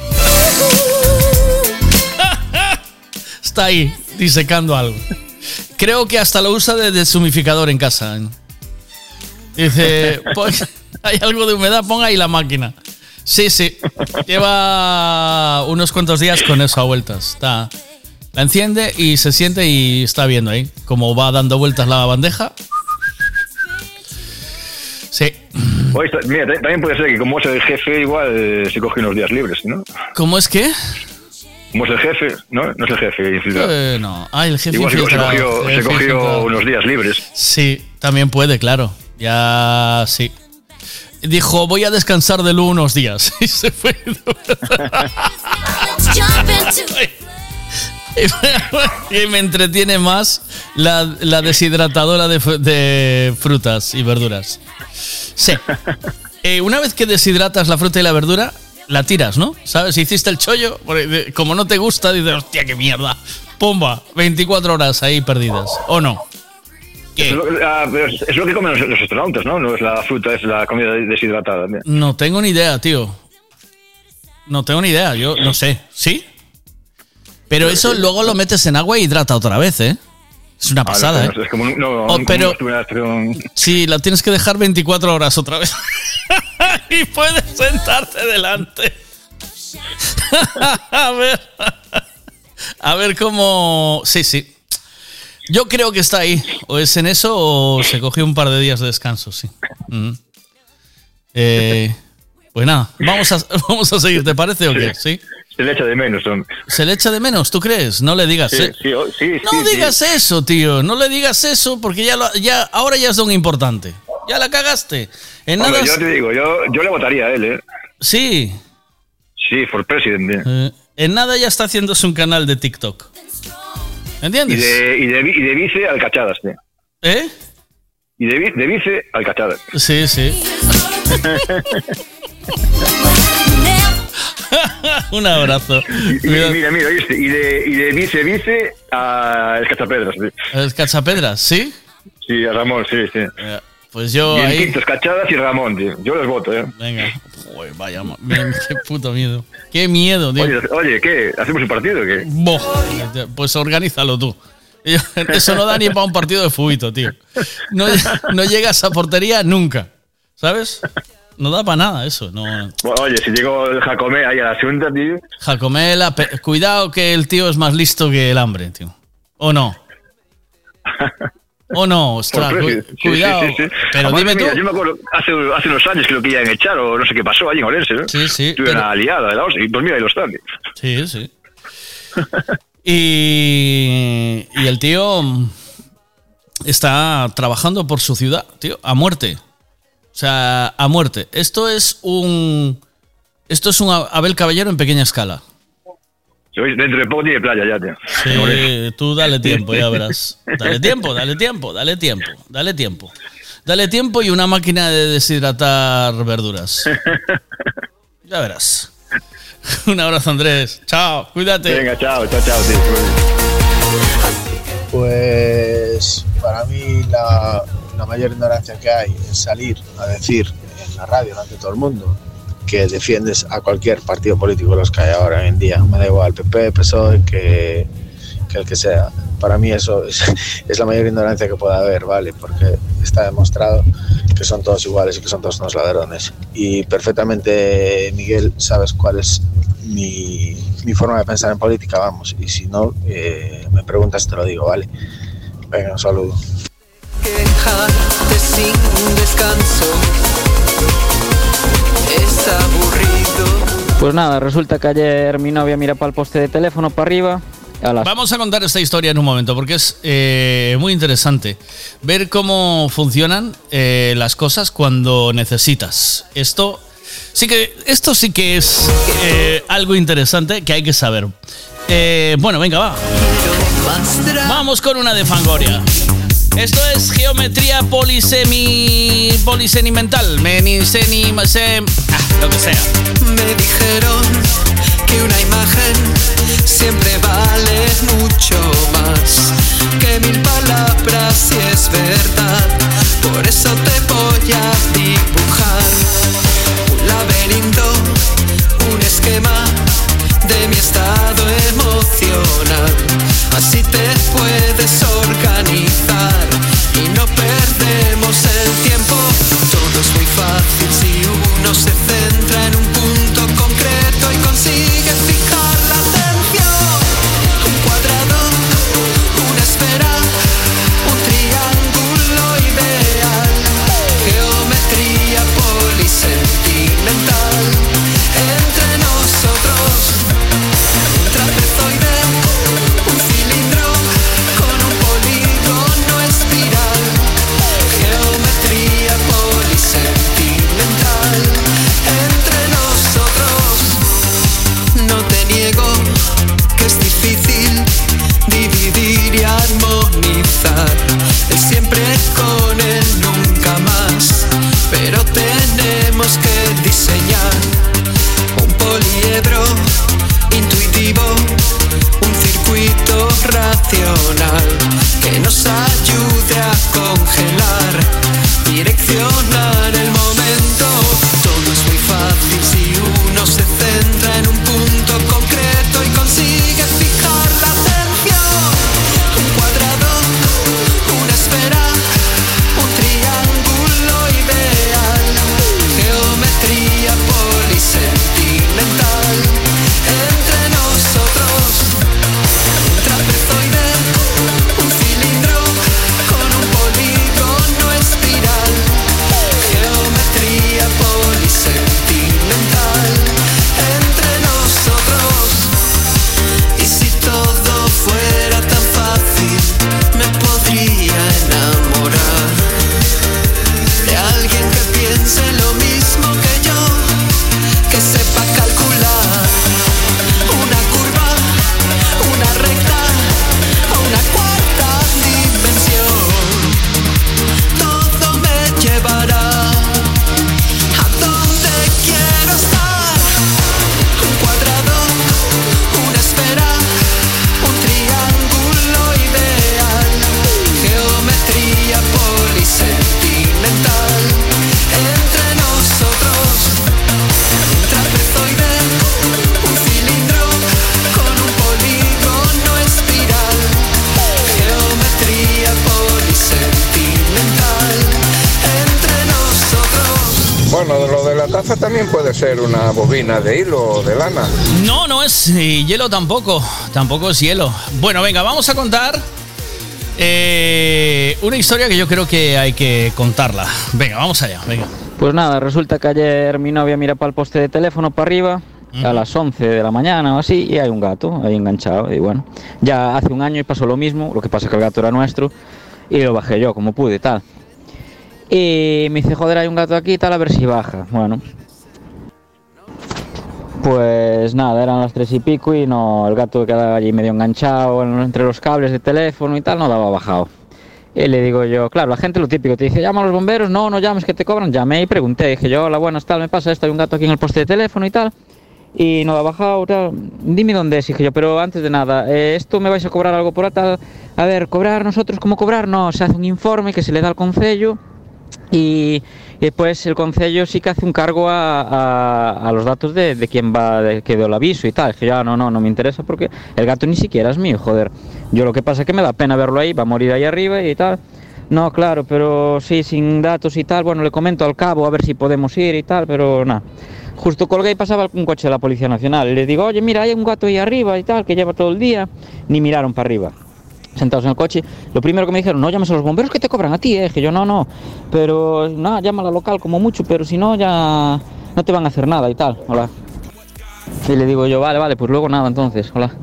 Está ahí, disecando algo. Creo que hasta lo usa de deshumificador en casa. Dice, "Pues, hay algo de humedad, ponga ahí la máquina". Sí, sí. Lleva unos cuantos días con eso a vueltas. Está, la enciende y se siente y está viendo ahí cómo va dando vueltas la bandeja. Sí. Oye, está- mira, ta- también puede ser que como es el jefe, igual eh, se coge unos días libres, ¿no? ¿Cómo es que? Como es el jefe, ¿no? No es el jefe infiltrado. Eh, no. Ah, el jefe Igual se, se infiltrado. cogió, El se jefe cogió infiltrado. unos días libres. Sí, también puede, claro. Ya, sí. Dijo, voy a descansar de Lu unos días. Y se fue. Y me entretiene más la, la deshidratadora de, fru- de frutas y verduras. Sí. Eh, una vez que deshidratas la fruta y la verdura, la tiras, ¿no? ¿Sabes? Si hiciste el chollo, porque de- como no te gusta, dices, hostia, qué mierda. Pumba, veinticuatro horas ahí perdidas. ¿O no? Es lo, que- ah, pero es- es lo que comen los, los astronautas, ¿no? No es la fruta, es la comida deshidratada. Mira. No tengo ni idea, tío. No tengo ni idea, yo no sé. ¿Sí? Pero eso luego lo metes en agua y hidrata otra vez, ¿eh? Es una Ah, pasada, no, ¿eh? no, es como, un- no, Oh, como pero- una acción- Sí, la tienes que dejar veinticuatro horas otra vez. Y puedes sentarte delante. A ver. A ver cómo... Sí, sí. Yo creo que está ahí. O es en eso o se cogió un par de días de descanso, sí. Mm. Eh, pues nada, vamos a, vamos a seguir, ¿te parece o qué? ¿Sí? Se le echa de menos, hombre. ¿Se le echa de menos? ¿Tú crees? No le digas, Sí, ¿eh? sí, oh, sí, No sí, sí. digas eso, tío. No le digas eso porque ya, lo- ya ahora ya es don importante. Ya la cagaste. En Hombre, nada. yo te digo, yo, yo le votaría a él, ¿eh? Sí. Sí, for president. eh. Eh, en nada ya está haciéndose un canal de TikTok. Y ¿Entiendes? de, y, de, vi- y de vice al cachadas, tío. ¿Eh? Y de, vi- de vice al cachadas. Sí, sí. Un abrazo. Y, y mira, mira, ¿viste? Y de, y de vice, vice a Escachapedras, tío. ¿El cachapedras? ¿Sí? Sí, a Ramón, sí, sí. Pues yo y ahí... Dientitos, cachadas y Ramón, tío. Yo les voto, ¿eh? Venga. Uy, vaya, ma- me- qué puto miedo. Qué miedo, tío. Oye, oye, ¿qué? ¿Hacemos un partido o qué? Boh, pues organízalo tú. Eso no da ni para un partido de fubito, tío. No, no llegas a portería nunca, ¿sabes? No da para nada eso. No. Bueno, oye, si llegó el Jacomé ahí a la segunda, tío. Jacomela, pe- cuidado que el tío es más listo que el hambre, tío. ¿O no? ¿O no? Ostras, Por cu- precio. Sí, cuidado. sí, sí, sí. Pero Además, dime tú. mira, yo me acuerdo, hace, hace unos años que lo querían echar o no sé qué pasó allí en Orense, ¿no? Sí, sí. Tuve una liada de la hostia. Y pues mira, ahí lo están, tío. Sí, sí. Y, y el tío está trabajando por su ciudad, tío, a muerte. O sea, a muerte. Esto es un... Esto es un Abel Caballero en pequeña escala. Dentro de poco tiene playa ya, tío. Sí, tú dale tiempo, ya verás. Dale tiempo, dale tiempo, dale tiempo, dale tiempo. Dale tiempo y una máquina de deshidratar verduras. Ya verás. Un abrazo, Andrés. Chao, cuídate. Venga, chao, chao, chao, tío. Pues para mí la, la mayor ignorancia que hay es salir a decir en la radio ante todo el mundo que defiendes a cualquier partido político de los que hay ahora en día. Me da igual, P P, P S O E, que, que el que sea. Para mí eso es, es la mayor ignorancia que puede haber, ¿vale? Porque está demostrado que son todos iguales y que son todos unos ladrones. Y perfectamente, Miguel, sabes cuál es mi, mi forma de pensar en política, vamos. Y si no, eh, me preguntas, te lo digo, ¿vale? Venga, un saludo. Quejarte sin descanso es aburrido. Pues nada, resulta que ayer mi novia mira para el poste de teléfono para arriba Vamos a contar esta historia en un momento porque es eh, muy interesante ver cómo funcionan eh, las cosas cuando necesitas. Esto sí que, esto sí que es eh, algo interesante que hay que saber. Eh, bueno, venga, va. Vamos con una de Fangoria. Esto es geometría polisemi... polisenimental. Meniseni... Sem, ah, lo que sea. Me dijeron que una imagen siempre vale mucho más que mil palabras si es verdad. Por eso te voy a dibujar un laberinto, un esquema de mi estado emocional. Así te puedes organizar y no perdemos el tiempo. Todo es muy fácil si uno se centra en un punto concreto y consigue fijar la atención. Un cuadrado, una esfera, un triángulo ideal. Geometría polisentimental entre nosotros. Un trapezoide, un cilindro con un polígono espiral. Geometría polisentimental entre nosotros. No te niego que es difícil dividir y armonizar el siempre con el nunca más, pero tenemos que diseñar un poliedro intuitivo, un circuito racional que nos ayude a congelar, direccionar el momento. Todo es muy fácil si uno se centra en un punto concreto y consigue fijar la atención. Un cuadrado, una esfera, un triángulo ideal. Geometría polisentimental entre nosotros. Un trapezoide, un cilindro con un polígono espiral. Geometría polisentimental entre nosotros. Y si todo fuera tan fácil, me podría enamorar de alguien que piense lo mismo que yo, que sepa calcular una curva, una recta o una cuarta dimensión. Todo me llevará a donde quiero estar. Un cuadrado, una esfera, un triángulo ideal. Geometría polisentimental entre nosotros. Un trapezoide, un cilindro con un polígono espiral. Geometría polisentimental entre nosotros. Bueno, lo de la taza también puede ser una bobina de hilo o de lana. No, no es eh, hielo tampoco. Tampoco es hielo. Bueno, venga, vamos a contar eh, una historia que yo creo que hay que contarla. Venga, vamos allá, venga. Pues nada, resulta que ayer mi novia mira para el poste de teléfono para arriba a las once de la mañana o así y hay un gato ahí enganchado. Y bueno, ya hace un año y pasó lo mismo, lo que pasa es que el gato era nuestro y lo bajé yo como pude y tal. Y me dice, joder, hay un gato aquí y tal, a ver si baja. Bueno, pues nada, eran las tres y pico y no, el gato quedaba allí medio enganchado entre los cables de teléfono y tal, no daba bajado. Y le digo yo, claro, la gente lo típico, te dice, llama a los bomberos, no, no llames que te cobran. Llamé y pregunté, dije yo, hola, buenas, tal, me pasa esto, hay un gato aquí en el poste de teléfono y tal, y no ha bajado, tal. Dime dónde es, dije yo, pero antes de nada, eh, ¿esto me vais a cobrar algo por tal? A ver, cobrar nosotros, ¿cómo cobrar? No, se hace un informe que se le da al concello y, y después el concello sí que hace un cargo a, a, a los datos de, de quién va, de que dio el aviso y tal. Dije yo, ah, no, no, no me interesa porque el gato ni siquiera es mío, joder. Yo lo que pasa es que me da pena verlo ahí, va a morir ahí arriba y tal. No, claro, pero sí, sin datos y tal, bueno, le comento al cabo a ver si podemos ir y tal, pero nada. Justo colgué y pasaba un coche de la Policía Nacional. Y les digo, oye, mira, hay un gato ahí arriba y tal, que lleva todo el día. Ni miraron para arriba. Sentados en el coche, lo primero que me dijeron, no llames a los bomberos que te cobran a ti, eh. Dije yo, no, no, pero nada, llama a la local como mucho, pero si no, ya no te van a hacer nada y tal, hola. Y le digo yo, vale, vale, pues luego nada, entonces, hola.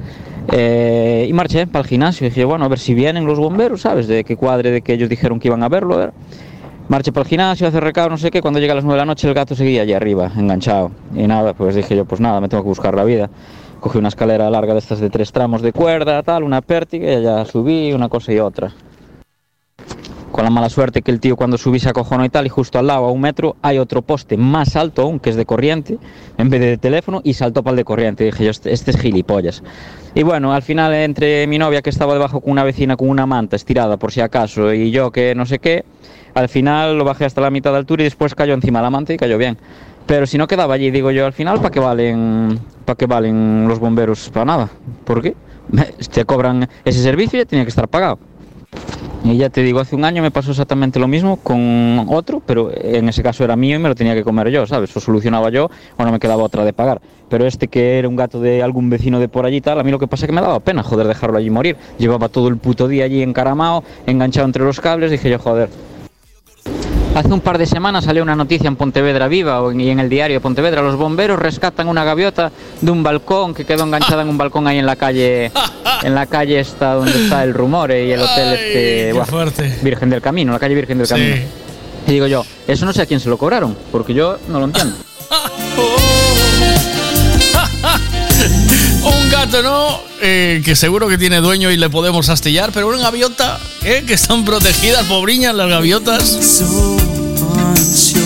Eh, y marché para el gimnasio. Dije, bueno, a ver si vienen los bomberos, ¿sabes? De que cuadre de que ellos dijeron que iban a verlo. ¿verdad? Marché para el gimnasio, hacer recado, no sé qué. Cuando llegué a las nueve de la noche, el gato seguía allí arriba, enganchado. Y nada, pues dije yo, pues nada, me tengo que buscar la vida. Cogí una escalera larga de estas de tres tramos de cuerda, tal, una pértiga, y allá subí, una cosa y otra. Con la mala suerte que el tío cuando subí se acojonó y tal, y justo al lado, a un metro, hay otro poste más alto aún, que es de corriente, en vez de, de teléfono, y saltó para el de corriente. Y dije yo, este, este es gilipollas. Y bueno, al final, entre mi novia que estaba debajo con una vecina con una manta estirada por si acaso, y yo que no sé qué, al final lo bajé hasta la mitad de altura y después cayó encima de la manta y cayó bien. Pero si no quedaba allí, digo yo, al final, ¿para qué valen, para qué valen los bomberos? Para nada. ¿Por qué? Te cobran ese servicio y ya tenía que estar pagado. Y ya te digo, hace un año me pasó exactamente lo mismo con otro, pero en ese caso era mío y me lo tenía que comer yo, ¿sabes? O solucionaba yo o no me quedaba otra de pagar. Pero este que era un gato de algún vecino de por allí y tal, a mí lo que pasa es que me daba pena, joder, dejarlo allí morir. Llevaba todo el puto día allí encaramado, enganchado entre los cables, dije yo, joder. Hace un par de semanas salió una noticia en Pontevedra Viva y en el diario de Pontevedra. Los bomberos rescatan una gaviota de un balcón que quedó enganchada en un balcón ahí en la calle, en la calle esta donde está el Rumore y el hotel este, buah, Virgen del Camino, la calle Virgen del Camino. Sí. Y digo yo, eso no sé a quién se lo cobraron, porque yo no lo entiendo. Un gato, ¿no? Eh, que seguro que tiene dueño y le podemos astillar, pero una gaviota, ¿eh? Que están protegidas, pobriñas las gaviotas. So unsure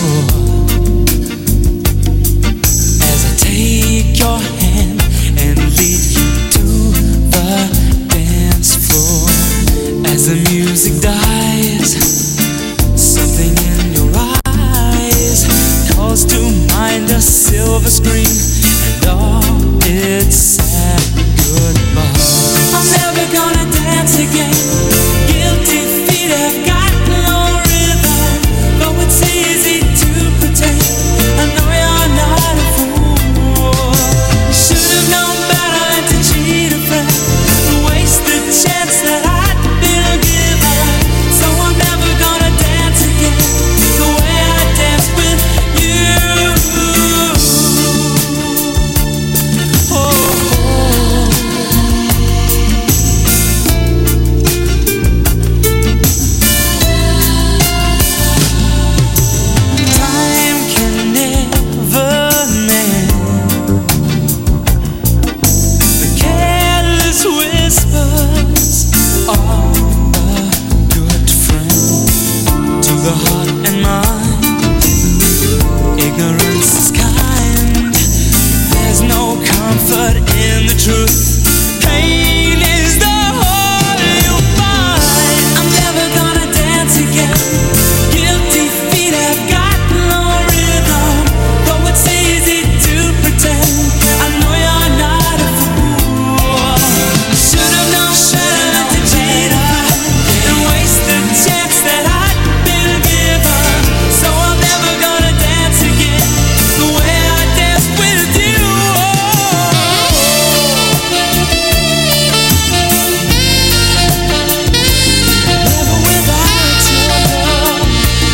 as I take your hand and lead you to the dance floor. As the music dies, something in your eyes calls to mind a silver screen and all its sad goodbye. I'm never gonna dance again. Guilty feet have got no rhythm, though it's easy to pretend. I know you're not a fool. You should have known better than to cheat a friend and waste the chance that I'd been given. So I'm never gonna dance again the way I danced with you. The heart and mind, ignorance is kind. There's no comfort in the truth. Pain is the whole you'll find. I'm never gonna dance again. Guilty feet have got no rhythm, though it's easy to pretend. I know you're not a fool. I should have known better than to cheat a friend and waste the chance that I. So I'm never gonna dance again the way I danced with you. Never without your love.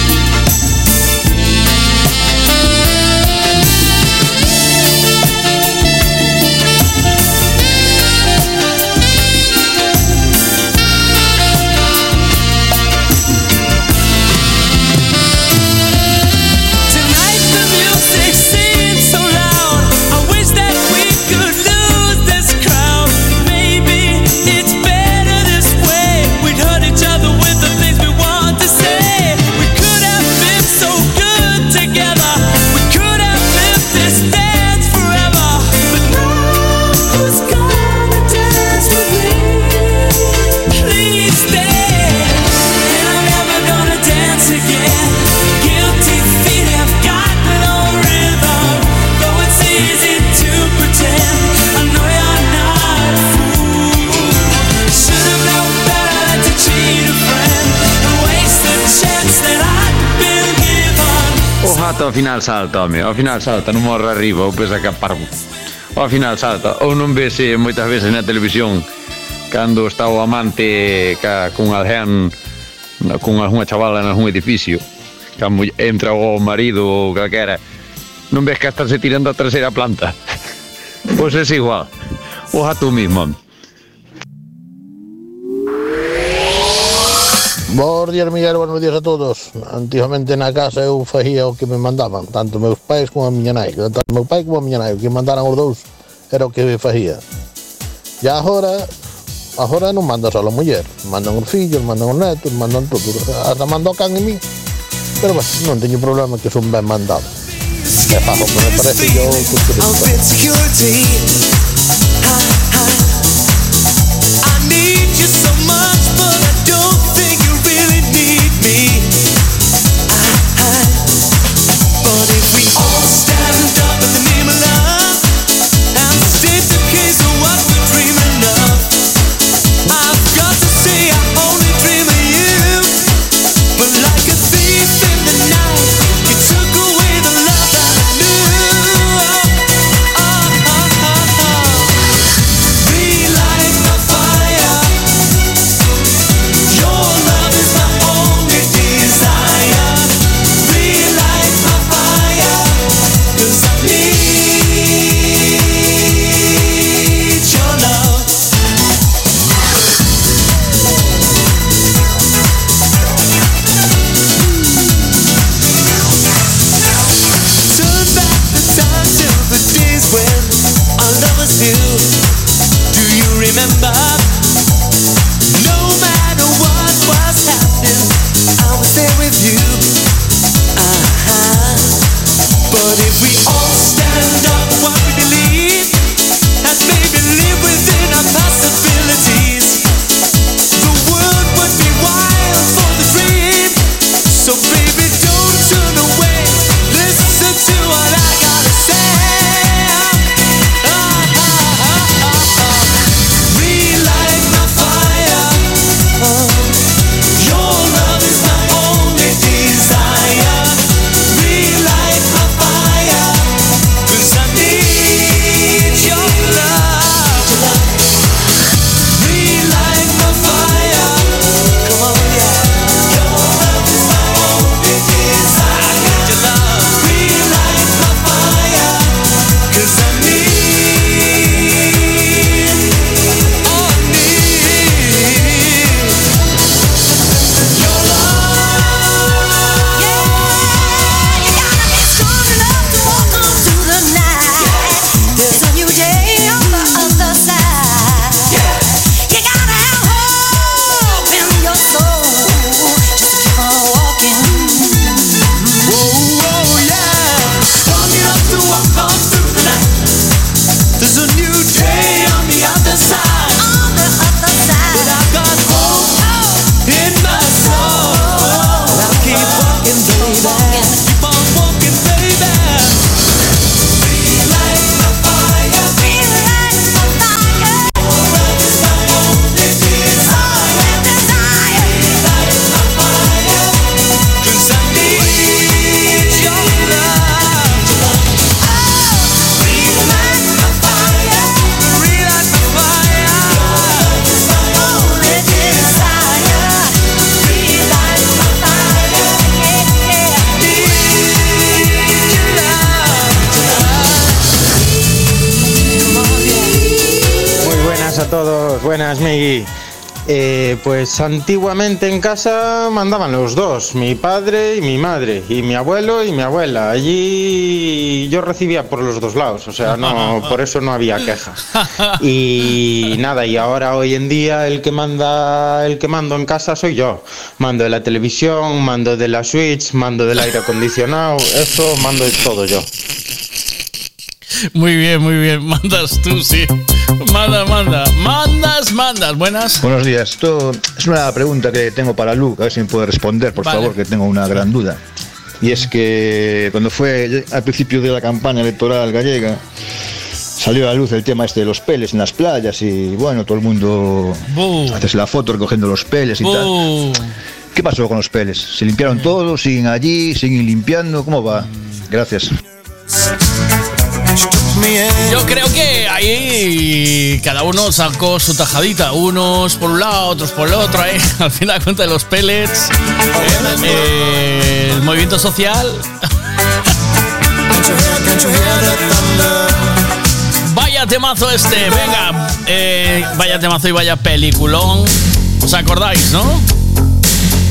Tonight the music seems so loud. I wish that we could lose this crowd. Maybe it's better this way. We'd hurt each other with the things we want to say. We could have been so good together. We could have lived this dance forever. But now who's gonna dance with me? Please stay. And I'm never gonna dance again. Guilty feet have got no rhythm, though it's easy to pretend. I know you're not a fool. Should have known better than to cheat a friend and waste the chance that I'd been given. O gato ao final salta, home, ao final salta, non morre arriba, ou pensa que é parvo. Ao final salta, ou non vese moitas veces na televisión cando está o amante ca, cun alguén, cun algunha chavala en algún edificio, cando entra o marido ou calquera, non ves que hasta se tiran da terceira planta. Pois é igual, o gato mismo. Buenos días, Miguel, buenos días a todos. Antiguamente na casa eu facía o que me mandaban, tanto meus pais como a miña nai. Tanto meu pai como a miña nai, o que mandaran os dous era o que facía. E agora, agora non manda só a muller, mandan os fillos, mandan os netos, mandan todo, hasta mando can en mí. Pero bueno, non teño problema que son ben mandado. Me fajo que me parece yo Buenas, Migui. Eh, pues antiguamente en casa mandaban los dos, mi padre y mi madre, y mi abuelo y mi abuela. Allí yo recibía por los dos lados, o sea, no, por eso no había queja. Y nada, y ahora hoy en día el que manda, el que mando en casa soy yo. Mando de la televisión, mando de la Switch, mando del aire acondicionado, eso mando de todo yo. Muy bien, muy bien, mandas tú, sí. Manda, manda, mandas, mandas. Buenas. Buenos días. Esto es una pregunta que tengo para Lu, a ver si me puede responder, por Vale. favor, que tengo una gran duda. Y es que cuando fue al principio de la campaña electoral gallega, salió a la luz el tema este de los peles en las playas y bueno, todo el mundo hace la foto recogiendo los peles y Buh. tal. ¿Qué pasó con los peles? ¿Se limpiaron todos? ¿Siguen allí? ¿Siguen limpiando? ¿Cómo va? Gracias. Yo creo que ahí cada uno sacó su tajadita, unos por un lado, otros por el otro, ¿eh? Al final cuenta de los pellets, eh, el movimiento social. Vaya temazo este, venga, eh, vaya temazo y vaya peliculón. ¿Os acordáis, no?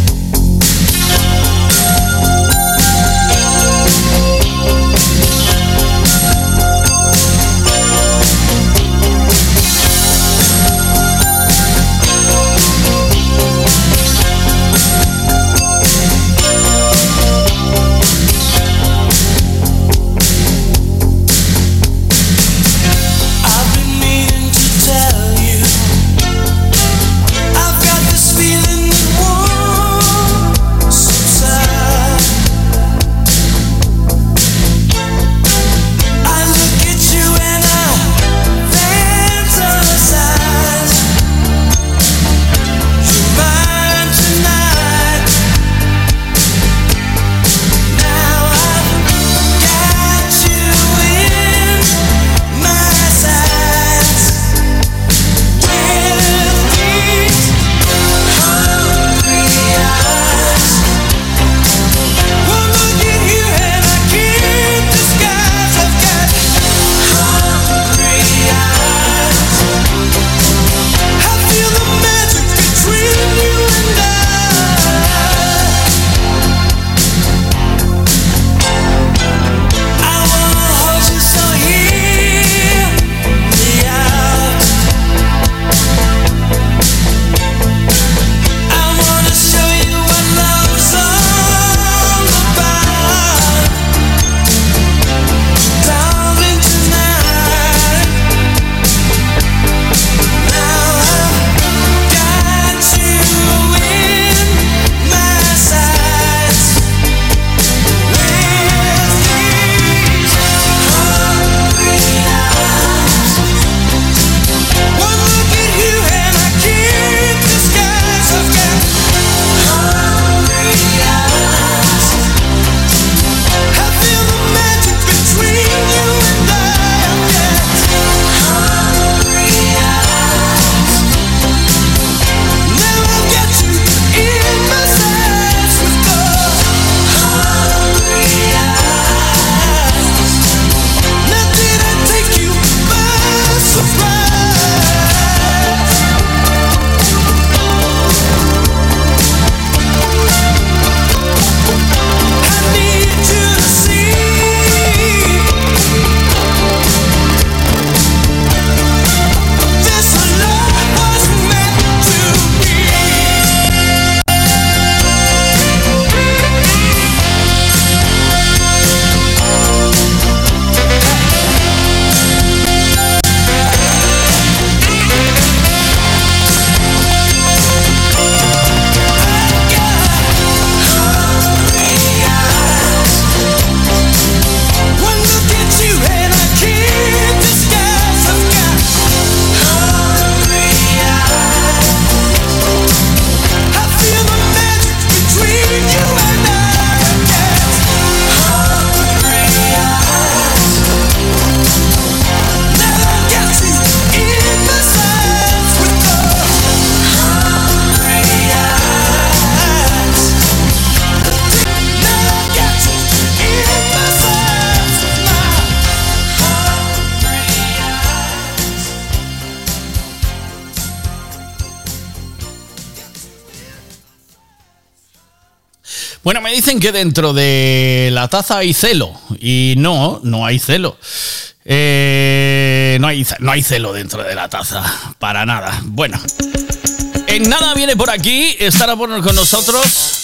Bueno, me dicen que dentro de la taza hay celo. Y no, no hay celo. Eh, no, hay, no hay celo dentro de la taza. Para nada. Bueno. En nada viene por aquí. Estará por con nosotros.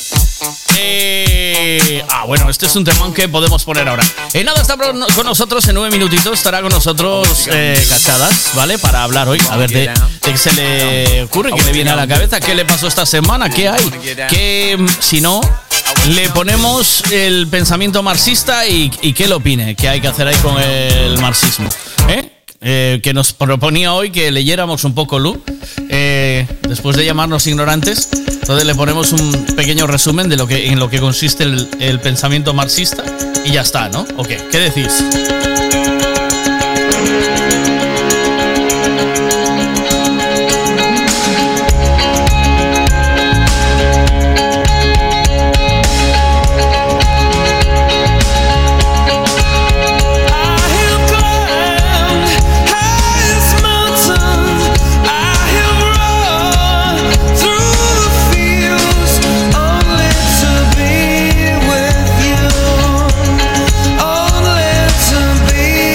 Eh, ah, bueno, este es un temón que podemos poner ahora. En nada está con nosotros en nueve minutitos. Estará con nosotros eh, Cachadas, ¿vale? Para hablar hoy. A ver de, de qué se le ocurre, qué le viene a la cabeza, qué le pasó esta semana, qué hay. Que si no, le ponemos el pensamiento marxista y, y qué le opine, qué hay que hacer ahí con el marxismo, ¿eh? Eh, que nos proponía hoy que leyéramos un poco Lu, eh, después de llamarnos ignorantes. Entonces le ponemos un pequeño resumen de lo que, en lo que consiste el, el pensamiento marxista y ya está, ¿no? ¿O qué? ¿Qué decís? Be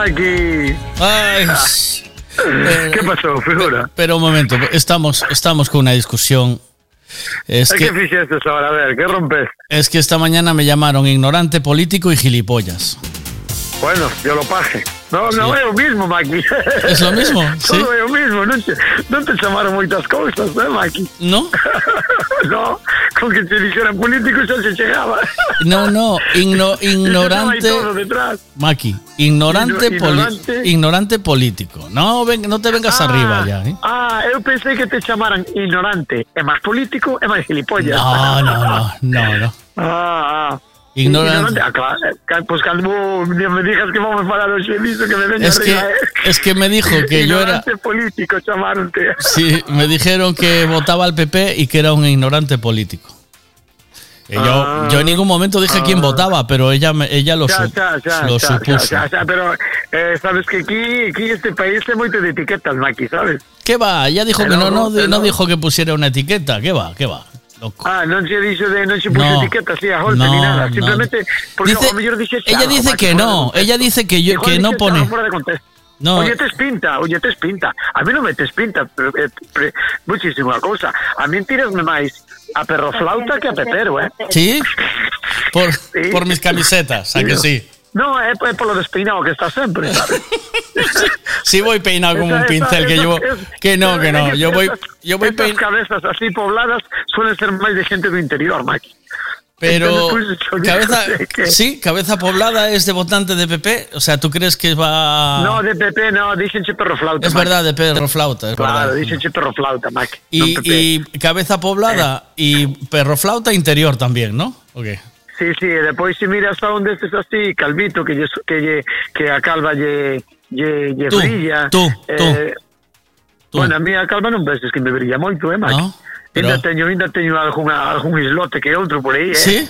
Maki. Ay. ¿Qué pasó, figura? Pero un momento, estamos, estamos con una discusión. Es ¿Qué que, fixeste ahora? A ver, ¿qué rompes? es que esta mañana me llamaron ignorante político y gilipollas. Bueno, yo lo paje. No, Sí. no é o mismo, Maki. Es lo mismo, sí. Todo é o mismo, non te, non te chamaron moitas cousas, eh, Maki? No? No, con que te dixeran político xa se chegaba. No, no, igno- Hai ignorante. todo detrás. Maki, ignorante, Igno- poli- ignorante. ignorante político. No, ven, no te vengas arriba ya, ¿eh? Ah, eu pensei que te chamaran ignorante. É máis político, é máis gilipollas. No, no, no, no, no. Ah, ah. Ignorante. Ah, claro. Eh, Pues cando me digas que vamos a falar hoxe diso, que me veña Es que, arriba, eh. es que me dijo que yo era. Ignorante político chamaronte. Sí, me dijeron que votaba al P P y que era un ignorante político. Y yo, Ah. yo en ningún momento dije quién votaba, pero ella, me- ella lo, Xa, su- xa, xa, lo xa, supuso. xa, xa, pero eh, sabes que aquí, aquí este país é moito de etiquetas, Maki, sabes? ¿Qué va? Ella dijo que Pero no, no, no, no no. dijo que pusiera una etiqueta. ¿Qué va? ¿Qué va? Ah, non se dixo de non se puso No. etiqueta así a golpe No, ni nada, no. simplemente porque Dice- o mellor dixe ella dice que no, ella dice que yo que no pone. fuera de contexto. No. Oye, tes pinta, oye, tes pinta. A mí non me tes pinta, pero, eh, pre, muchísimo a cousa. A mí tirasme máis a perro flauta que a pepero, eh? ¿Sí? Por, Sí. por mis camisetas, ¿a que sí? No, é, é polo despeinado que está sempre, sabes? Sí voy peinado como un Esa- esa- pincel, que esas- llevo... es- Que no, que no, esas- yo voy, esas- yo voy esas peinado... cabezas así pobladas suelen ser máis de gente do interior, Maki. Pero Entonces, pues, yo cabeza, digo que- sí, cabeza poblada es de votante de P P. O sea, ¿tú crees que va...? No, de P P no, dixenche perro flauta. Es Maki. verdad, de perro flauta, es Claro, verdad. dixenche perro flauta, Maki. Y, non P P. y cabeza poblada y perro flauta interior también, ¿no? ¿O qué? Sí, sí, e depois se miras a un destes así, calvito, que lle, que, lle, que a calva lle, lle, lle Tú, brilla. tú, tú, tú. Bueno, a mí a calva non veces que me brilla moito, eh, Maki? No, pero- Ainda teño, ainda teño algún, algún islote que outro por aí, eh? ¿Sí?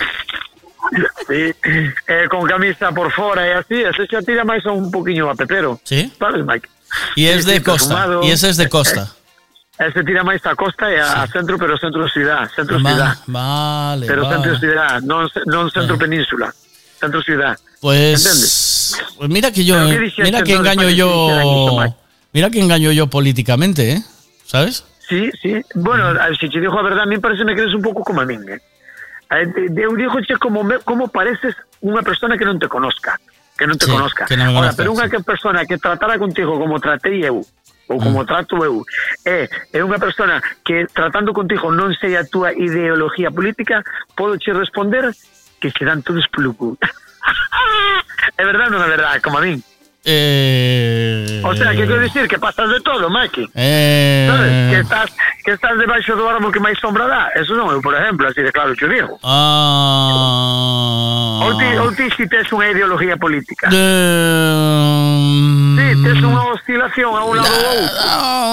Sí, eh, con camisa por fora e así, ese xa tira máis a un poquinho a pepero. ¿Sí? Sabes, Mike? Y es Sí, de sí, costa, perfumado. y ese es de costa. Ese tira máis a costa e a, a centro, pero centro ciudad, centro Va- ciudad. vale, Pero vale. centro ciudad, non, non centro península, centro ciudad. Pues, ¿Entiendes? pues mira que yo, Pero ¿qué dijiste mira que entonces engaño para que te hicieran esto, yo, Mike? mira que engaño yo políticamente, ¿eh? ¿Sabes? Sí, sí. Bueno, a ver, si te digo a verdad, a mí parece que eres un pouco como a min, eh? Eh, de- de- Eu digo che como, me, como pareces unha persona que non te conozca, que non te Sí, conozca. que non me Ahora, conozca, pero unha sí. que persona que tratara contigo como tratei eu, ou como Mm. trato eu, é, é unha persona que tratando contigo non sei a túa ideología política, podo che responder que se dan todos polo cu. É verdade ou non é verdade, como a min? Eh, O sea, que quero dicir que pasas de todo, Maki. eh, Sabes? Que estás, que estás debaixo do árbol que máis sombra dá. Eso non eu, por exemplo, así de claro che digo. ah, Ou ti, ou ti si tes unha ideología política. de- Sí, tes unha oscilación a un lado ou outro.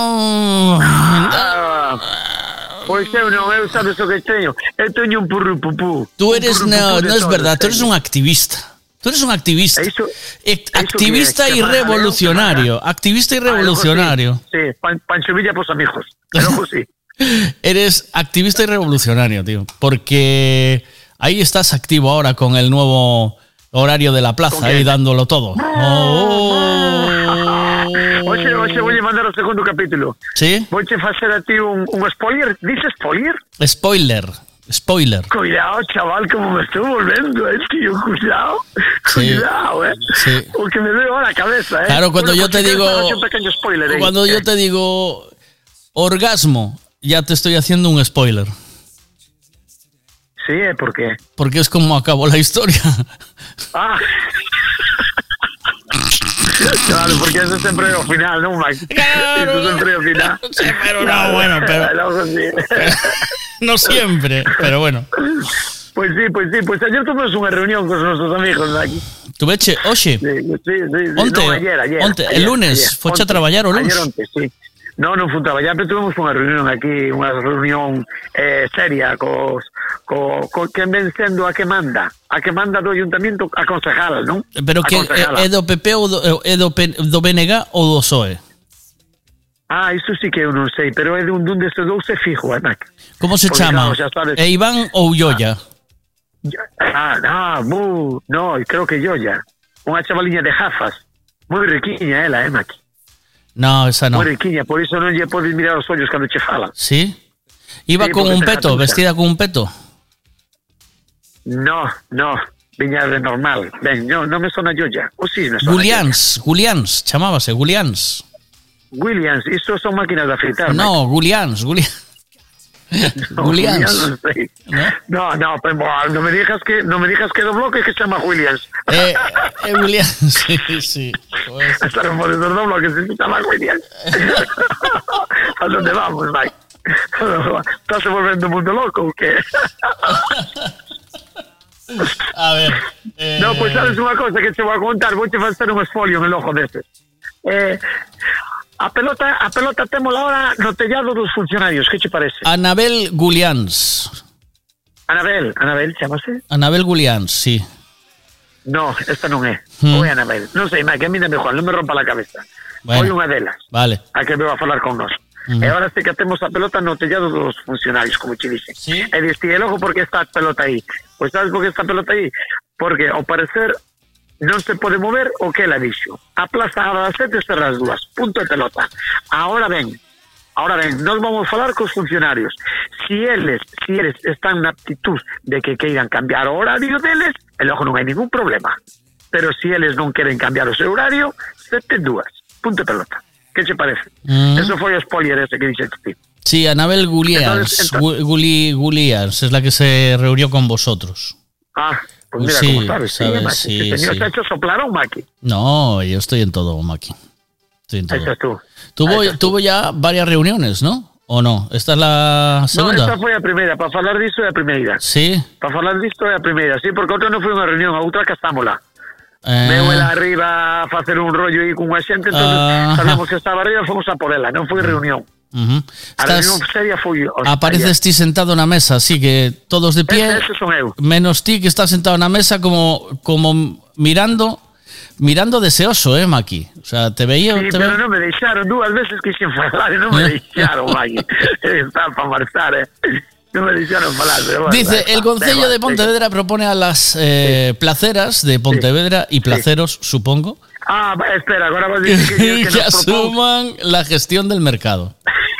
Ah, pois eu non, eu sabes o que teño. Eu teño un purrupupú. Tú eres, Un no, purrupupú de no es todo, verdad, tú eres teño. un activista. Tú eres un activista. Eso- Ec- eso activista que- y que baja, revolucionario. Activista y Ah, el ojo revolucionario. Sí, sí, Pan- Pancho Villa pos amigos. El ojo sí. Eres activista y revolucionario, tío. Porque ahí estás activo ahora con el nuevo horario de la plaza, ¿Con ahí qué? dándolo todo. Oh. Oxe, oxe, vou mandar o segundo capítulo. ¿Sí? Vouche facer a ti un, un spoiler. Dices spoiler? Spoiler. Spoiler. Cuidado, chaval, como me estoy volviendo, eh, tío. Cuidado. Sí. Cuidado, eh. Sí. Porque me veo a la cabeza, eh. Claro, cuando Bueno, yo te pues, si digo- quieres, hacer un pequeño spoiler, eh. Cuando yo te digo orgasmo, ya te estoy haciendo un spoiler. Sí, eh, ¿por qué? Porque es como acabó la historia. Ah. Claro, porque eso siempre es el final, ¿no, Mike? Eso siempre es el final. Sí, pero no, bueno, pero- Luego sí. No siempre, pero bueno. Pues sí, pues sí, pues ayer tuvimos una reunión con nuestros amigos aquí. Tu veche, oxe, Sí, sí, sí, sí. Onte, No, ayer, ayer. onte, el ayer, lunes, ayer. foche a Onte. traballar o luns? Ayer onte, sí. No, non fui a traballar, pero tuvimos unha reunión aquí, unha reunión eh, seria cos, co, co que ven sendo a que manda, a que manda do ayuntamiento a concejal, non? pero A que concejala. é do P P ou do, é do, P- do B N G ou do P S O E? Ah, iso sí que eu non sei, pero é de un dun destes dous é fijo, eh, Mac. Como se Porque, chama? claro, xa sabes- É Iván ou Yoya? Ah, no, bu, no, creo que yo ya. Unha chavaliña de Jafas. Moi riquiña ela, eh, Maki. No, esa no. Moi riquiña, por iso non lle podes mirar os ollos cando che fala. ¿Sí? ¿Iba Sí, con porque un te peto, jatusa. vestida con un peto? No, no, viña de normal. Ben, no, non me sona Joya. O si me sona Gulians, Gulians, chamábase, Gulians. Joya. Williams, iso son máquinas de afeitar. No, Gulians, Gulians. No, Williams. Non sei. No, no, pero no me digas que no me digas que do bloque que se chama Williams. Eh, eh Williams, sí, sí. Pues... Estar por esos dos bloques se chama Williams. ¿A dónde vamos, Mike? ¿Estás volviendo un mundo loco o qué? A ver. Eh... No, pues sabes unha cosa que te voy a contar, vou te facer un esfolio en el ojo deses. Eh, a pelota, a pelota temos ahora no tellado dos funcionarios, que che parece? Anabel Gulians. Anabel, Anabel, chamase? Anabel Gulians, sí. No, esta non é. Hmm. Ou é Anabel. Non sei, Mike, a mí dame Juan, non me rompa la cabeza. Bueno. Foi unha delas. Vale. A que veo a falar con nós. Uh-huh. E agora sí que temos a pelota no tellado dos funcionarios, como che dicen. Sí. E diste, e logo por que está a pelota aí? Pois sabes por que está a pelota aí? Porque, ao parecer, non se pode mover o que ela dixo. A plaza a das sete cerra as dúas. Punto de pelota. Ahora ben, ahora ben, nós vamos falar cos funcionarios. Si eles, si eles están na aptitud de que queiran cambiar o horario deles, e logo non hai ningún problema. Pero si eles non queren cambiar o seu horario, sete dúas. Punto de pelota. Que che parece? Mm. Eso foi o spoiler ese que dixete ti. Sí, Anabel Gulians, Entonces, entonces... Guli, Gulians, es la que se reunió con vosotros. Ah, pues mira Sí, cómo sabes. Sí, sabes, Maki, sí, que tenías sí. hecho soplar a un Maki. No, yo estoy en todo, Maki. Estoy en Ahí todo. estás tú. Tuvo, Ahí estás tuvo ya varias reuniones, ¿no? ¿O no? ¿Esta es la No, segunda? esta foi a primeira. Para falar disto é a primeira. Sí. Para falar disto é a primeira. Sí, porque outra non foi unha reunión, a outra castámola. Eh, Veu ela arriba a facer un rollo aí con unha xente, entonces Ah. sabemos que estaba arriba, fomos a por ela, non foi reunión. ujú. A Estás- reunión seria foi... apareces ti sentado na mesa, así que todos de pie, Ese, ese son eu. menos ti que estás sentado na mesa como, como mirando mirando deseoso, eh, Maki. O sea, te veía... Sí, te pero ve- non me deixaron, dúas veces que xin falar e non me deixaron, Maki. Está para marchar, eh. Non me deixaron falar, pero bueno. Dice, da el igual, Concello da de igual. Pontevedra propone a las eh, placeras de Pontevedra y placeros, supongo, Ah, va, espera, agora vas a que, decir que, que, que nos propón... asuman la gestión del mercado.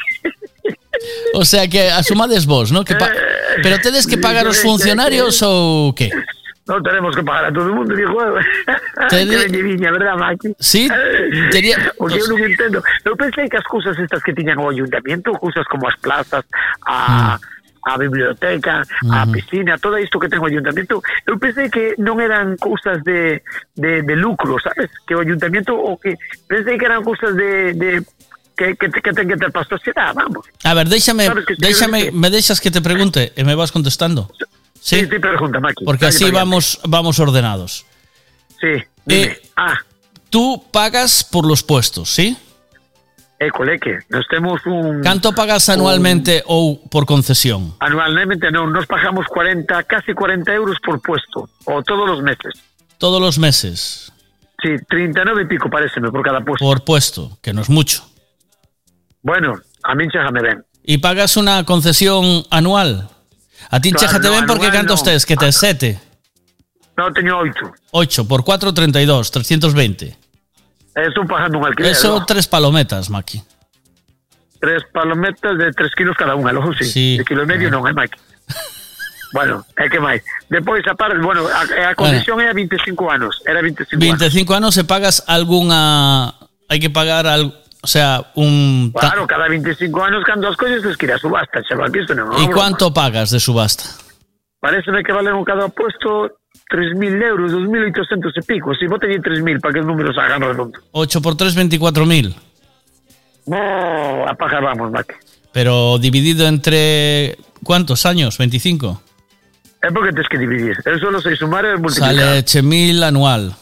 O sea, que asumades vos, ¿no? Que pa- ¿Pero tedes que pagar los funcionarios o qué? Non tenemos que pagar a todo el mundo, dijo. Te Que di- veñe viña, verdad, Maki? Sí, tería- O que eu non entendo. Eu pensei que as cousas estas que tiñan o ayuntamiento, cousas como as plazas, a... a biblioteca, a Ujú. piscina, todo isto que ten o ayuntamiento, eu pensei que non eran cousas de, de, de lucro, sabes? Que o ayuntamiento, o que pensei que eran cousas de, de que, que, que ten que ter para a sociedade, vamos. A ver, déjame, Sabes que sí, déjame, que- me deixas que te pregunte y me vas contestando. Sí, sí, pregunta, Maki. Porque Dale así para allá. vamos, vamos ordenados. Sí, dime. Eh, ah, Tú pagas por los puestos, ¿sí? eh, coleque, nos temos un... ¿Canto pagas anualmente o por concesión? Anualmente non, nos pagamos cuarenta, casi cuarenta euros por puesto, o todos los meses. Todos los meses. Sí, treinta y nueve y pico pareceme por cada puesto. Por puesto, que no es mucho. Bueno, a min chégame ben. ¿Y pagas una concesión anual? A ti Claro, chéjate no, ben porque anual cantos no. tes, que te sete. No, teño oito. ocho por cuatro, treinta y dos, trescientos veinte. Eh, Estou pagando un alquiler. Eso ¿no? tres palometas, Maki. Tres palometas de tres kilos cada unha, logo sí. Sí. De kilo e medio non, é Mike. Bueno, é que máis. Depois, a par, bueno, a, a concesión é a veinticinco anos. Era veinticinco anos. veinticinco años se pagas alguna... Hay que pagar algo... O sea, un... ta- Claro, cada veinticinco anos, cando as cousas tens que ir a subasta, chaval, que isto non é ¿Y unha broma. cuánto pagas de subasta? Pareceme que valen o cada puesto tres mil euros, dos mil oitocentos e pico. Si vos teñen tres mil para que os números hagan redondo. ocho por tres, veinticuatro mil. No, a pagar vamos, Mike. Pero dividido entre... ¿Cuántos años? ¿veinticinco? É porque tens que dividir. Eu solo sei sumar e multiplicar. Sale che mil anual.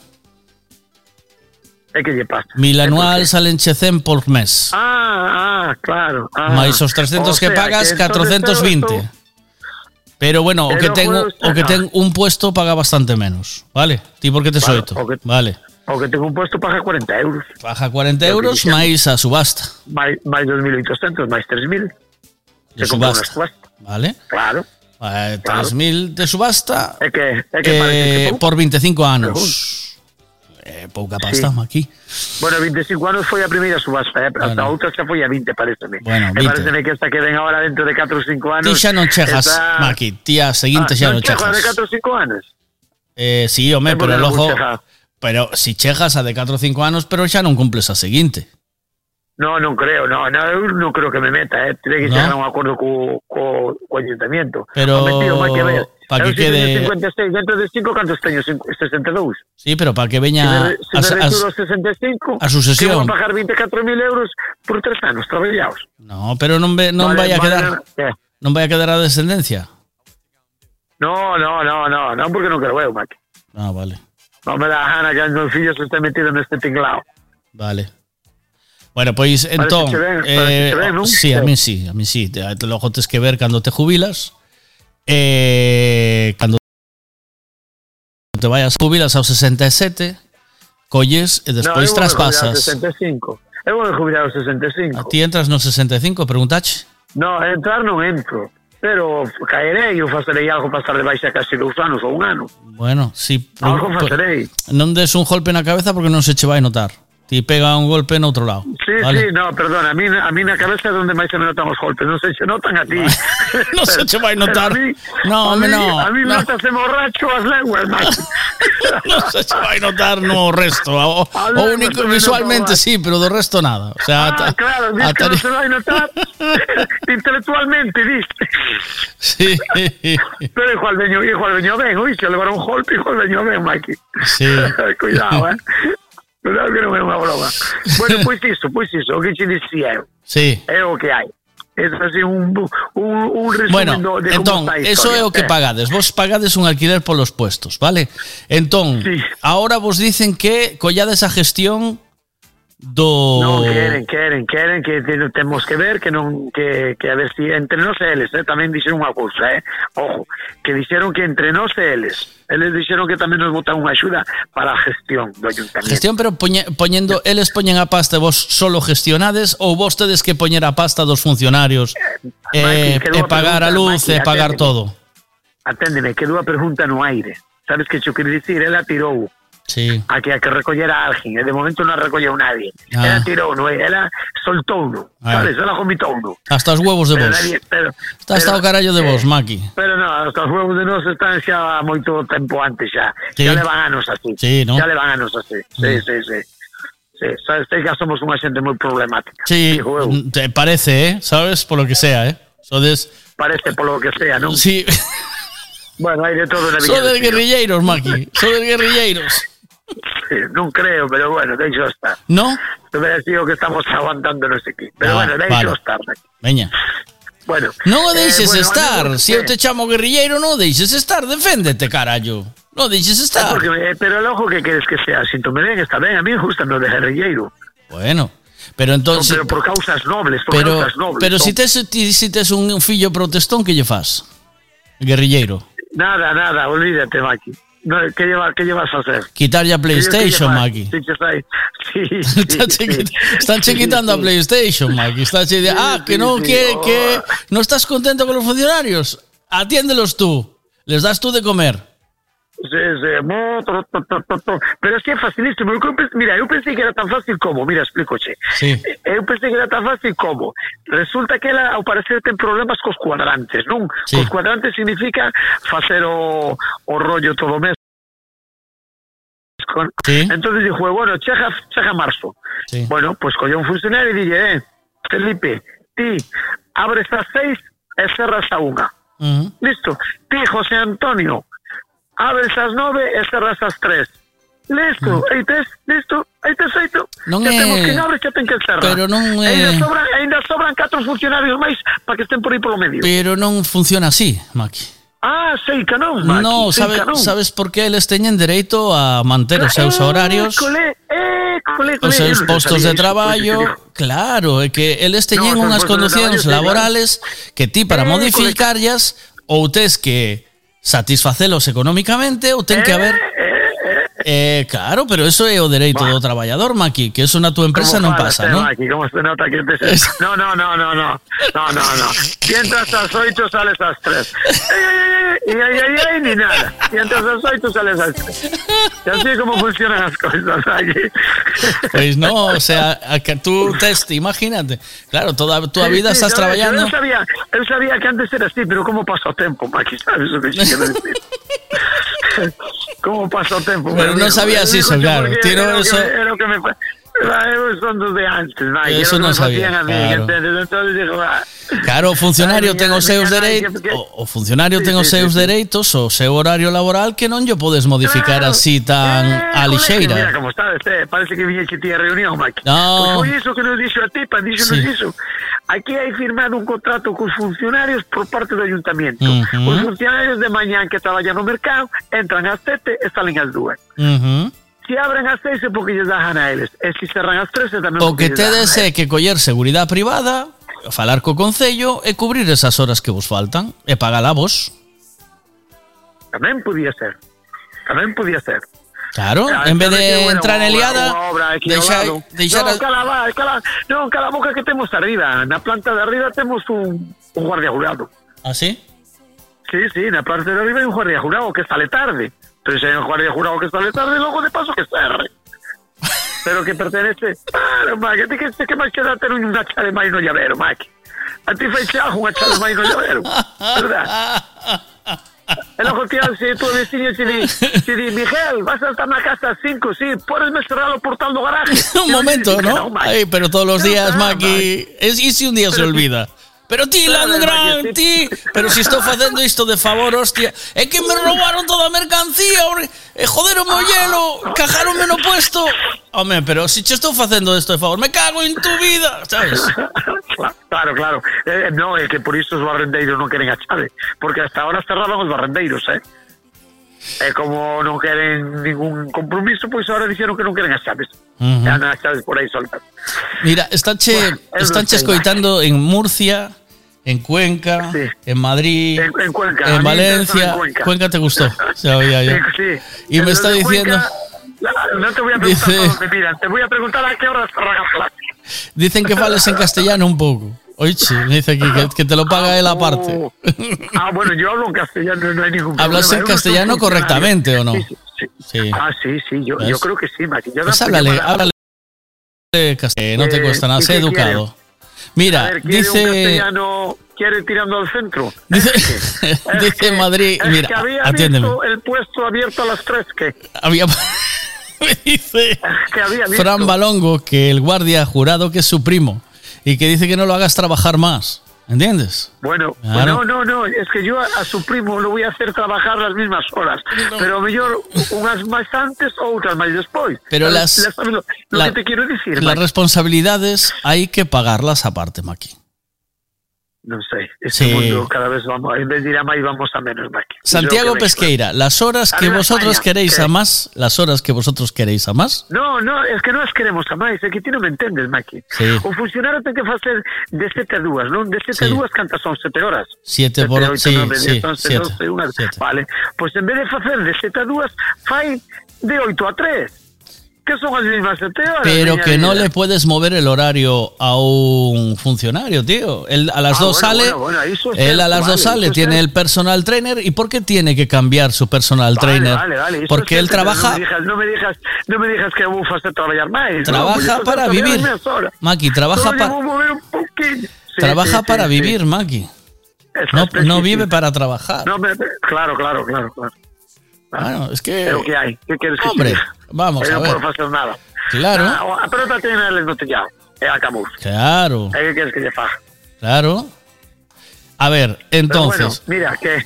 É que lle pasa. Mil É anual porque- salen che cen por mes. Ah, ah, claro. Ah. Mais os trescientos O que sea, pagas, que entonces cuatrocientos veinte. eu estou- Pero bueno, o Pero que ten juegos- o que no. ten un puesto paga bastante menos, ¿vale? Ti porque te Claro, soito. o que- Vale. O que tengo un puesto paga cuarenta euros. Baja cuarenta Lo que euros dixemos. máis a subasta. Máis, máis dos mil oitocentos, máis tres mil. De Se compra subasta. unha subasta. Vale? Claro. Eh, Claro. tres mil de subasta É que, é que parece que eh, pouco. por veinticinco anos. É pouca pasta, sí. Maki. Bueno, veinticinco anos foi a primeira subasta, eh? Bueno. Hasta a outra xa foi a veinte, pareceme. Bueno, e pareceme que esta que ven agora dentro de catro ou cinco anos... Ti xa non chegas, esta... Maki, ti a seguinte ah, xa non chegas. Non chegas de catro ou cinco anos? Eh, sí, home, pero logo... Pero si chegas a de catro ou cinco anos, pero xa non cumples a seguinte. No, non creo, no, no, eu non creo que me meta, eh. Tiene que chegar a un acordo co, co, co ayuntamiento. Pero, para que quede... cincuenta e seis, dentro de cinco, cantos teño? sesenta e dous. Sí, pero para que veña... Se me, se me retiro sesenta e cinco, a sucesión. Que vou pagar veinticuatro mil euros por tres anos traballados. No, pero non, ve, non vale, vai a quedar... Vale, non vai a quedar a descendencia. No, no, no, no, non porque non quero eu, Maki. Ah, vale. Non me dá gana que os meus fillos estén metidos neste tinglao. Vale. Bueno, pois entón, ven, eh, ven, ¿no? sí, a mí sí, a mí sí, te, logo tes que ver cando te jubilas. Eh, cando te vayas jubilas aos sesenta e sete, colles e despois no, traspasas. sesenta e cinco. Eu vou jubilar aos sesenta e cinco. A ti entras no sesenta e cinco, preguntache? No, entrar non entro, pero caerei ou facerei algo para estar de baixa casi dous anos ou un ano. Bueno, si sí, algo facerei. Non des un golpe na cabeza porque non se che vai notar. Ti pega un golpe en outro lado. Sí, ¿vale? Sí, no, perdona, a mí, a mí na cabeza é onde máis se me notan os golpes, non se che notan a ti. Non se che vai notar. Mí, no, a mí, no. A mí no. notase borracho as lenguas, máis. Non se che vai notar no resto. O, o único, visualmente sí, pero do resto nada. O sea, ah, ata, claro, dices que non se vai notar intelectualmente, diste. Sí. Pero igual veño, igual veño ben, oíste, levar un golpe, igual veño ben, Mikey. Sí. Cuidado, eh. Cuidado que non é unha broma. Bueno, pois iso, pois iso, o que che dicía eu. Sí. É o que hai. É así un, un, un resumen bueno, de entón, como está a eso é o que eh. pagades. Vos pagades un alquiler polos puestos, vale? Entón, sí. Ahora vos dicen que collades a gestión do... Non, queren, queren, queren que temos que ver que non que, que a ver si entre nós e eles, eh, tamén dixeron unha cousa, eh. Ojo, que dixeron que entre nós e eles. Eles dixeron que tamén nos botan unha axuda para a gestión do ayuntamiento. Gestión, pero poñe, poñendo, eles poñen a pasta e vos solo gestionades ou vos tedes que poñer a pasta dos funcionarios eh, Maki, e pagar a luz Maki, e pagar aténdeme, todo? Aténdeme, quedou a pregunta no aire. Sabes que xo quero dicir? Ela tirou. Sí. A que a que recollera a alguén, e de momento non recolleu nadie. Ah. Ela tirou, no, ela soltou, no, sabes? Ela vomitou, no. Hasta os huevos de vos. Nadie, pero, está hasta pero, o carallo de vos, eh, Maki. Pero non, hasta os huevos de nós están xa moito tempo antes xa. Sí. Xa levan anos así. Sí, ¿no? Xa levan anos así. Sí, sí, sí. Sí, sabes, que somos unha xente moi problemática. Sí, te parece, eh? Sabes, por lo que sea, eh? Sodes... Parece por lo que sea, non? Sí. Bueno, hai de todo na vida. Sodes guerrilleiros, Maki. Sodes guerrilleiros. Sí, non creo, pero bueno, deixo estar. ¿No? Te me digo que estamos aguantándonos aquí. Pero ah, bueno, deixo vale. estar. Veña. Bueno. Non o deixes eh, bueno, estar. Amigo, si eu te chamo guerrilleiro, non o deixes estar. Deféndete, carallo. Non o deixes estar. Porque, eh, pero logo que queres que sea. Si tú me ven, está ben. A mí me gusta no de guerrilleiro. Bueno. Pero entonces... No, pero por causas nobles, por pero, causas nobles. Pero si tes, si tes un fillo protestón, que lle fas? Guerrilleiro. Nada, nada, olvídate, Maki. No, que lleva, que llevas a hacer? Quitar ya PlayStation, Maki. Sí, sí, sí, están, sí, están sí, quitando sí. a PlayStation, Maki. Está sí, ah, que no, sí, que, oh. que no estás contento con los funcionarios. Atiéndelos tú. Les das tú de comer. Sí, sí. Pero es que é facilísimo. Mira, eu pensei que era tan fácil como, mira, explícoche. Sí. Eu pensei que era tan fácil como. Resulta que ela, ao parecer, ten problemas cos cuadrantes, non? Sí. Cos cuadrantes significa facer o, o rollo todo mes. Sí. Entonces dijo, bueno, chega, chega marzo. Sí. Bueno, pues colle un funcionario e dille, eh, Felipe, ti abres a seis e cerras a unha. Uh-huh. Listo. Ti, José Antonio, abres as nove e cerras as tres. Listo, mm. aí tes, listo, aí tes feito. Non xa é... temos que abre, xa ten que cerrar. Pero non é... Ainda sobran, ainda sobran catro funcionarios máis para que estén por aí polo medio. Pero non funciona así, Maki. Ah, sei que non, Maki. No, sabe, non. sabes por que eles teñen dereito a manter os seus horarios, École, école, école, os seus postos de traballo. Claro, é que eles teñen no, unhas condicións laborales que ti para eh, modificarlas ou tes que satisfacelos económicamente ou ten que haber... Eh, eh, Eh, claro, pero eso é o dereito do traballador, Maki, que eso na tua empresa non pasa, este, ¿no? Maki, ¿cómo se nota que te... No, no, no, no, no, no, no, no. Si entras a las ocho, sales a las tres. Y ahí, ahí, ahí, ni nada. Si entras a las ocho, sales a las tres. Y así es como funcionan las cosas aquí. Pois no, o sea, a que tú test, imagínate. Claro, toda a tua Sí, vida sí, estás yo- traballando. Yo sabía, yo sabía que antes era así, pero ¿cómo pasó tiempo, Maki? ¿Sabes lo que quiero decir? ¿Cómo pasó tiempo? Pero no sabías eso, claro. Tiene Era lo eso- que, era lo que me... Esos son los de antes, Maki. Eso era lo que no me sabía, facían a mí, claro. ¿entiendes? Entonces digo, ah, Claro, o funcionario Ay, ten os miña- seus miña nai, dereitos, que- que- o, o funcionario Sí, ten os sí, seus sí, sí. dereitos, o seu horario laboral que non lle podes modificar así tan a Mira lixeira. como está, este, parece que viña que tiña reunión, Maki. No. Pues foi iso que nos dixo a ti, pa, dixo Sí. nos iso. Aquí hai firmado un contrato cos funcionarios por parte do ayuntamiento. Ujú. Os funcionarios de mañán que traballan no mercado entran ás sete e salen ás dúas. Ujú. Si abren ás seis é porque lles dajan a eles. E si cerran ás tres é tamén O porque que lles dajan tedes a é que coller seguridade privada, falar co concello e cubrir esas horas que vos faltan e pagala vos. Tamén podía ser. Tamén podía ser. Claro, Ah, en vez sabe que, de bueno, entrar en unha- liada, unha obra aquí ao deixa, lado. deixar no, a- cala, va, cala, no, cala boca que temos arriba. Na planta de arriba temos un, un guardia jurado. ¿Ah, sí? Sí, sí, na planta de arriba hai un guardia jurado que sale tarde. Pero se hai un guardia jurado que sale tarde, logo de paso que cerre. Pero que pertenece... Claro, Maki, a ti que, que máis queda ter unha chave máis no llavero, Maki. A ti fai algo unha chave máis no llavero, verdad? E logo que se tu veciño se di, se di, Miguel, vas a estar na casa a cinco, sí, podesme cerrar o portal do garaje. Un momento, ¿no? Ay, pero todos los días, Maki. Es, ¿y si un día se olvida? Pero ti, ladrón, ti. Pero si estou facendo isto de favor, hostia. É que me roubaron toda a mercancía. E joderonme o hielo. Cajaronme no puesto. Home, pero si che estou facendo isto de favor, me cago en tu vida, sabes? Claro, claro. Eh, no, é que por iso os barrendeiros non queren a chave. Porque hasta ahora cerraban os barrendeiros, eh? E como non queren ningún compromiso, pois agora dixeron que non queren as chaves. Ujú. E andan as chaves por aí soltas. Mira, estanche, Bueno, es estanche lo que hay. escoitando en Murcia, en Cuenca, en Madrid, En- en Cuenca, a en mí me Valencia. interesa en Cuenca. Cuenca te gustó, ya oía yo. Sí, sí. Y me Pero está de diciendo, Cuenca, claro, no te voy a preguntar Dice- por dónde miran, te voy a preguntar a qué hora cerran as clases. dicen que fales en castellano un poco. Oiche, me dice aquí que, que te lo paga él aparte. Oh. Ah, bueno, yo hablo en castellano, no hay ningún problema. ¿Hablas en Yo no soy castellano funcionario. correctamente o no? Sí, sí, sí. Sí. Ah, sí, sí, yo, ¿Ves? yo creo que sí, Maki. Yo Pues no háblale, para- háblale castellano, no te Eh, cuesta nada, ¿y sé qué educado. A Mira, ver, ¿quiere un dice, castellano, quiere tirando al centro? dice, Es dice que- Madrid, es mira, que había atiéndeme. visto el puesto abierto a las tres, que, Había, me dice que había visto. Fran Balongo que el guardia ha jurado que es su primo y que dice que no lo hagas trabajar más. ¿Entiendes? Bueno, Claro. no, no, no, es que yo a, a su primo lo voy a hacer trabajar las mismas horas, pero mellor unas máis antes ou outras máis despois. Pero ¿Sabes? las- Ya sabes lo, lo la- que te quiero decir, Las Maki? responsabilidades hay que pagarlas aparte, Maki. Non sei, este Sí. mundo cada vez vamos, en vez de ir a máis vamos a menos, Maki. Santiago Yo creo que- Pesqueira, las horas que Arriba vosotros España, queréis ¿qué? a más, las horas que vosotros queréis a más, No, no, es que non as queremos a máis, é que ti non me entendes, Maki. Sí. O funcionario ten que facer de sete a dúas, non? De Sí. sete a dúas cantas son sete horas. siete por oito, sí, nove, sí, dez, once, siete, doce, unha. siete. Vale, pois en vez de facer de sete a dúas, fai de oito a tres. Que son as mismas sete horas. pero miña que no vida. le puedes mover el horario a un funcionario, tío. Él a las Ah, dos bueno, sale, bueno, bueno, eso es él a cierto, las vale, dos sale, eso es tiene cierto. el personal trainer. ¿Y por qué tiene que cambiar su personal Vale, trainer? vale, vale, eso Porque es él cierto, pero trabaja, Non me digas, non me digas, non me digas que bufas de traballar máis. no, trabaja pues yo para traballar vivir. as minhas horas. Maki, trabaja Solo para llevo mover un poquinho. Sí, trabaja sí, para sí, vivir, sí. Maki. Eso No, es, sí, no sí, vive sí. para trabajar. No, me, claro, claro, claro, claro. Bueno, es que É o que hai. Que queres que Hombre, te diga? vamos Eu a non ver. podo facer nada. Claro. Ah, a pelota tiene el embotellado. É a Camus. Claro, É que queres que lle faga. claro. A ver, entonces, Pero bueno, mira, que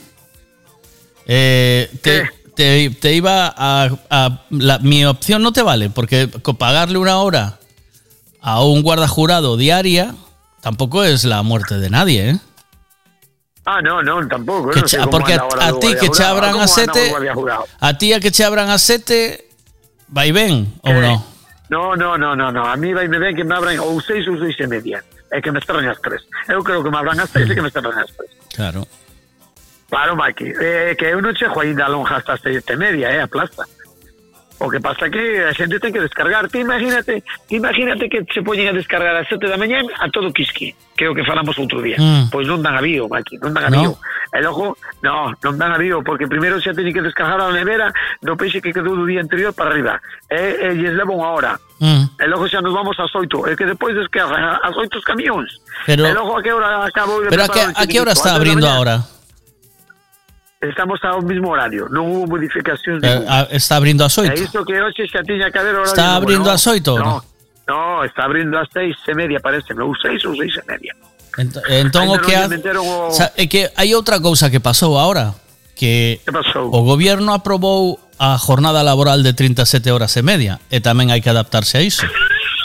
eh, te, te, te iba a... a- la- mi opción no te vale, porque co- pagarle una hora a un guardajurado diaria tampoco es la muerte de nadie, ¿eh? Ah, no, no, tampouco. Que non sei che- como porque a, anda ahora a o ti guardia que che jurado. abran Como a anda sete, o guardia jurado? a ti a que che abran a sete, vai ben, ou non? No, no, no, no, no. A mí vai me ben que me abran ou seis ou seis e media. É que me cerran as tres. Eu creo que me abran as seis e que me cerran as tres. Claro. Claro, Maki. Eh, que eu non chego ainda a lonja hasta as seis e media, eh, a plaza. O que pasa que a xente ten que descargar. Te imagínate, te imagínate que se poñen a descargar ás sete da mañá a todo quisqui, que é o que falamos outro día. Mm. Pois non dan avío, Maki, non dan avío. E logo, no, non dan avío, porque primeiro xa teñen que descargar a nevera do peixe que quedou do día anterior para arriba. E, e lles leva unha hora. Mm. E logo xa nos vamos ás oito. E que depois descargan ás oito os camións. Pero- e logo a que hora acabou de Pero a que, preparar o a que hora chiringuito? está Antes da abrindo mañá. ahora? Estamos ao mismo horario, non hubo modificacións. Eh, a- Está abrindo ás É oito. iso que hoxe xa tiña que haber horario. Está novo, abrindo no, ás oito, no, no? no, está abrindo ás seis e media, parece, ou seis ou seis e media. Ent- Entón o Ainda que non ha- lle meteron o- Sa- é que hai outra cousa que pasou ahora, que Que pasou? o gobierno aprobou a jornada laboral de trinta e sete horas e media e tamén hai que adaptarse a iso.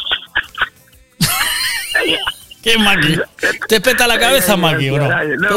Que Maki? Te peta la cabeza, Maki, ¿o no? No.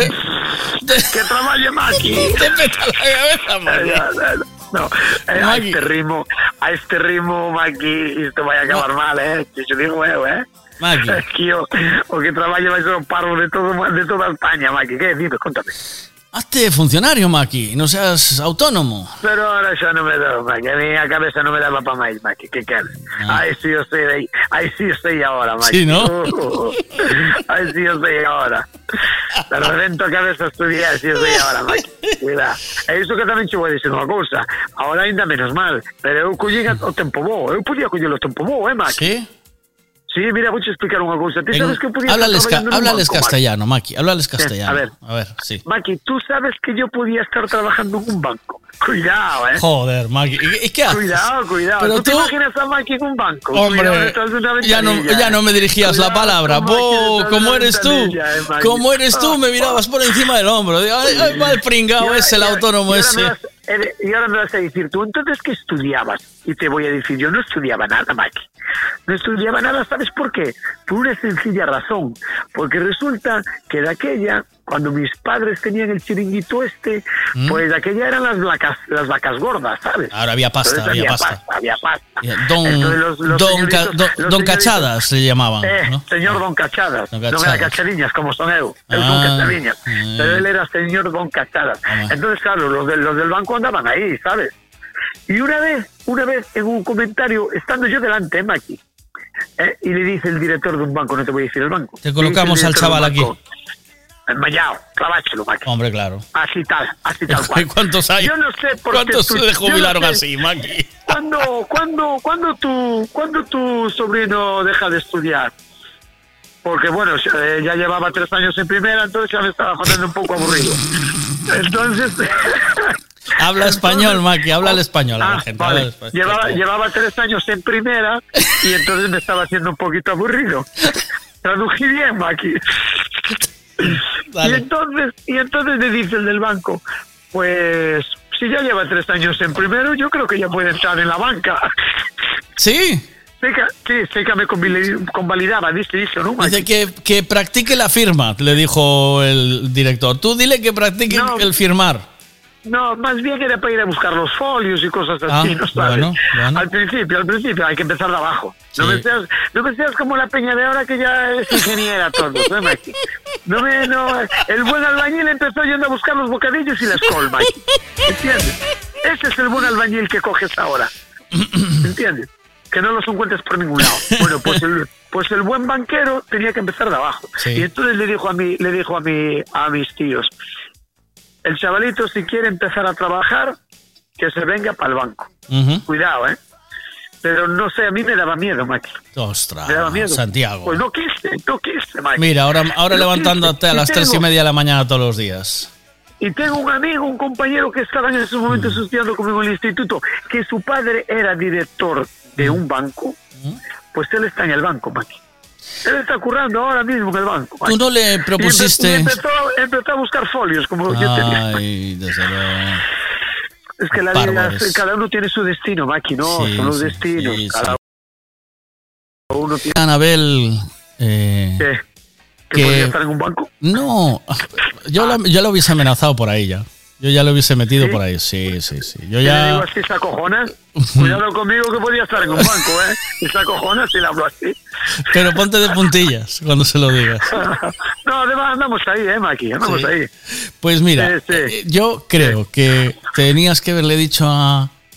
Que traballe Maki. Te peta la cabeza, Maki. No, eh, a este ritmo, a este ritmo, Maki, isto vai acabar mal, eh? Que yo digo eu, eh? Maki. Es que o, o que traballe vai ser o parvo de todo de toda España, Maki. Que dime, contame. Hazte funcionario, Maki, no seas autónomo. Pero ahora xa non me dou, Maki. A mi a cabeza non me daba pa máis, Maki. Que queres? Ah. Ai, si eu sei, aí, ai, si eu sei agora, Sí, Maki. ¿no? Uh, ai, si eu sei agora. De revento a cabeza a estudiar, si eu sei agora, Maki. Cuida. E iso que tamén che vou dicir unha cousa. Ahora ainda menos mal. Pero eu collín o tempo bo. Eu podía coller o tempo bo, eh, Maki? Sí? Sí, mira, vou che explicar unha cousa. Ti sabes que eu podía Háblales, estar ca- traballando nun háblales banco, Maki? castellano, Maki, háblales castellano. a ver. a ver, sí. Maki, tú sabes que yo podía estar trabajando en un banco. Cuidado, eh. Joder, Maki, ¿y qué haces? Cuidado, cuidado. Pero ¿Tú, te tú- imaginas a Maki en un banco? Hombre, Cuidado detrás de una ya no, ventanilla, ya eh. no me dirigías la Cuidado palabra. con Maki Bo, detrás de ¿cómo una eres tú? ventanilla, eh, Maki. ¿Cómo eres tú? Ah, Me mirabas por encima del hombro. Digo, ay, ay, mal pringao Y ahora- ese, el y ahora- autónomo y ahora ese. me vas- eh, Y ahora me vas a decir, tú entonces ¿qué estudiabas? Y te voy a decir, yo no estudiaba nada, Maki. No estudiaba nada, ¿sabes por qué? Por una sencilla razón. Porque resulta que de aquella, cuando mis padres tenían el chiringuito este, ¿Mm? pues de aquella eran las vacas, las vacas gordas, ¿sabes? Ahora había pasta, Entonces había había pasta. Había pasta. Don, Entonces los- los don, Ca- señoritos- don, los don señoritos- Cachadas le llamaban, Eh, ¿no? señor Don Cachadas. Don No era Cachadas. Cachariñas como son eu. Eu son Ah, Cachariñas. eh. Pero él era señor Don Cachadas. Entonces, claro, los, del- los del banco andaban ahí, ¿sabes? Y una vez, una vez en un comentario, estando yo delante, eh, Maki, eh, y le dice el director de un banco, no te voy a decir el banco. Te colocamos le dice el al director chaval de un aquí. banco, Enmayao, claváchelo, Maki. Hombre, claro. Así tal, así tal cual. ¿Cuántos hay? Yo no sé por ¿Cuántos qué tú- se le yo no jubilaron sé. así, Maki? ¿Cuándo, cuándo, cuándo, tu, ¿Cuándo tu sobrino deja de estudiar? Porque, bueno, eh, ya llevaba tres años en primera, entonces ya me estaba jodiendo un poco aburrido. Entonces... Habla español, Maki, habla el español a la Ah, gente. vale. habla el español. Llevaba, llevaba tres años en primera y entonces me estaba haciendo un poquito aburrido. Tradují bien, Maki. Y entonces, y entonces le dice el del banco, pues si ya lleva tres años en primero, yo creo que ya puede entrar en la banca. ¿Sí? Seca, sí, Seca me convali- convalidaba, dice, dice, ¿no? Maki? Dice que, que practique la firma, le dijo el director. Tú dile que practique No. el firmar. No, más bien era para ir a buscar los folios y cosas así, Ah, ¿no sabes? bueno, bueno. Al principio, al principio hay que empezar de abajo. No, Sí. me seas, no me seas como la peña de ahora que ya es ingeniera todo, ¿no, Maki? No me, no, el buen albañil empezó yendo a buscar los bocadillos y las col, Maki. ¿Entiendes? Ese es el buen albañil que coges ahora. ¿Entiendes? Que no los encuentres por ningún lado. Bueno, pues el, pues el buen banquero tenía que empezar de abajo. Sí. Y entonces le dijo a mí, le dijo a mi, a mis tíos, el chavalito si quiere empezar a trabajar, que se venga para el banco. Ujú. Cuidado, ¿eh? Pero no sé, a mí me daba miedo, Maki. Ostras, Me daba miedo. Santiago. Pues no quise, no quise, Maki. Mira, ahora, ahora No levantándote quise. a las Y tres y tengo- media de la mañana todos los días. Y tengo un amigo, un compañero que estaba en esos momentos Mm. estudiando conmigo en el instituto, que su padre era director de un banco, Mm. pues él está en el banco, Maki. Él está currando ahora mismo en el banco, Maki. Tú no le Y empe- propusiste... y empezó, empezó a buscar folios, como yo te dije. Ay, desde luego. Es que la vida, bárbaros. cada uno tiene su destino, Maki, ¿no? Sí, Son los sí, destinos. sí, cada uno tiene Anabel... eh, que, que que- podría estar en un banco. No, yo, la- yo lo hubiese amenazado por ahí ya. Yo ya lo hubiese metido por ahí, sí, sí, sí. Yo Si le digo ya... así, se acojona. Cuidado conmigo que podría estar en un banco, ¿eh? Y se acojona si le hablo así. Pero ponte de puntillas cuando se lo digas. No, además andamos ahí, ¿eh, Maki? Andamos Sí. ahí. Pues mira, Sí, sí. eh, yo creo que tenías que haberle dicho a,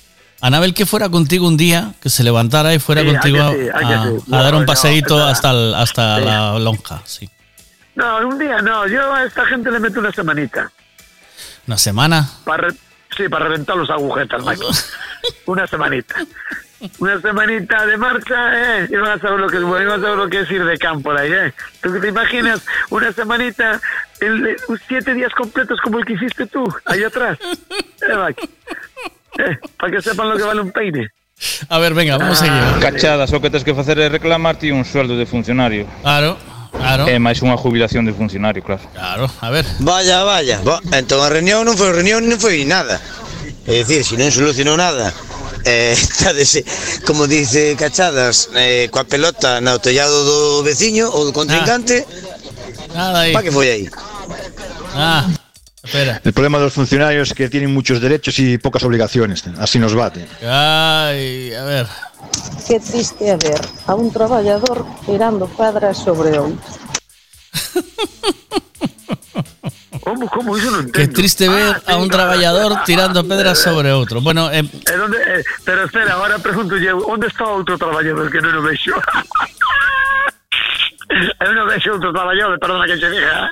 Anabel, que fuera contigo un día, que se levantara y fuera Sí, contigo hay que sí, hay que a, sí. a Bueno, dar un no, paseíto es hasta, el- hasta Sí. la lonja, sí. No, un día no. Yo a esta gente le meto una semanita. Una semana. Para re- sí, para reventar los agujetas, Mike. Una semanita. Una semanita de marcha, eh. Y van a saber lo que es bueno, y van a saber lo que es ir de campo ahí, eh. ¿Tú qué te imaginas? Una semanita, el, el- siete días completos como el que hiciste tú, ahí atrás. Eh, Mike. Eh, para que sepan lo que vale un peine. A ver, venga, vamos a seguir. Cachadas, o que tens que facer é reclamarte un sueldo de funcionario. Claro, claro. É máis unha jubilación de funcionario, claro. Claro, a ver. Vaya, vaya. Bo, entón a reunión non foi reunión, non foi nada. É dicir, se non solucionou nada, eh, estades, como dice Cachadas, eh, coa pelota no tellado do veciño ou do contrincante. Nada aí. Pa que foi aí? Ah, espera. El problema de los funcionarios es que tienen muchos derechos y pocas obligaciones. Así nos bate. Ay, a ver. Qué triste é ver a un traballador tirando pedras sobre outro. ¿Cómo, cómo? Eso no entiendo. Qué triste ver a un trabajador tirando pedras sobre otro. Bueno, eh, Eh, donde, eh, pero espera, ahora pregunto yo, ¿dónde está otro trabajador que no lo veo? Eu non vexo outro traballador, perdona que te diga.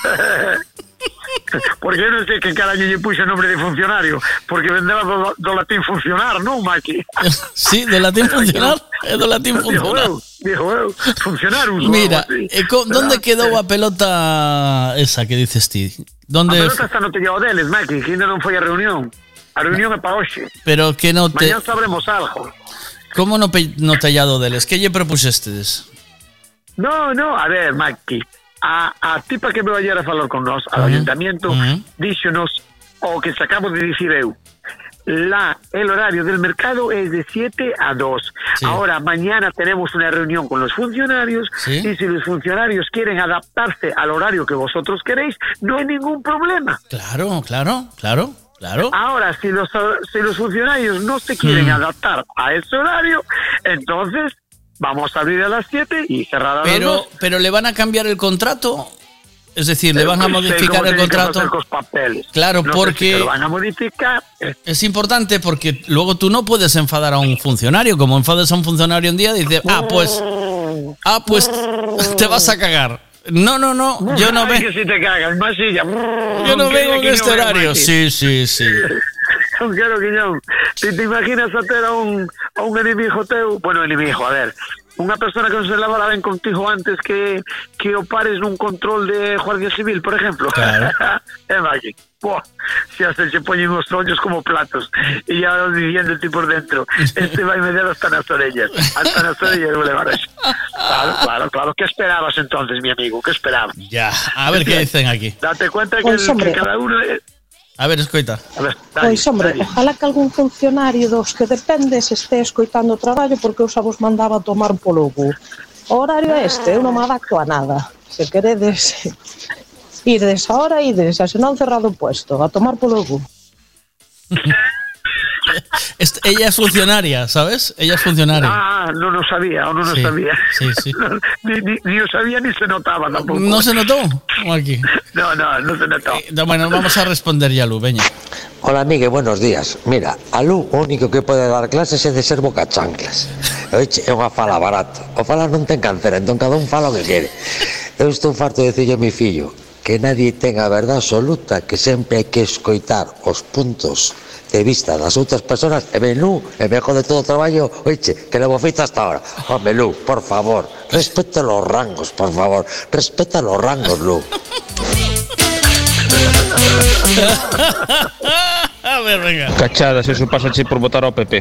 Porque eu non sei que caraño lle puxe o nombre de funcionario, porque vendeba do, do latín funcionar, non, Maki? sí, do latín funcionar, é do latín funcionar. Dijo eu, funcionar un Mira, eh, co- ¿dónde quedou a pelota esa que dices ti? A ¿Dónde? pelota está no tellado deles, Maki, que ainda non foi a reunión. A reunión é para hoxe. Pero que no te... Mañá sabremos algo. ¿Cómo no, pe- no tallado deles? Que lle propuxestes? No, no, a ver, Maki, a, a tipa que veo ayer a falar con nós, al Ujú, ayuntamiento, ujú. díxonos o que sacamos de dicir eu. La, el horario del mercado es de siete a dos. Sí. Ahora, mañana tenemos una reunión con los funcionarios Sí. y si los funcionarios quieren adaptarse al horario que vosotros queréis, no hay ningún problema. Claro, claro, claro, claro. Ahora, si los, si los funcionarios no se quieren Mm. adaptar a ese horario, entonces vamos a abrir a las siete y cerrar a las Pero, dos. pero le van a cambiar el contrato. Es decir, le van a Pero no sé modificar cómo el tienen que contrato. hacer con los papeles. Claro, No sé porque si te lo van a modificar. es importante porque luego tú no puedes enfadar a un funcionario. Como enfades a un funcionario un día, dice, ah, pues, ah, pues te vas a cagar. No, no, no, yo no Ay, veo. que si te cagas, más silla. Yo no vengo en este horario. Sí, sí, sí. Claro que non. Si te imaginas a ter a un, a un enemigo teu, bueno, enemigo, a ver, unha persona que non se lavara ben contigo antes que, que o pares nun control de Guardia Civil, por ejemplo. Claro. É mágico. Buah, xa se che poñen os trollos como platos e ya vas diciendo ti por dentro, este vai me dar hasta nas orellas, hasta nas orellas vou levar eso. Claro, claro, claro. ¿Qué esperabas entonces, mi amigo? ¿Qué esperabas? Ya, a ver qué dicen aquí. Date cuenta que, Pois, el- hombre. que cada uno... es- A ver, escoita. A ver, dale, Pois, hombre, dale. ojalá que algún funcionario dos que dependes este escoitando o traballo porque eu xa vos mandaba tomar polo cu. O horario é este, eu non me adapto a nada. Se queredes irdes ahora, ides, se non cerrado o puesto, a tomar polo cu. Est- ella es funcionaria, ¿sabes? Ella es funcionaria. Ah, no lo sabía, o no lo Sí, sabía. sí, sí. ni, ni, ni lo sabía ni se notaba tampoco. ¿No se notó? ¿O aquí? No, no, no se notó. No, bueno, vamos a responder ya, Lu, veña. Hola, Miguel, buenos días. Mira, a Lu o único que pode dar clases é de ser bocachanclas. Oiche, é unha fala barata. O fala non ten cáncer, entón cada un fala o que quere. Eu estou farto de dicirle a mi fillo que nadie ten a verdade absoluta, que sempre hai que escoitar os puntos de vista das outras persoas e ben Lu, e me jode todo o traballo, oiche, que levo feito hasta ahora. Home, Lu, por favor, respeta los rangos, por favor, respeta los rangos, Lu. A ver, venga. Cachadas, eso pásache por votar ao P P.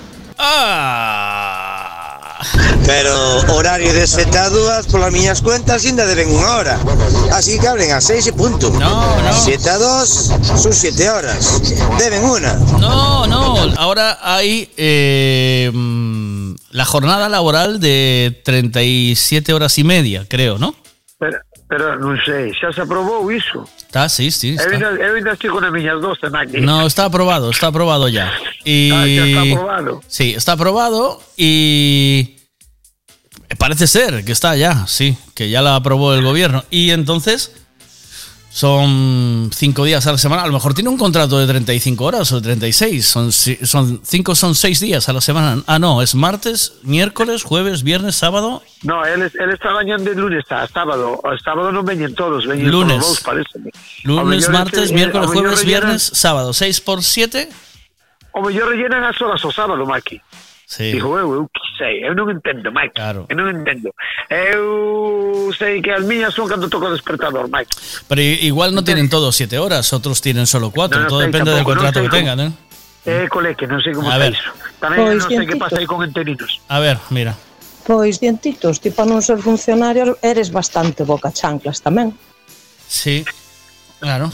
Pero horario de sete a dúas, polas miñas cuentas, ainda deben unha hora. Así que abren a seis e punto. No, no. Siete a dos son siete horas. Deben una. No, no, ahora hay eh, mm, la jornada laboral de treinta y siete horas y media, creo, ¿no? Pero, pero non sei, xa se aprobou iso. Está, sí, sí. Eu Está. ainda, eu ainda estoy con as miñas doce, Magdi. No, está aprobado, está aprobado ya. Y... Ah, ya está aprobado. Sí, está aprobado y parece ser que está ya, sí, que ya la aprobó el gobierno. Y entonces, Son cinco días a la semana. A lo mejor tiene un contrato de treinta y cinco horas o de treinta y seis. Son, son cinco, son seis días a la semana. Ah, no, es martes, miércoles, jueves, viernes, sábado. No, él, él está bañando de lunes a sábado. El sábado no venían todos, venían Lunes. todos dos, parece. Lunes, martes, este, miércoles, eh, jueves, rellenan, viernes, sábado. seis por siete. O mellor rellenan as horas o sábado, Maki. Sí. Dijo, eu, eu que sei, eu non entendo, Mike. Claro. Eu non entendo. Eu sei que as miñas son cando toco o despertador, Mike. Pero igual no tienen todos siete horas, otros tienen solo cuatro. No, no Todo sei, depende del tampouco, contrato non que sei tengan, ¿eh? Eh, coleque, non sei como A está ver. iso. Tamén Pois, non sei que dientitos. pasa aí con enterinos. A ver, mira. Pois, dientitos, ti para non ser funcionario eres bastante boca chanclas tamén. Sí, claro.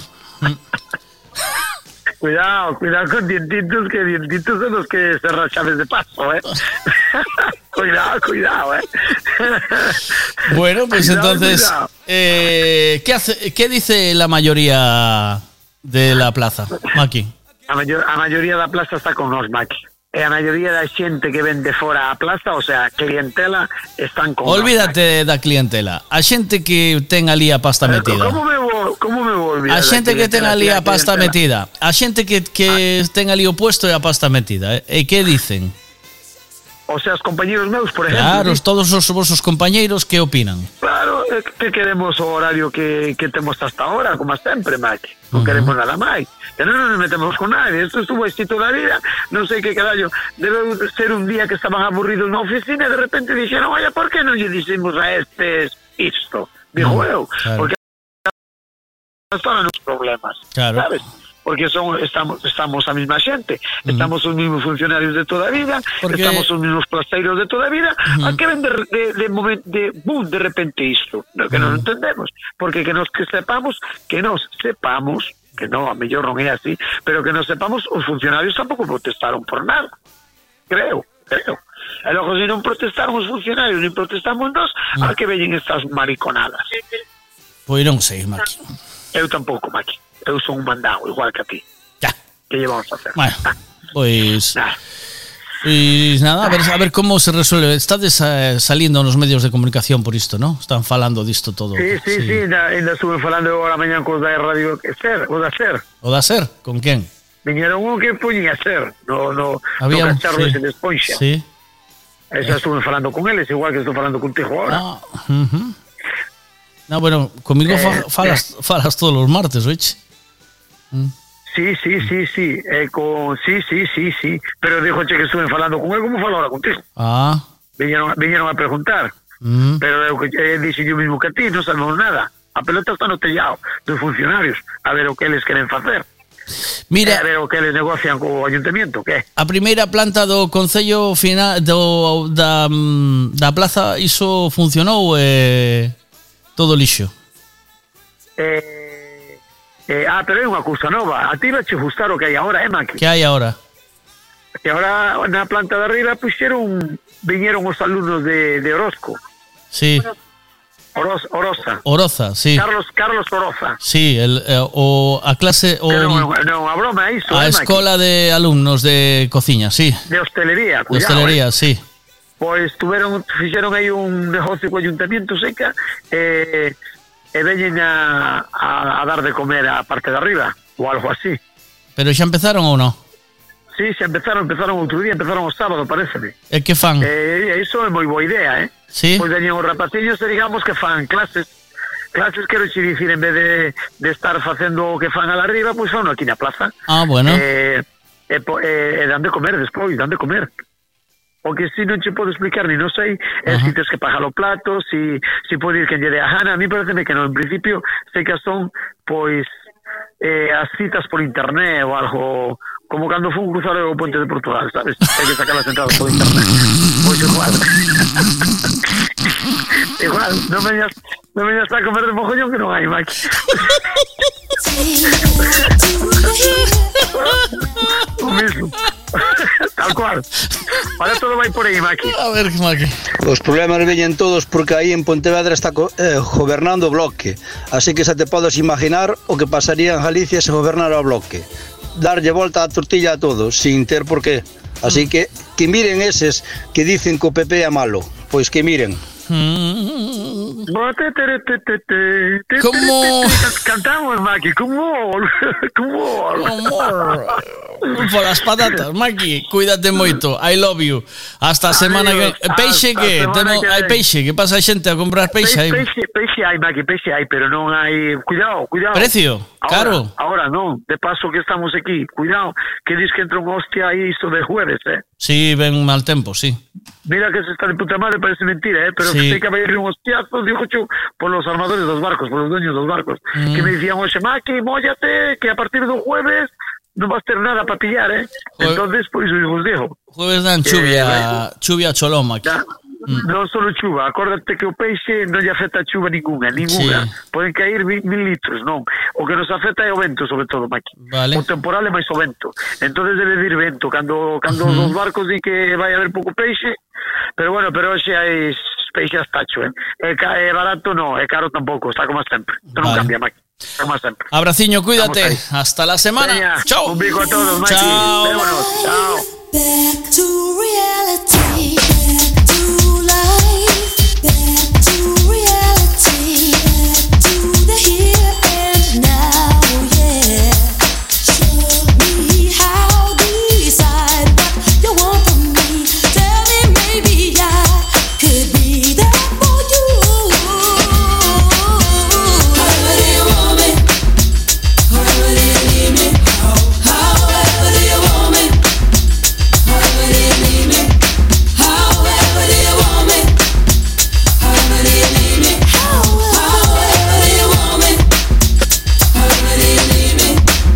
Cuidado, cuidado con dientitos, que dientitos son los que cerran chaves de paso, ¿eh? Cuidado, cuidado, ¿eh? Bueno, pues Cuidado, entonces, cuidado. eh, ¿qué, hace, ¿qué dice la mayoría de la plaza, Maki? A, mayor, a maioría da plaza está con nós, Maki. E a maioría da xente que ven de fora a plaza, o sea, clientela, están con Olvídate da clientela. A xente que ten ali a pasta nós. metida. Como me vou, como me vou olvidar A xente da que ten clientela, ali a tía, pasta clientela? metida. A xente que, que ten ali o puesto e a pasta metida. E que dicen? O sea, os compañeros meus, por exemplo. Claro, ¿sí? todos os vosos compañeiros que opinan? Claro, é que queremos o horario que, que temos hasta ahora, como sempre, Maki. Non queremos nada máis. Que non nos metemos con nadie. Isto estuvo así toda a vida. Non sei que carallo. Debe ser un día que estaban aburridos na oficina e de repente dixeron, oye, por que non lle dixemos a estes isto? Dijo eu. claro. Porque estaban os problemas. Claro. Sabes? Porque son, estamos, estamos a mesma xente, estamos os mismos funcionarios de toda a vida, Porque- estamos os mismos placeiros de toda a vida, Ujú. a que ven de, de, de, momen- de, boom, de repente isto, no, que non entendemos, porque que nos que sepamos, que nos sepamos, que non, a mellor non é así, pero que nos sepamos, os funcionarios tampouco protestaron por nada, creo, creo. E logo, se non protestaron os funcionarios, nin protestamos nós, a que veñen estas mariconadas. Pois non sei, Maki. Eu tampouco, Maki. Eu son un mandado, igual que a ti. Ya. Que llevamos a hacer? Bueno, pois... Pois nada, a ver, a ver como se resuelve. Estades eh, salindo nos medios de comunicación por isto, ¿no? Están falando disto todo. Sí, sí, sí, ainda, ainda estuve falando agora mañán cos da radio que ser, o da ser. O da ser? Con quen? Viñeron un que poñía a ser, no, no, Había no un- cacharro sí. ese de esponxa. Sí. Esa estuve falando con eles, igual que estou falando contigo ahora. Ujú. No, bueno, conmigo Eh, fa- falas, falas todos los martes, oíche. Sí, sí, sí, sí, eh, con, sí, sí, sí, sí, pero dijo che que estuve falando con él, como falo ahora contigo? Ah. Viñeron, viñeron a preguntar, Mm. pero eu que eh, dixo yo mismo que a ti, non sabemos nada. A pelota está no tellado dos funcionarios, a ver o que eles queren facer. Mira, a ver o que eles negocian co ayuntamiento, que? a primeira planta do Concello final do da mm, da plaza iso funcionou e todo lixo. Eh, eh, ah, pero é unha cousa nova. A ti vai che gustar o que hai agora, eh, Maki? Que hai agora? Que agora na planta de arriba puxeron, viñeron os alumnos de, de Orozco. Sí. Oros, Oroza. Oroza, sí. Carlos Carlos Oroza. Sí, el, eh, o a clase o Que non, non, a broma é iso, a eh, Maki? escola de alumnos de cociña, sí. De hostelería, De cuidado. hostelería, eh. sí. Pois tuveron, fixeron aí un negocio co ayuntamiento seca e, e veñen a, a, a dar de comer a parte de arriba, ou algo así. Pero xa empezaron ou non? Sí, xa empezaron, empezaron outro día, empezaron o sábado, pareceme. E que fan? Eh, iso é moi boa idea, eh? Sí. Pois veñen os rapaciños e digamos que fan clases. Clases, quero che dicir, en vez de, de estar facendo o que fan ala arriba, pois fan aquí na plaza. Ah, bueno. Eh, e, po- e, e dan de comer despois, dan de comer. O que si non che podo explicar, ni non sei, é Ajá. si tens que pagar o plato, si, si pode ir quen lle dé a gana. A mí pareceme que no, en principio, sei que son, pois, eh, as citas por internet ou algo, como cando fun cruzar o puente de Portugal, sabes? Hai que sacar as entradas por internet. Pois igual. Igual, non veñas, non veñas a comer de mogollón que non hai, Maki. O mismo. Tal cual. Ahora todo vai por aí, Maki. A ver, Maki. Os problemas veñen todos porque aí en Pontevedra está co- eh, gobernando o Bloque. Así que xa te podes imaginar o que pasaría en Galicia se gobernara o Bloque. Darlle volta a tortilla a todo, sin ter por qué. Así que que miren eses que dicen que o P P é malo. Pois que miren. Mm. ¿Cómo? Cantamos, Maki, como como Por las patatas, Maki, cuídate moito. I love you. Hasta a semana que peixe que temo, hai peixe, que pasa a xente a comprar peixe aí. Peixe, peixe hai, Maki, peixe hai, pero non hai, cuidado, cuidado. Precio, ahora, caro. Ahora non, de paso que estamos aquí, cuidado, que dis que entra un hostia aí isto de jueves, eh. Sí, ven un mal tempo, sí. Mira que se está de puta madre, parece mentira, eh, pero Sí. sei que haber un hostiazo, dijo yo, por los armadores dos barcos, por los dueños dos barcos, Mm. que me decían, oxe, Maki, móllate, que a partir do jueves non vas ter nada para pillar, eh. Jue- Entonces, pois pues, os digo. Jueves dan Eh, chuvia, chuvia cholón, Maki. Ya, non solo chuva, acórdate que o peixe non lle afecta a chuva ninguna, ninguna. Sí. Poden caer mil, mil litros, non. O que nos afecta é o vento, sobre todo, Maki. Vale. O temporal é máis o vento. Entonces debe vir vento. Cando cando Ujú. os barcos di que vai haber pouco peixe, pero bueno, pero hoxe hai peixe hasta tacho, eh. É, ca- é barato, non, é caro tampouco, está como sempre. Isto non Vale. cambia, Maki. Está como sempre. Abraciño, cuídate. Estamos ahí. Hasta la semana. Veña, Chao. un bico a todos, Maki. Chao. Vémonos. Chao. Back to reality, back to life, back to reality, back to the here and now, yeah. Show me how, decide what you want from me. Tell me maybe I could be there for you. However do you want me? However do you need me? However do you want me? However do you need me? However do you want me? However do you need me? However do you want me? However do you need me?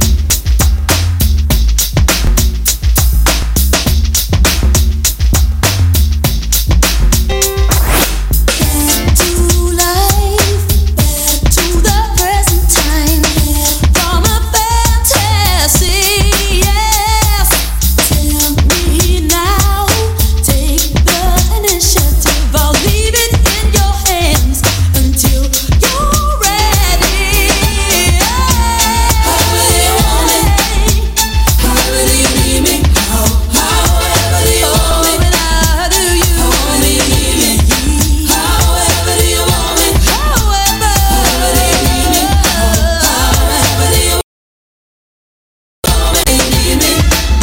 Back to life, back to the present time, from a fantasy, yes. Tell me now, take the initiative. I'll leave it in your hands until you're ready. However do you want me? However do you need me? However do you want me? How do you want me? However do you want me? However, however do you need me? However do you want me? Need me?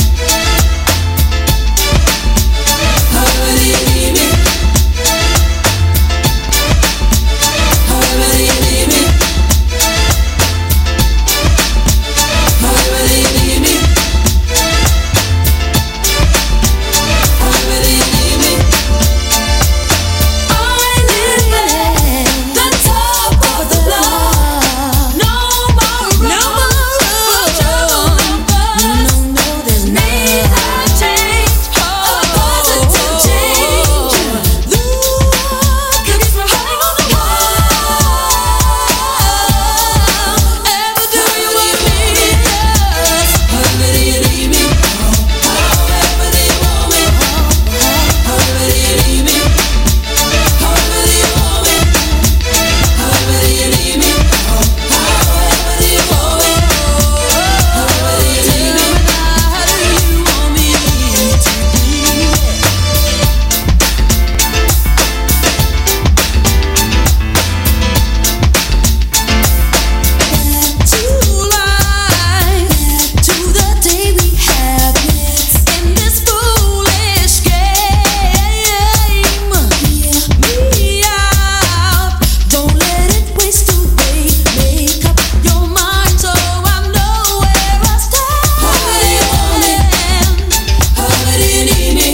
However do you need me? However do you need me? However do you need me? However do you need me? I live at the top of the block. No more room, no more room. No, no, there's need a change, a positive change. Look at me hanging on the wall. Ever do you want me? Yes. However do you need me? However do you want me? However do you need me? However do you want me? However do you need me? However do you want me? However do you need me? How do you want me to be? To life, to the day we have in this foolish game. Me out, don't let it waste away. Make up your mind so I know where I stand. However do you want me? However do you need me?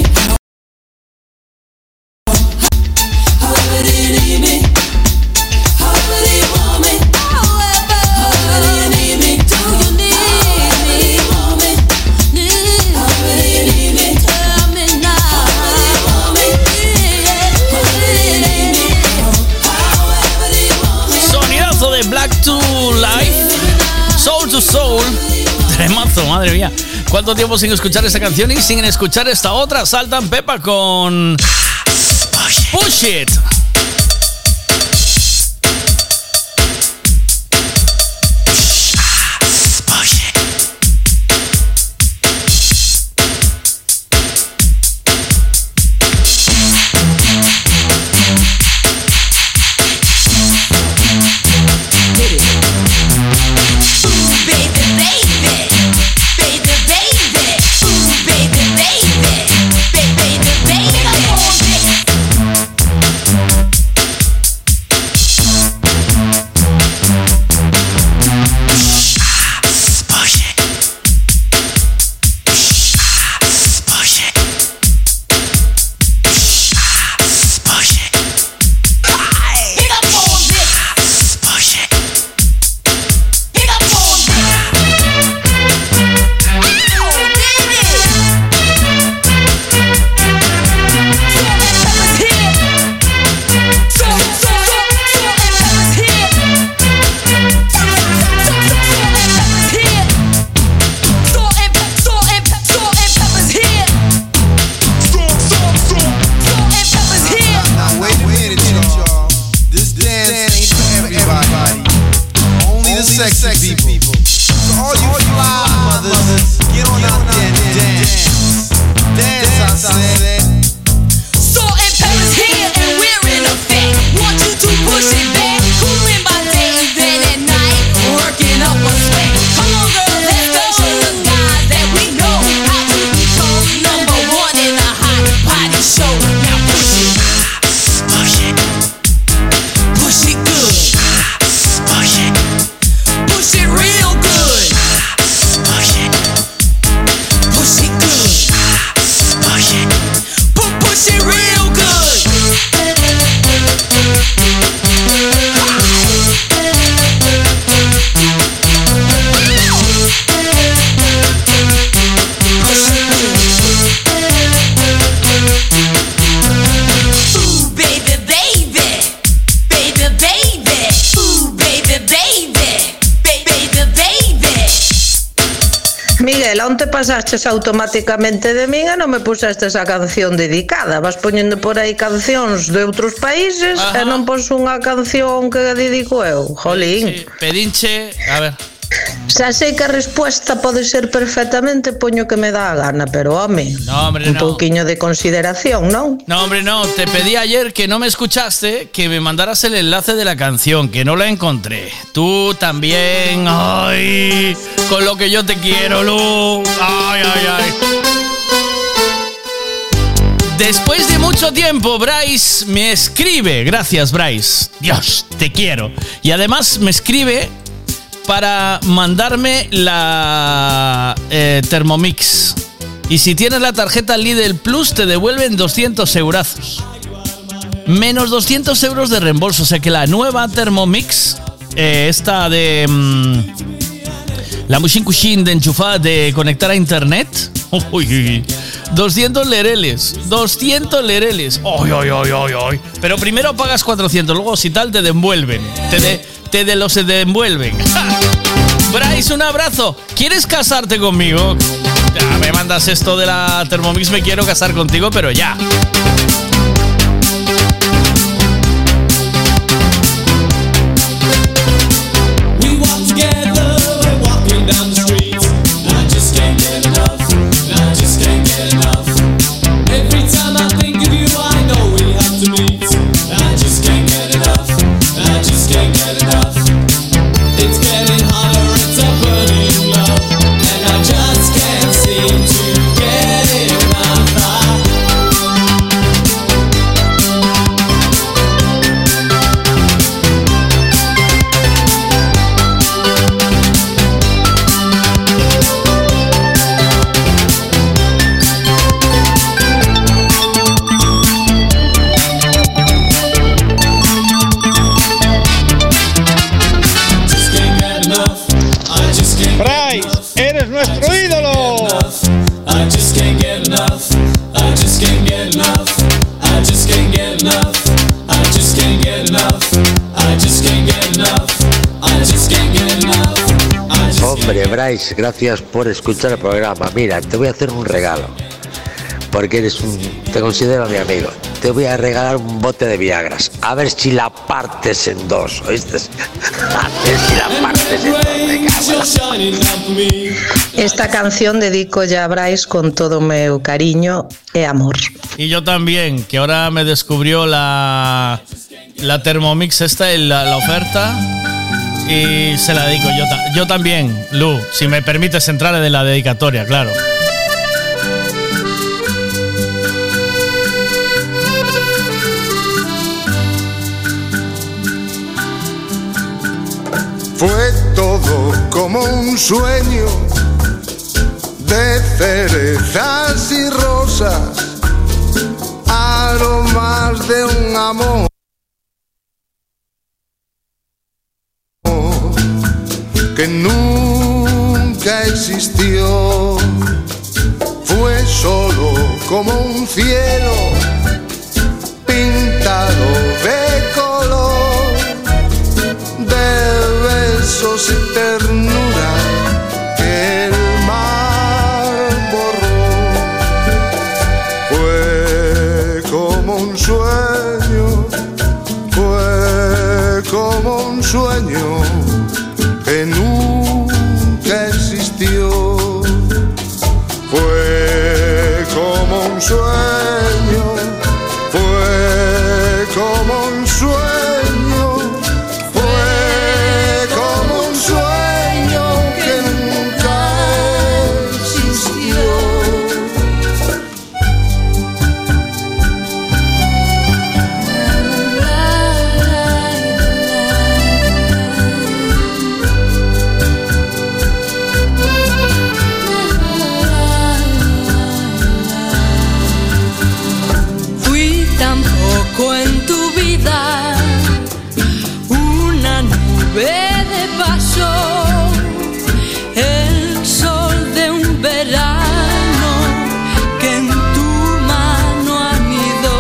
However do you need me? However do you want me? However, however do you need me? Do you need me? However do you want me? However do you need me? Tell me now. However do you want me? However do you need me? However do you want me? Sonidazo de Black to Life, Soul to Soul. Tremazo, madre mía. ¿Cuánto tiempo sin escuchar esta canción y sin escuchar esta otra? Saltan Pepa con Push It. te pasaches automáticamente de min e non me puxestes a canción dedicada. Vas poñendo por aí cancións de outros países. Ajá. E non pos unha canción que dedico eu. Jolín. Sí, pedinche, a ver. Xa sei que a respuesta pode ser perfectamente poño que me dá a gana, pero home, no, hombre, un no. pouquiño de consideración, ¿no? No, hombre, no, te pedí ayer que no me escuchaste, que me mandaras el enlace de la canción, que no la encontré. Tú también, ay, con lo que yo te quiero, Lu. Ay, ay, ay. Después de mucho tiempo, Bryce me escribe. Gracias, Bryce. Dios, te quiero. Y además me escribe para mandarme la eh, Thermomix. Y si tienes la tarjeta Lidl Plus, te devuelven doscientos eurazos. Menos doscientos euros de reembolso. O sea que la nueva Thermomix, eh, esta de... Mmm, la Mushin Kushin de enchufar, de conectar a internet. Uy, doscientos lereles. doscientos lereles. Uy, uy, uy, uy, uy. Pero primero pagas cuatrocientos, luego si tal te devuelven. Te de... Te de los se devuelven. Bryce, un abrazo. ¿Quieres casarte conmigo? Ya me mandas esto de la Thermomix, me quiero casar contigo, pero ya. We walk together, we're walking down the street. I just can't get enough. I just can't get enough. Every time I think of you, I know we have to meet. I just can't get enough. I just can't get enough. It's getting hotter, it's a burning love, and I just can't seem to get enough. Bryce, eres nuestro ídolo. I just can't get enough. I just can't get enough. I just can't get enough. I just can't get enough. I just can't get enough. I just can't get enough. Hombre, Bryce, gracias por escuchar el programa. Mira, te voy a hacer un regalo. Porque eres un... te considero mi amigo. Te voy a regalar un bote de Viagras. A ver si la partes en dos, ¿oíste? A ver si la partes en dos. Me cago en la... Esta canción dedico ya a Bryce con todo meu cariño e amor. Y yo también, que ahora me descubrió la, la Thermomix esta, la, la oferta, y se la dedico yo, yo también, Lu, si me permites entrar en la dedicatoria, claro. Fue todo como un sueño de cerezas y rosas, aromas de un amor que nunca existió. Fue solo como un cielo pintado de color, de besos y ternura que el mar borró. Fue como un sueño, fue como un sueño que nunca existió. Fue como un sueño, fue como un sueño, fue como un sueño que nunca existió. Fui tan poco en tu vida, una nube de paso, el sol de un verano que en tu mano anidó.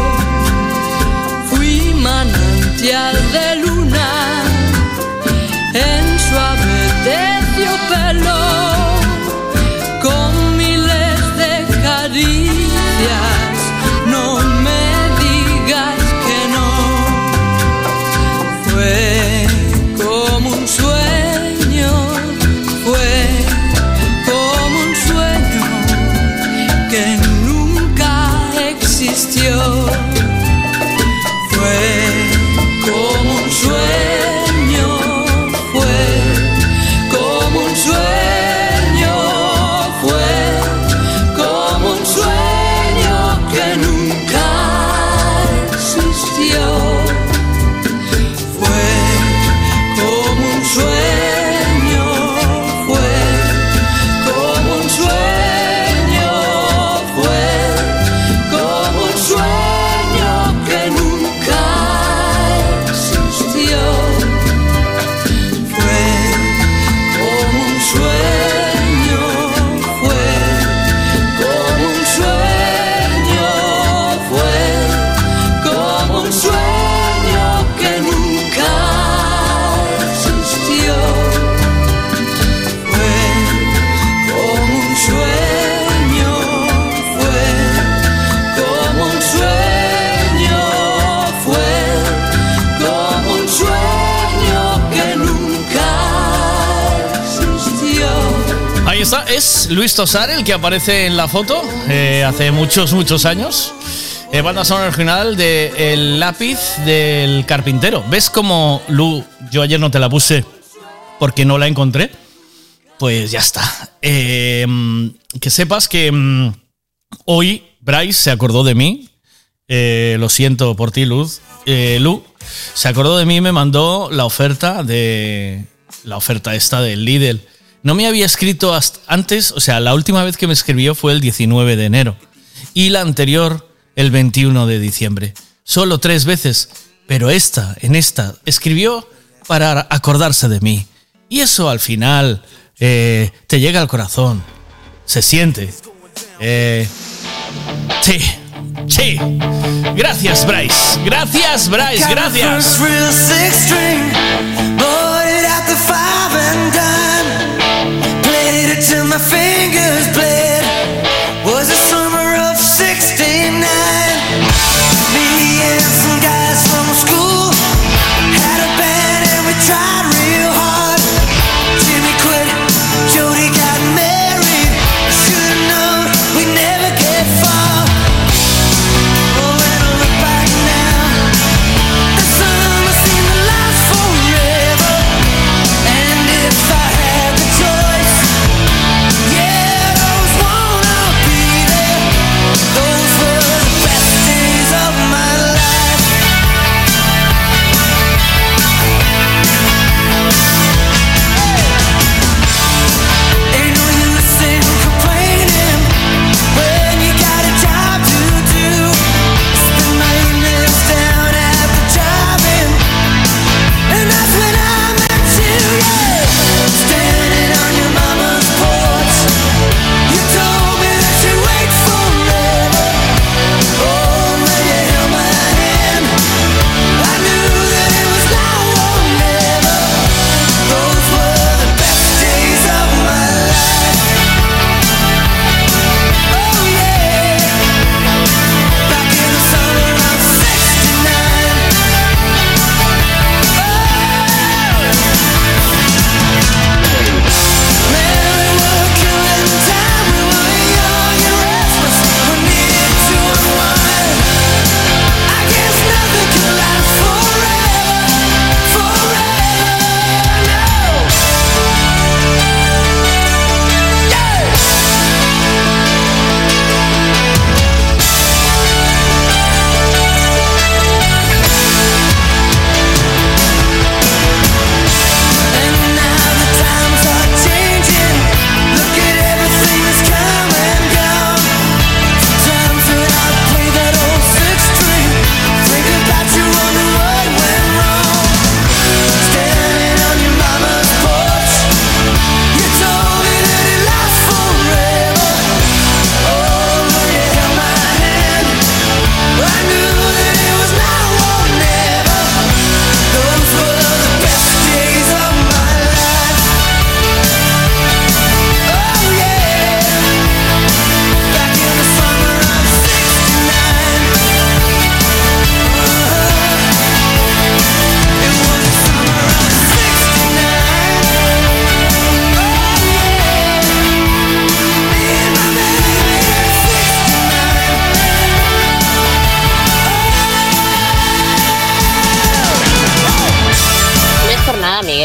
Fui manantial de luna en suave terciopelo, existió. Fue como un sueño, fue como un sueño, fue como un sueño que nunca existió. Fue como un sueño, fue como un sueño, fue como un sueño que nunca existió. Fue como un sueño, fue como un sueño, fue como un sueño que nunca existió. Fue como un sueño, fue como un sueño, fue como un sueño que nunca existió. Ahí está, es Luis Tosar el que aparece en la foto, eh, hace muchos, muchos años. Eh, banda sonora original de El lápiz del carpintero. ¿Ves cómo, Lu, yo ayer no te la puse porque no la encontré? Pues ya está. Eh, que sepas que mm, hoy Bryce se acordó de mí. Eh, lo siento por ti, Luz. Eh, Lu se acordó de mí y me mandó la oferta de la oferta esta del Lidl. No me había escrito hasta antes, o sea, la última vez que me escribió fue el diecinueve de enero y la anterior el veintiuno de diciembre. Solo tres veces, pero esta, en esta, escribió para acordarse de mí. Y eso al final eh, te llega al corazón, se siente. Eh, sí, sí. Gracias, Bryce. Gracias, Bryce. Gracias. Till my fingers bled. Was the summer of sixty-nine. Me and some guys from school had a band and we tried real hard. Jimmy quit, Jody got married. Should've known we'd never get far. Oh, when I look back now, the summer seemed to last forever. And if I had the choice, yeah,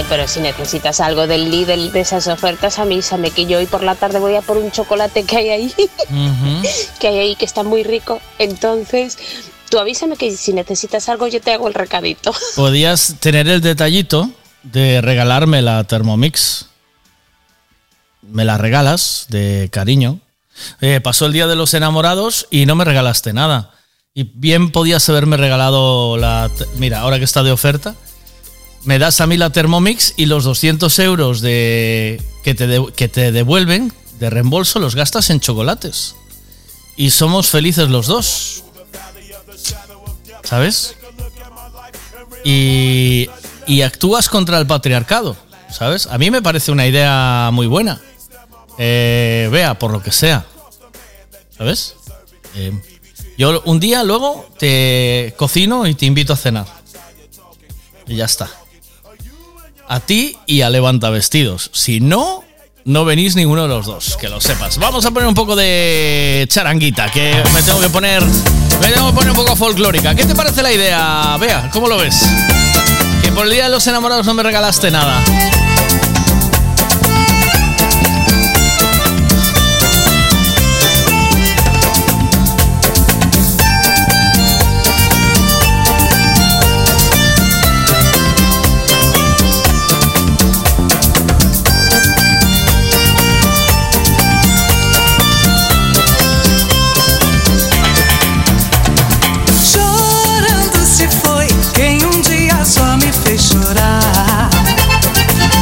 Eh, pero si necesitas algo del Lidl, de esas ofertas, avísame, que yo hoy por la tarde voy a por un chocolate que hay ahí, Ujú. que hay ahí, que está muy rico. Entonces, tú avísame que si necesitas algo yo te hago el recadito. Podías tener el detallito de regalarme la Thermomix. Me la regalas de cariño. Eh, pasó el día de los enamorados y no me regalaste nada. Y bien podías haberme regalado la... te- Mira, ahora que está de oferta, me das a mí la Thermomix y los doscientos euros de, que, te de- que te devuelven de reembolso los gastas en chocolates. Y somos felices los dos. ¿Sabes? Y, y actúas contra el patriarcado, ¿sabes? A mí me parece una idea muy buena. Eh, vea, por lo que sea. ¿Sabes? Eh, yo un día luego te cocino y te invito a cenar. Y ya está. A ti y a Levanta Vestidos. Si no, no venís ninguno de los dos, que lo sepas. Vamos a poner un poco de charanguita, que me tengo que poner... Me tengo que poner un poco folclórica. ¿Qué te parece la idea, Bea? ¿Cómo lo ves? Que por el día de los enamorados no me regalaste nada. Chorando se foi quem um dia só me fez chorar.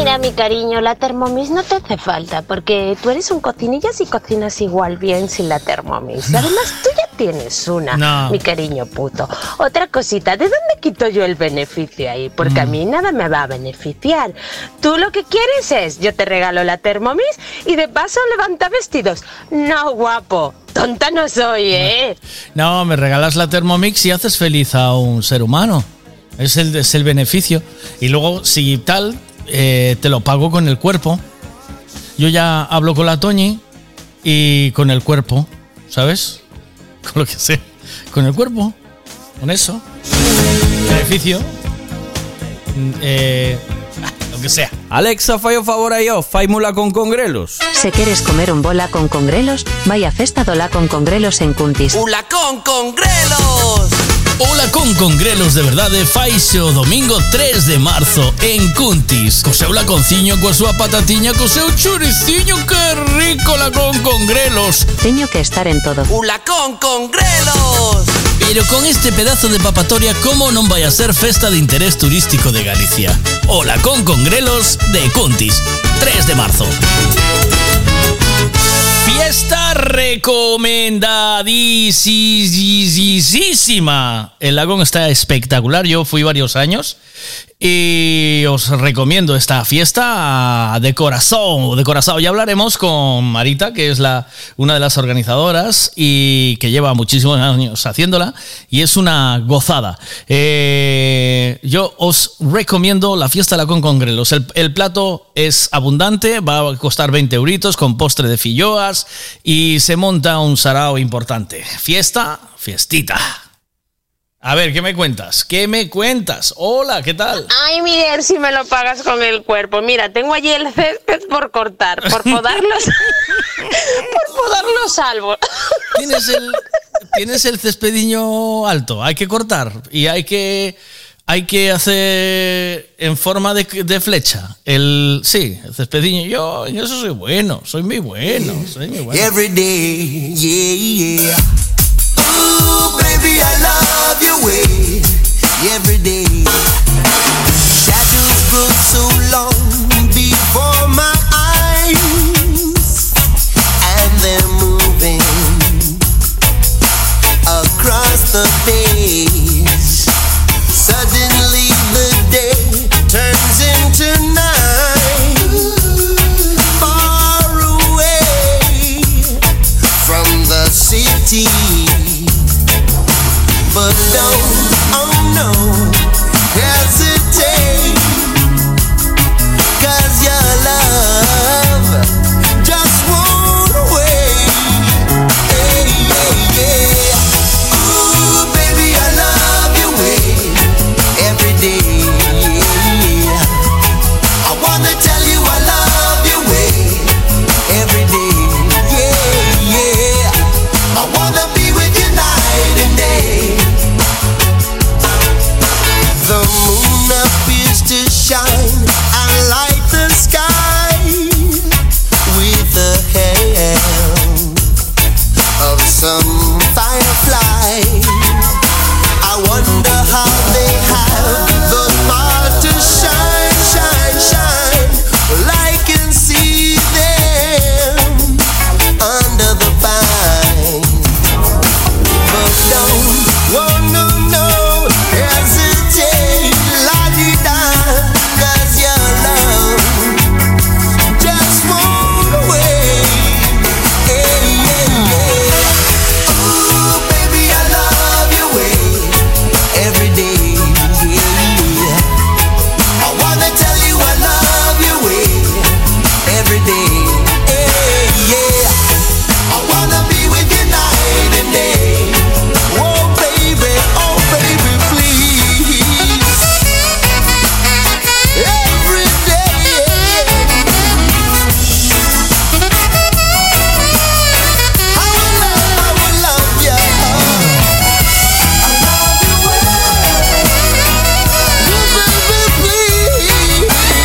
Mira, mi cariño, la Thermomix no te hace falta porque tú eres un cocinillas y cocinas igual bien sin la Thermomix. Además, tú ya tienes una, No. mi cariño puto. Otra cosita, ¿de dónde quito yo el beneficio ahí? Porque a mí nada me va a beneficiar. Tú lo que quieres es, yo te regalo la Thermomix y de paso levanta vestidos. No, guapo, tonta no soy, ¿eh? No, me regalas la Thermomix y haces feliz a un ser humano. Es el, es el beneficio. Y luego, si tal, eh, te lo pago con el cuerpo. Yo ya hablo con la Toñi y con el cuerpo, ¿sabes? Con lo que sea. Con el cuerpo. Con eso. Beneficio. Eh, lo que sea. Alexa, fai o favor aí, ó, faimula con congrelos. Se queres comer un bola con congrelos, vai a festa do la con congrelos en Cuntis. ¡Ula con congrelos! Ola con congrelos de verdade faise o domingo tres de marzo en Cuntis. Co seu laconciño, coa súa patatiña, co seu churiciño, que rico la con congrelos. Teño que estar en todo. ¡Ula con congrelos! Pero con este pedazo de papatoria, ¿cómo non vai a ser festa de interés turístico de Galicia? Ola con congrelos de Cuntis, tres de marzo. Fiesta recomendadísima. El lagón está espectacular. Yo fui varios años y os recomiendo esta fiesta de corazón, de corazón. Ya hablaremos con Marita, que es la, una de las organizadoras y que lleva muchísimos años haciéndola y es una gozada. Eh, yo os recomiendo la fiesta de la con congrelos. El, el plato es abundante, va a costar veinte euritos con postre de filloas y se monta un sarao importante. Fiesta, fiestita. A ver, ¿qué me cuentas? ¿Qué me cuentas? Hola, ¿qué tal? Ay, Miguel, si me lo pagas con el cuerpo. Mira, tengo allí el césped por cortar, por podar los, por podar los árboles. Tienes el, tienes el cespediño alto, hay que cortar y hay que, hay que hacer en forma de, de flecha. El, sí, el cespediño. Yo en eso soy bueno, soy muy bueno, soy muy bueno. Every day, yeah, yeah. Ooh, baby, I love your way. Every day. Shadows grow so long before my eyes, and they're moving across the page. Suddenly the day turns into night. Far away from the city. But don't, oh no, hesitate, 'cause your love just won't wait. Hey, yeah, yeah. Ooh, baby, I love your way every day. Yeah. I wanna tell you I love your way every day. Yeah, yeah. I wanna be with you night and day. The moon appears to shine and light the sky with the help of some firefly. I wonder how they have the power to shine, shine, shine. Well, I can see them under the pine. But don't, oh no, no, hesitate, la-di-da, 'cause your love just won't wait. Hey, yeah, yeah. Ooh, baby, I love your way every day. Yeah. I wanna tell you I love your way every day. Hey, yeah. I wanna be with you night and day. Oh baby, oh baby, please. Every day. I will love, I will love you. I love you well. Baby,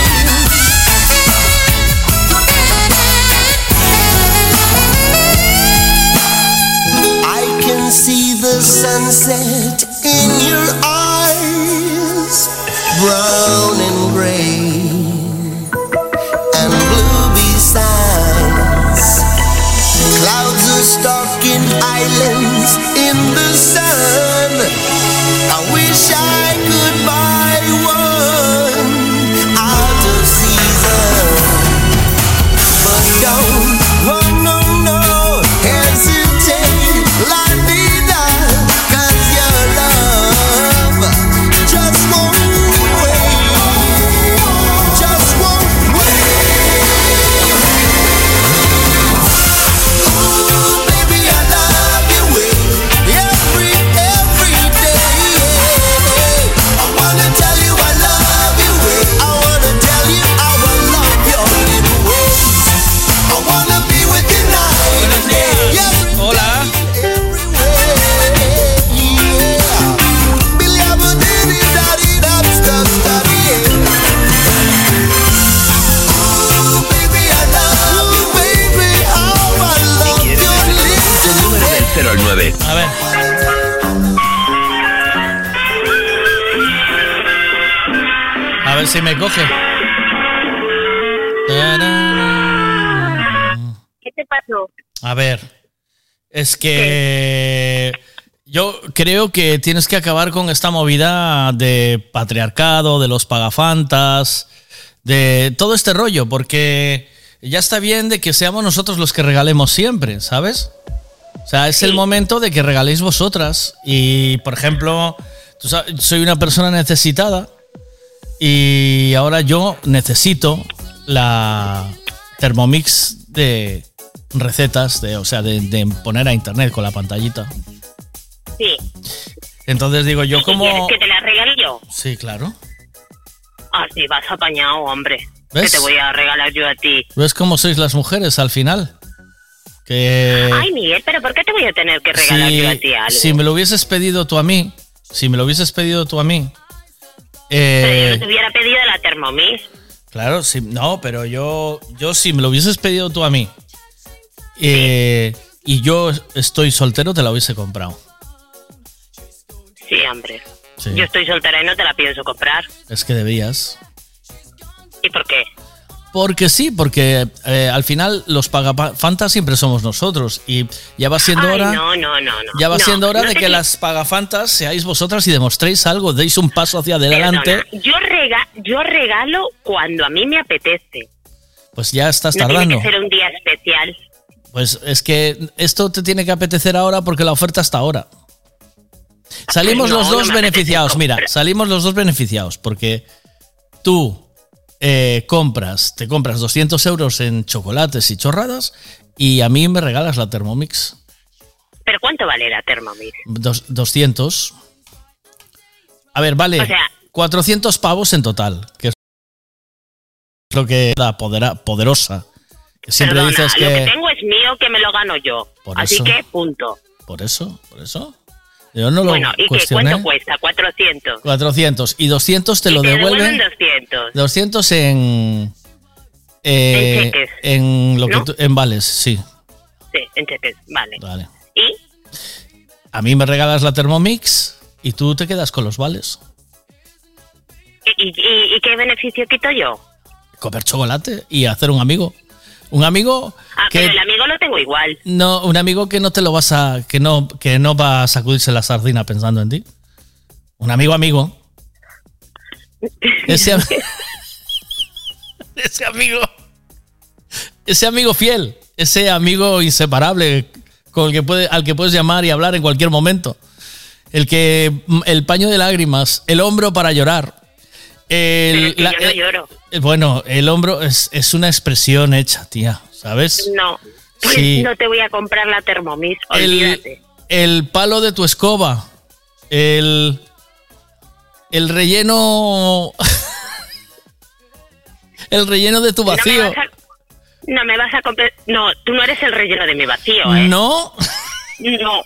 I can see the sunset in your eyes, brown and gray. islands in the sun. I wish I could buy one out of season. But don't, oh no, no, hesitate, la vida, 'cause your love just won't wait, just won't wait. Oh, baby, I love you every, every day. I wanna tell you I love you, I wanna tell you how I love your little ways. I wanna be with you night and day. Hola. cero al nueve. A ver. A ver si me coge. ¿Qué te pasó? A ver. Es que yo creo que tienes que acabar con esta movida de patriarcado, de los pagafantas, de todo este rollo, porque ya está bien de que seamos nosotros los que regalemos siempre, ¿sabes? O sea, es el momento de que regaléis vosotras. Y, por ejemplo, tú sabes, soy una persona necesitada y ahora yo necesito la Thermomix de recetas, de, o sea, de, de poner a internet con la pantallita. Sí. Entonces digo yo, como... ¿Quieres que te la regale yo? Sí, claro. Ah, sí, vas apañado, hombre. ¿Ves? Que te voy a regalar yo a ti. ¿Ves cómo sois las mujeres al final? Que... Ay, Miguel, pero ¿por qué te voy a tener que regalar si, yo a ti algo? si me lo hubieses pedido tú a mí, si me lo hubieses pedido tú a mí... Pero Eh, yo no te hubiera pedido la Thermomix. claro, sí, no, pero yo, yo si me lo hubieses pedido tú a mí eh, y yo estoy soltero, te la hubiese comprado. Sí, hombre. Sí. Yo estoy soltera y no te la pienso comprar. Es que debías. ¿Y por qué? Porque sí, porque eh, al final los pagafantas siempre somos nosotros y ya va siendo Ay, hora... no, no, no, no. Ya va No, siendo hora no de te que di- las pagafantas seáis vosotras y demostréis algo, deis un paso hacia adelante. Perdona, yo, rega yo regalo cuando a mí me apetece. Pues ya estás No tardando. tiene que ser un día especial. Pues es que esto te tiene que apetecer ahora porque la oferta está ahora. Salimos No, los no dos me apetece beneficiados. Mira, comprar. salimos los dos beneficiados porque tú eh, compras, te compras doscientos euros en chocolates y chorradas y a mí me regalas la Thermomix. ¿Pero cuánto vale la Thermomix? Dos- doscientos. A ver, vale. O sea- cuatrocientos pavos en total, que es lo que da podera- poderosa. Que siempre Perdona, dices lo que que... tengo es mío, que me lo gano yo. Por Así eso. que, punto. Por eso, por eso. Yo no lo Bueno, ¿y qué? cuestioné. ¿Cuánto cuesta? cuatrocientos. cuatrocientos. Y doscientos te Y lo te devuelven. doscientos. doscientos en... eh, En cheques. en lo que ¿No? tú- en vales, sí. Sí, en cheques, vale. Vale. ¿Y? A mí me regalas la Thermomix y tú te quedas con los vales. ¿Y, y, y qué beneficio quito yo? Comer chocolate y hacer un amigo. Un amigo Ah, que... pero el amigo lo tengo igual. No, un amigo que no te lo vas a... Que no, que no va a sacudirse la sardina pensando en ti. Un amigo amigo. Ese, am- ese amigo... Ese amigo fiel. Ese amigo inseparable con el que puede, al que puedes llamar y hablar en cualquier momento. El que... El paño de lágrimas. El hombro para llorar. El, Pero es que la- yo no eh, lloro. eh, bueno, el hombro es, es una expresión hecha, tía. ¿Sabes? No. Pues Sí. no te voy a comprar la Thermomix, El, olvídate. el palo de tu escoba. El. El relleno. El relleno de tu No me vacío. vas a, no me vas a comprar... No, tú no eres el relleno de mi vacío, ¿eh? ¿No? No.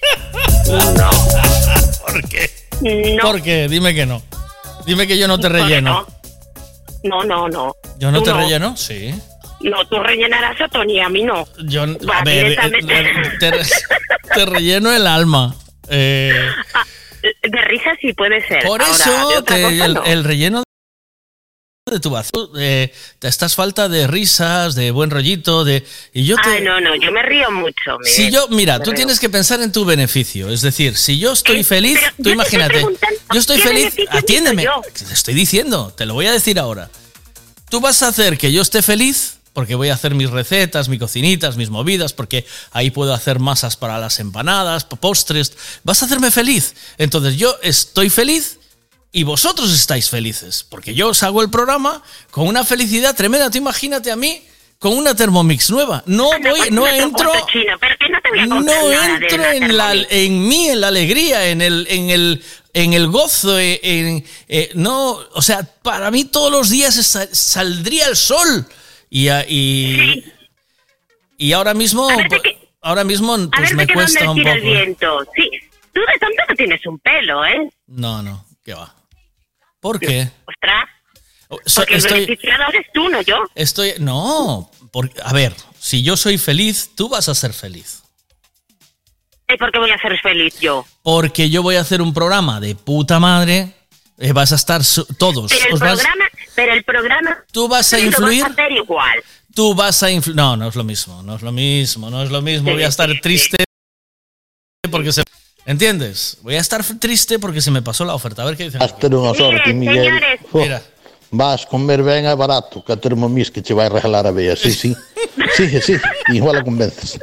¿Por qué? No. ¿Por qué? Dime que no. Dime que yo no te ¿Por qué relleno. No, no, no. ¿Yo no Tú te no. relleno? Sí. No, tú rellenarás a Tony, a mí no. Yo, Va, a ver, eh, directamente. eh, te, te relleno el alma. Eh, De risa sí puede ser. por Ahora, de eso otra te- cosa el, no. el relleno de tu vacío, eh, te estás falta de risas, de buen rollito, de y yo te... Ah, no, no, yo me río mucho. Miguel. Si yo, mira, Me tú río. tienes que pensar en tu beneficio, es decir, si yo estoy feliz, pero tú yo te imagínate, estoy preguntando, yo estoy ¿qué feliz, beneficio atiéndeme, digo te estoy diciendo, te lo voy a decir ahora. Tú vas a hacer que yo esté feliz porque voy a hacer mis recetas, mis cocinitas, mis movidas, porque ahí puedo hacer masas para las empanadas, postres, vas a hacerme feliz. Entonces yo estoy feliz y vosotros estáis felices, porque yo os hago el programa con una felicidad tremenda. Tú imagínate a mí con una Thermomix nueva. No voy, no entro, no entro en la, en mí, en la alegría, en el, en el, en el gozo, en, en- eh, no, o sea, para mí todos los días es- saldría el sol y, a- y, y ahora mismo, ahora mismo A pues ver me de qué cuesta dónde un tira el poco. viento. Sí, tú de tonto no tienes un pelo, ¿eh? No, no, ¿qué va? ¿Por qué? Ostras. So- Porque estoy- el beneficiado eres tú, no yo. Estoy. No. Porque, a ver, si yo soy feliz, tú vas a ser feliz. ¿Y por qué voy a ser feliz yo? Porque yo voy a hacer un programa de puta madre. eh, vas a estar su- todos. Pero el os vas- programa, pero el programa... Tú vas a lo influir. vas a hacer igual. Tú vas a influir. No, no es lo mismo. No es lo mismo. No es lo mismo. Voy a estar triste porque se. ¿Entiendes? Voy a estar triste porque se me pasó la oferta. A ver qué dicen. Vas ter unha sorte, Miguel. Oh, Mira. Vas comer ben e barato, que a Thermomix que che vai regalar a Bea. Sí, sí. Sigue, sí. Igual a convences.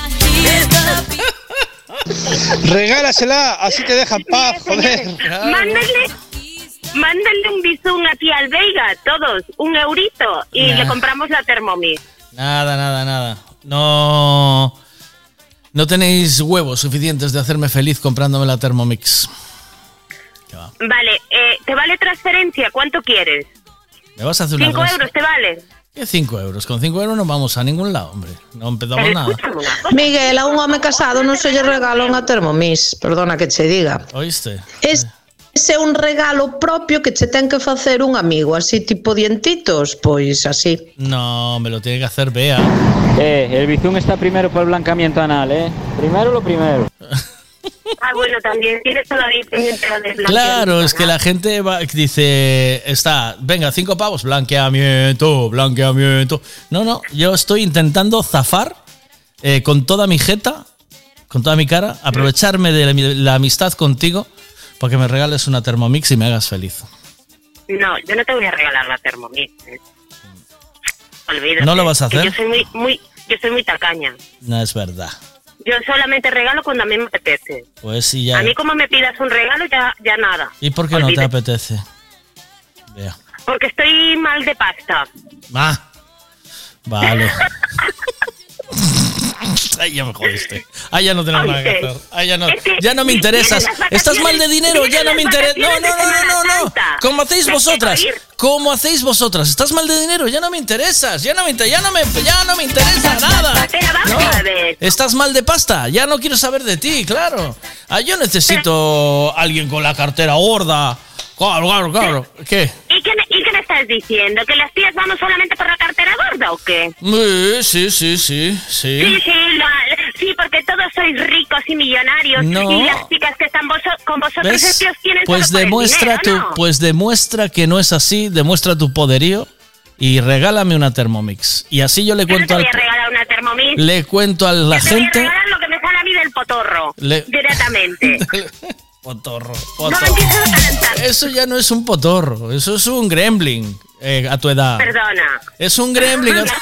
Regálasela, así te deja en paz, joder. Mándale, mándale un bizum aquí al Veiga, todos, un eurito, y Nah. le compramos la Thermomix. Nada, nada, nada. No. No tenéis huevos suficientes de hacerme feliz comprándome la Thermomix. Vale, eh, ¿te vale transferencia? ¿Cuánto quieres? ¿Me vas a hacer una ¿Cinco trans- euros te vale? ¿Qué cinco euros? Con cinco euros no vamos a ningún lado, hombre. No empezamos nada. Miguel, a un home casado non se lle regala unha Thermomix, perdona que che diga. ¿Oíste? Es, ese é un regalo propio que che ten que facer un amigo, así tipo dientitos, pois así. No, me lo tiene que hacer Bea. Eh, el bizum está primero por el blancamiento anal, ¿eh? Primero lo primero. Ah, bueno, también tienes todavía pendiente la de Claro, es que la gente va- dice, está, venga, cinco pavos, blanqueamiento, blanqueamiento. No, no, yo estoy intentando zafar eh, con toda mi jeta, con toda mi cara, aprovecharme de la, la amistad contigo para que me regales una Thermomix y me hagas feliz. No, yo no te voy a regalar la Thermomix. ¿eh? Olvídate. ¿No lo vas a que hacer? Yo soy muy, muy, yo soy muy tacaña. No es verdad. Yo solamente regalo cuando a mí me apetece. Pues sí, ya. A mí como me pidas un regalo, ya, ya nada. ¿Y por qué no te Olvídate. apetece? Vea. Porque estoy mal de pasta. Ah, vale. Ay, ya me jodiste. Ay, ya no tenemos nada que Oíste, hacer. Ay, ya no, es que ya no me interesas. vienen las Estás mal de dinero, ya vienen no me las interesa. No, no, vacaciones de no, no, no, Semana no. Santa. ¿Cómo hacéis Las vosotras? quiero ir. ¿Cómo hacéis vosotras? Estás mal de dinero, ya no me interesas. Ya no me, inter- ya no me, ya no me interesa nada. Pero vamos No. a ver. Estás mal de pasta, ya no quiero saber de ti, claro. Ah, yo necesito alguien con la cartera gorda. Claro, claro, claro. ¿Qué? ¿Y qué, me, ¿Y qué me estás diciendo? ¿Que las tías vamos solamente por la cartera gorda o qué? Sí, sí, sí, sí, sí. Sí, sí, la- sí, porque todos sois ricos y millonarios. No. Y las chicas que están voso- con vosotros ¿Ves? es que os tienen Pues solo por el demuestra tu, dinero, ¿no? pues demuestra que no es así, demuestra tu poderío y regálame una Thermomix. Y así yo le Yo no cuento te voy al, a regalar una Thermomix. le cuento a la Yo te voy a gente. regalar lo que me sale a mí del potorro. Le- Directamente. Potorro, No me potorro. empieces a calentar. Eso ya no es un potorro, eso es un gremlin eh, a tu edad. Perdona. Es un gremlin. a tu-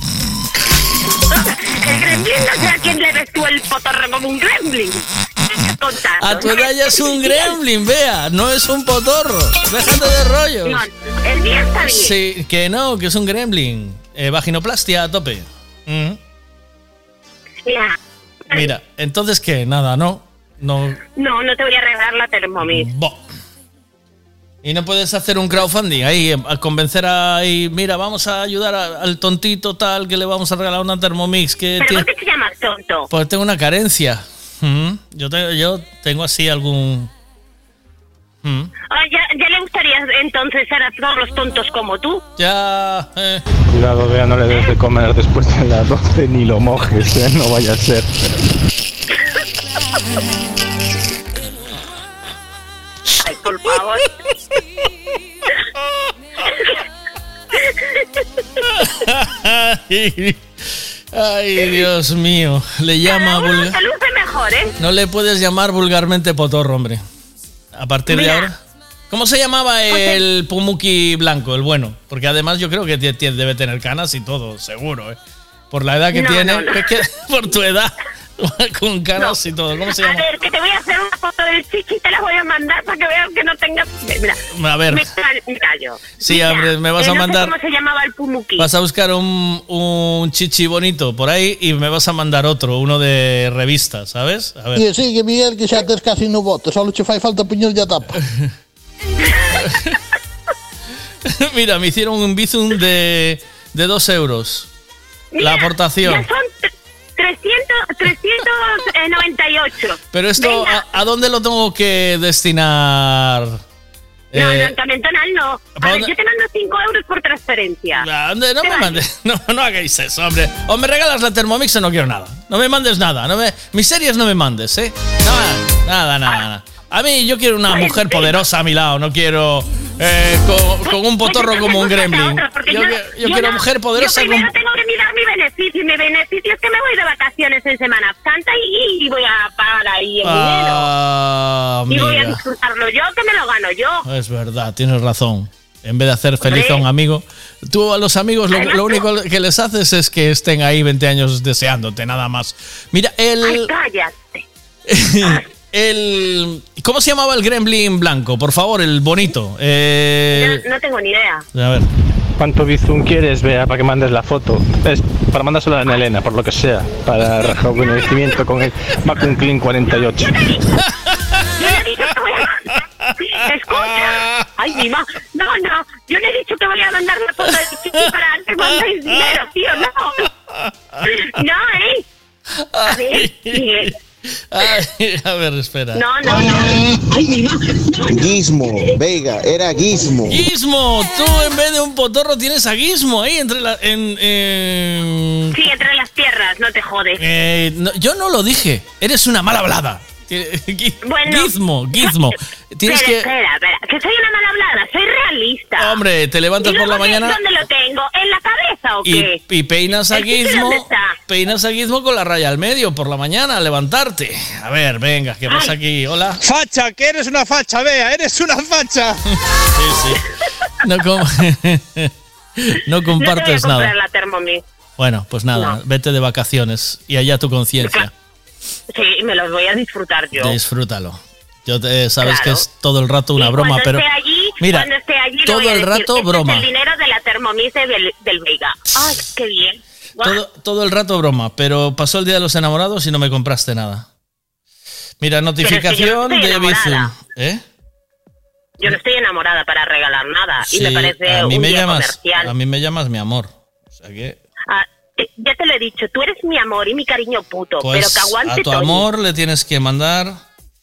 El gremlin, no sé a quién le ves tú el potorro como un gremlin. Contando. A tu edad ya es un gremlin, vea, no es un potorro. Déjate de rollos. No, el día está bien. Sí, que no, que es un gremlin. Eh, vaginoplastia a tope. Mm. Mira, Mira, entonces qué, nada, no, no. no, no te voy a regalar la Thermomix. Bo. Y no puedes hacer un crowdfunding ahí, a convencer a ahí, mira, vamos a ayudar a- al tontito tal que le vamos a regalar una Thermomix que ¿Pero tiene- por qué te llamas tonto? Pues tengo una carencia. Mm. Yo, te- yo tengo así algún. Mm. Ah, ya, ya le gustaría entonces ser a todos los tontos como tú. Ya. Eh. Cuidado, vea, no le des de comer después de las doce ni lo mojes, ¿eh? No vaya a ser. Ay, por favor. Ay, ay, Dios mío. Le llama vulgar. Se luce mejor, ¿eh? No le puedes llamar vulgarmente potorro, hombre. A partir Mira. de ahora. ¿Cómo se llamaba el Pumuki blanco, el bueno? Porque además yo creo que t- t- debe tener canas y todo, seguro, ¿eh? Por la edad que No, tiene, no, no. es que por tu edad, con canas y todo. ¿Cómo se A llama? ver, que te voy a hacer una foto del chichi y te la voy a mandar para que veas que no tenga... Mira, A ver. me, cal- me callo. Sí, Mira, hombre, me vas eh, a no mandar- sé cómo se llamaba el Pumuki. Vas a buscar un, un chichi bonito por ahí y me vas a mandar otro, uno de revista, ¿sabes? A ver. E sigue, Miguel, que xa tes casi no bote. Só che fai falta poñer a tapa. Mira, me hicieron un bizum de, de dos euros. La Mira, aportación. Ya son tre- trescientos noventa y ocho. Pero esto, Venga. ¿a, a dónde lo tengo que destinar? No, Eh, no, en Camentonal no. A ¿para ver, dónde? yo te mando cinco euros por transferencia. ¿A dónde? No Te me vale. mandes, no, no hagáis eso, hombre. O me regalas la Thermomix o no quiero nada. No me mandes nada. No me, mis series no me mandes, ¿eh? Nada, nada, nada, nada. A mí yo quiero una mujer poderosa a mi lado. No quiero eh, con, con un potorro como un gremlin. Porque Yo, yo, que- yo yo quiero no- mujer poderosa yo primero con... tengo que mirar mi beneficio. Y mi beneficio es que me voy de vacaciones en Semana Santa y, y voy a pagar ahí el Ah, dinero. Y voy a amiga. disfrutarlo yo, que me lo gano yo. Es verdad, tienes razón. En vez de hacer feliz a un Hombre. amigo, tú a los amigos lo, lo único que les haces es que estén ahí veinte años deseándote, nada más. Mira, el... Ay, cállate. el ¿cómo se llamaba el gremlin blanco? Por favor, el bonito. Eh, No, no tengo ni idea. a ver. ¿Cuánto bizum quieres, Bea, para que mandes la foto? Es para mandársela a Ana Elena, por lo que sea, para rejuvenecimiento con el Macun Clean cuarenta y ocho. Yo le he dicho que voy a... Escucha. Ay, mi ma. No, no. Yo le he dicho que voy a mandar la foto de chichi para que mandéis dinero, tío. No. No, ¿eh? A ver, Miguel. Ay, a ver, espera. No, no, no. Ay, mi ma. Gizmo, Veiga, era Gizmo. Gizmo, tú en vez de un potorro tienes a Gizmo ahí entre la... En, en- Sí, entre las piernas, no te jodes. Eh, no, yo no lo dije. Eres una mal hablada. Gi- Bueno. Gizmo, Gizmo. Tienes espera, que... espera, espera. Que soy una mal hablada, soy realista. Hombre, te levantas ¿Y por la luego qué? mañana ¿Dónde lo tengo? ¿En la cabeza o y, qué? y peinas a ¿El chichi Gizmo. dónde está? Peinas a Gizmo con la raya al medio por la mañana, a levantarte. A ver, venga, ¿qué pasa aquí? Hola. Facha, que eres una facha, Bea, eres una facha. Sí, sí. No, com- no compartes no te voy a comprar nada. la Thermomix. Bueno, pues nada, No. vete de vacaciones y allá tu conciencia. Sí, me los voy a disfrutar yo. Disfrútalo. Yo te, sabes Claro. que es todo el rato una Y broma, cuando pero esté allí, mira, cuando esté allí le todo voy a el decir, rato "Este broma. es el dinero de la Thermomix del, del Veiga. Ay, qué bien. Guau. todo, todo el rato broma, pero pasó el día de los enamorados y no me compraste nada. Mira, Pero es que yo notificación no estoy de Bizum. enamorada. ¿Eh? Yo no estoy enamorada para regalar nada y me Sí, parece a mí un me día llamas, comercial. a mí me llamas mi amor. O sea que Ah, eh, ya te lo he dicho, tú eres mi amor y mi cariño puto, pues pero que aguante a tu Toñi. amor le tienes que mandar.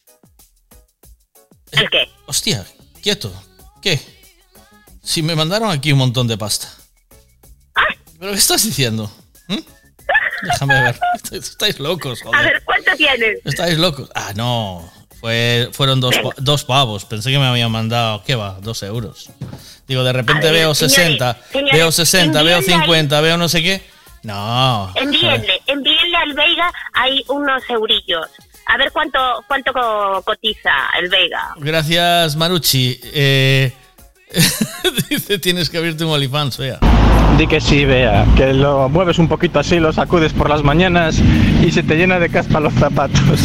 ¿El qué? Hostia, quieto. ¿Qué? Si me mandaron aquí un montón de pasta. ¿Pero qué estás diciendo? ¿Mm? Déjame ver. Estáis locos, A joder. ver, ¿cuánto tienes? Estáis locos. Ah, no. Fue, fueron dos, pa- dos pavos. Pensé que me habían mandado, ¿qué va? Dos euros. Digo, de repente A ver, veo señores, sesenta, señores, veo sesenta, veo envíenle ahí- cincuenta, veo no sé qué. No. Envíenle, envíenle al Veiga ahí unos eurillos. A ver cuánto cuánto co- cotiza el Veiga. Gracias, Marucci. Eh, dice, tienes que abrirte un OnlyFans, vea. Di que sí, Bea, que lo mueves un poquito así, lo sacudes por las mañanas y se te llena de caspa los zapatos.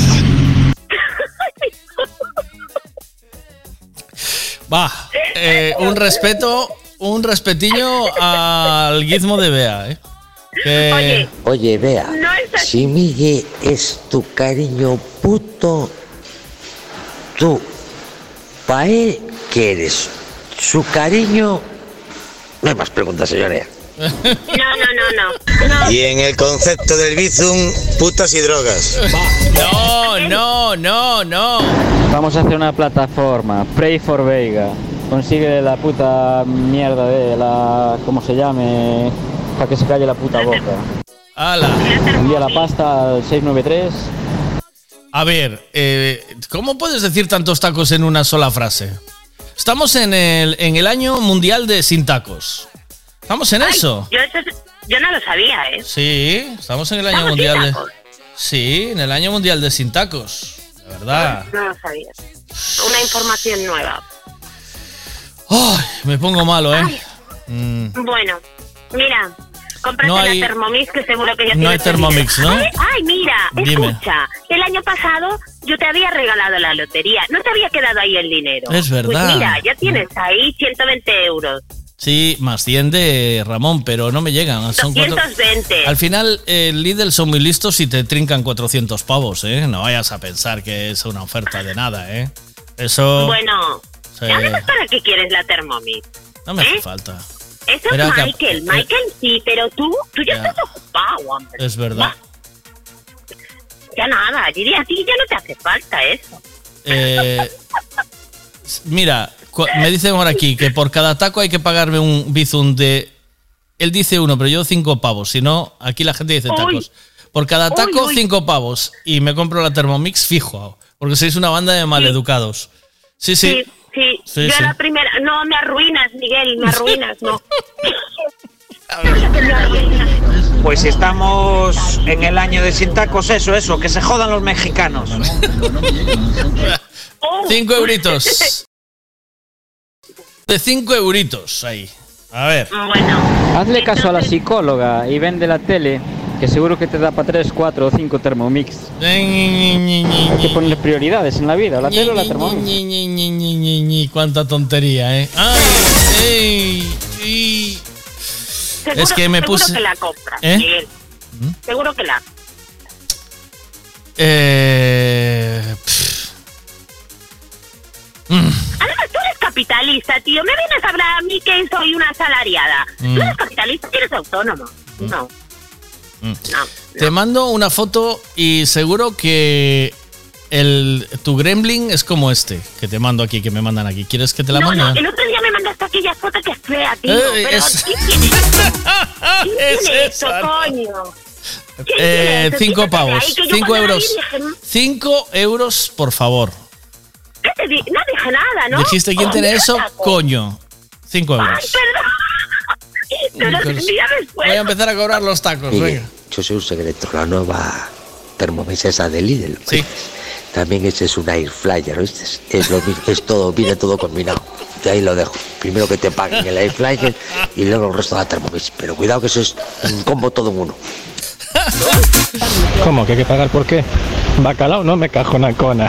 Va, eh, un respeto, un respetiño al Gizmo de Bea, ¿eh? Que- Oye, Oye, Bea, No es así. si Migue es tu cariño puto, tú, pa' él, ¿qué eres? ¿Su cariño? No hay más preguntas, señoría. no, no, no, no. Y en el concepto del Bizum, putas y drogas. No, no, no, no. Vamos a hacer una plataforma, Pray for Veiga. Consigue la puta mierda de la... ¿cómo se llame? Para que se calle la puta boca. Ala. Envía la pasta al seis nueve tres. A ver, eh, ¿cómo puedes decir tantos tacos en una sola frase? Estamos en el, en el año mundial de sin tacos. Estamos en Ay, eso. Yo, eso, yo no lo sabía, ¿eh? Sí, estamos en el año ¿Estamos mundial sin de... tacos? Sí, en el año mundial de sin tacos. De verdad. No lo sabía. Una información nueva. Ay, me pongo malo, ¿eh? Mm. Bueno, mira, cómprate No hay- la Thermomix que seguro que ya no hay tienes Thermomix, perdida. ¿no? Ay, ay, mira, Dime. escucha, el año pasado yo te había regalado la lotería, no te había quedado ahí el dinero. Es verdad. Pues mira, ya tienes ahí ciento veinte euros. Sí, más cien de Ramón, pero no me llegan. Son cuatro- doscientos veinte. Al final, el Lidl son muy listos y te trincan cuatrocientos pavos, ¿eh? No vayas a pensar que es una oferta de nada, ¿eh? Eso... Bueno, sí, además, ¿para qué quieres la Thermomix? no me hace ¿eh? falta. Eso Era es que- Michael, eh, Michael sí, pero tú, tú ya, Ya. estás ocupado, hombre. Es verdad. Ya nada, diría a ti ya no te hace falta eso. Eh, mira, cu- me dice por aquí que por cada taco hay que pagarme un bizum de... Él dice uno, pero yo cinco pavos. Si no, aquí la gente dice Uy. tacos. Por cada Uy, taco, uy. cinco pavos. Y me compro la Thermomix fijo. Porque sois una banda de maleducados. Sí, sí. Sí, sí, Sí, yo sí. la primera... No, me arruinas, Miguel, me arruinas, no. Pues estamos en el año de sin tacos, eso, eso, que se jodan los mexicanos. Cinco euritos. De cinco euritos ahí. A ver. Hazle caso a la psicóloga y vende la tele, que seguro que te da para tres, cuatro o cinco Thermomix. Hay que poner prioridades en la vida, la tele o la Thermomix. Ñi, ñi, ñi, ñi, ñi, ñi, cuánta tontería, ¿eh? Ay, ey, y- Seguro, Es que me seguro puse- que la compras, ¿Eh? Miguel. Seguro que la... Eh, pff. Mm, Además, tú eres capitalista, tío. Me vienes a hablar a mí que soy una asalariada. Mm. Tú eres capitalista y eres autónomo. No. mm. Te mando una foto y seguro que el, tu gremlin es como este que te mando aquí, que me mandan aquí. ¿Quieres que te la no, mande? no, el otro día me mandaste aquella foto que es fea, tío. Eh, pero es- ¿quién tiene eso? ¿Quién Es tiene esa, eso, no. coño? ¿Quién Eh, tiene eso? cinco Quítate de pavos. ahí, que yo Cinco cuando la euros. vi dije, Cinco euros, por favor. ¿qué te di? No dije nada, ¿no? Dijiste quién Oh, tiene mira, eso, saco. coño. Cinco Ay, euros. perdón. Te lo Pues entendía después. voy a empezar a cobrar los tacos, Miguel, venga. yo sé un secreto, la nueva Thermomix esa de Lidl. Sí. También ese es un air fryer, ¿viste? Es, lo, mismo, es todo, viene todo combinado. Y ahí lo dejo. Primero que te paguen el air fryer y luego el resto de la Thermomix. Pero cuidado que eso es un combo todo en uno. ¿Cómo? ¿Que hay que pagar por qué? Bacalao no me cajo en cona.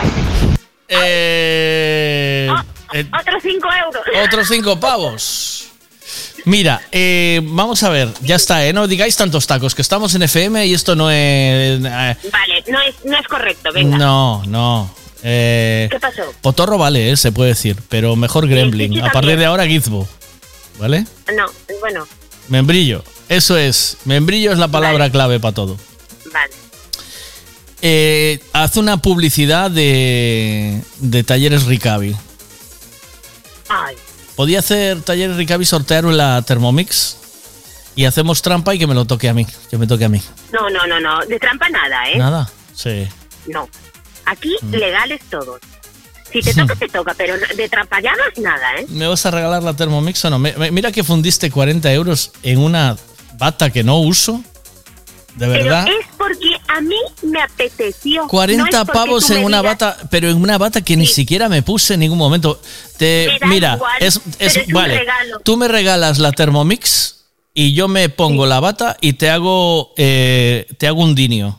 Eh, eh, Otros cinco euros. otros cinco pavos. Mira, eh, vamos a ver, ya está, ¿eh? No digáis tantos tacos, que estamos en F M y esto no es... eh, Vale, no es, no es correcto, venga. no, no. Eh, ¿Qué pasó? Potorro vale, eh, se puede decir, pero mejor Gremlin. sí, A partir también. de ahora Gizmo, ¿vale? No, bueno, Membrillo, eso es. Membrillo es la palabra clave para todo. vale. Eh, haz una publicidad de, de Talleres Ricavi. Ay, ¿Podía hacer Talleres Ricavi sortear la Thermomix? Y hacemos trampa y que me lo toque a mí. Que me toque a mí. no, no, no, no. De trampa nada, ¿eh? Nada. Sí. No. Aquí Mm. legales todos. Si te toca, te toca, pero no- de trampa ya no es nada, ¿eh? ¿Me vas a regalar la Thermomix o no? Me- me- mira que fundiste cuarenta euros en una bata que no uso. ¿De verdad? Pero es porque a mí me apeteció. cuarenta No es porque pavos tú me en una digas, bata, pero en una bata que ni siquiera me puse en ningún momento. Te, Me da mira, igual, es, pero es- es un vale. regalo. Tú me regalas la Thermomix y yo me pongo la bata y te hago, eh, te hago un dinio.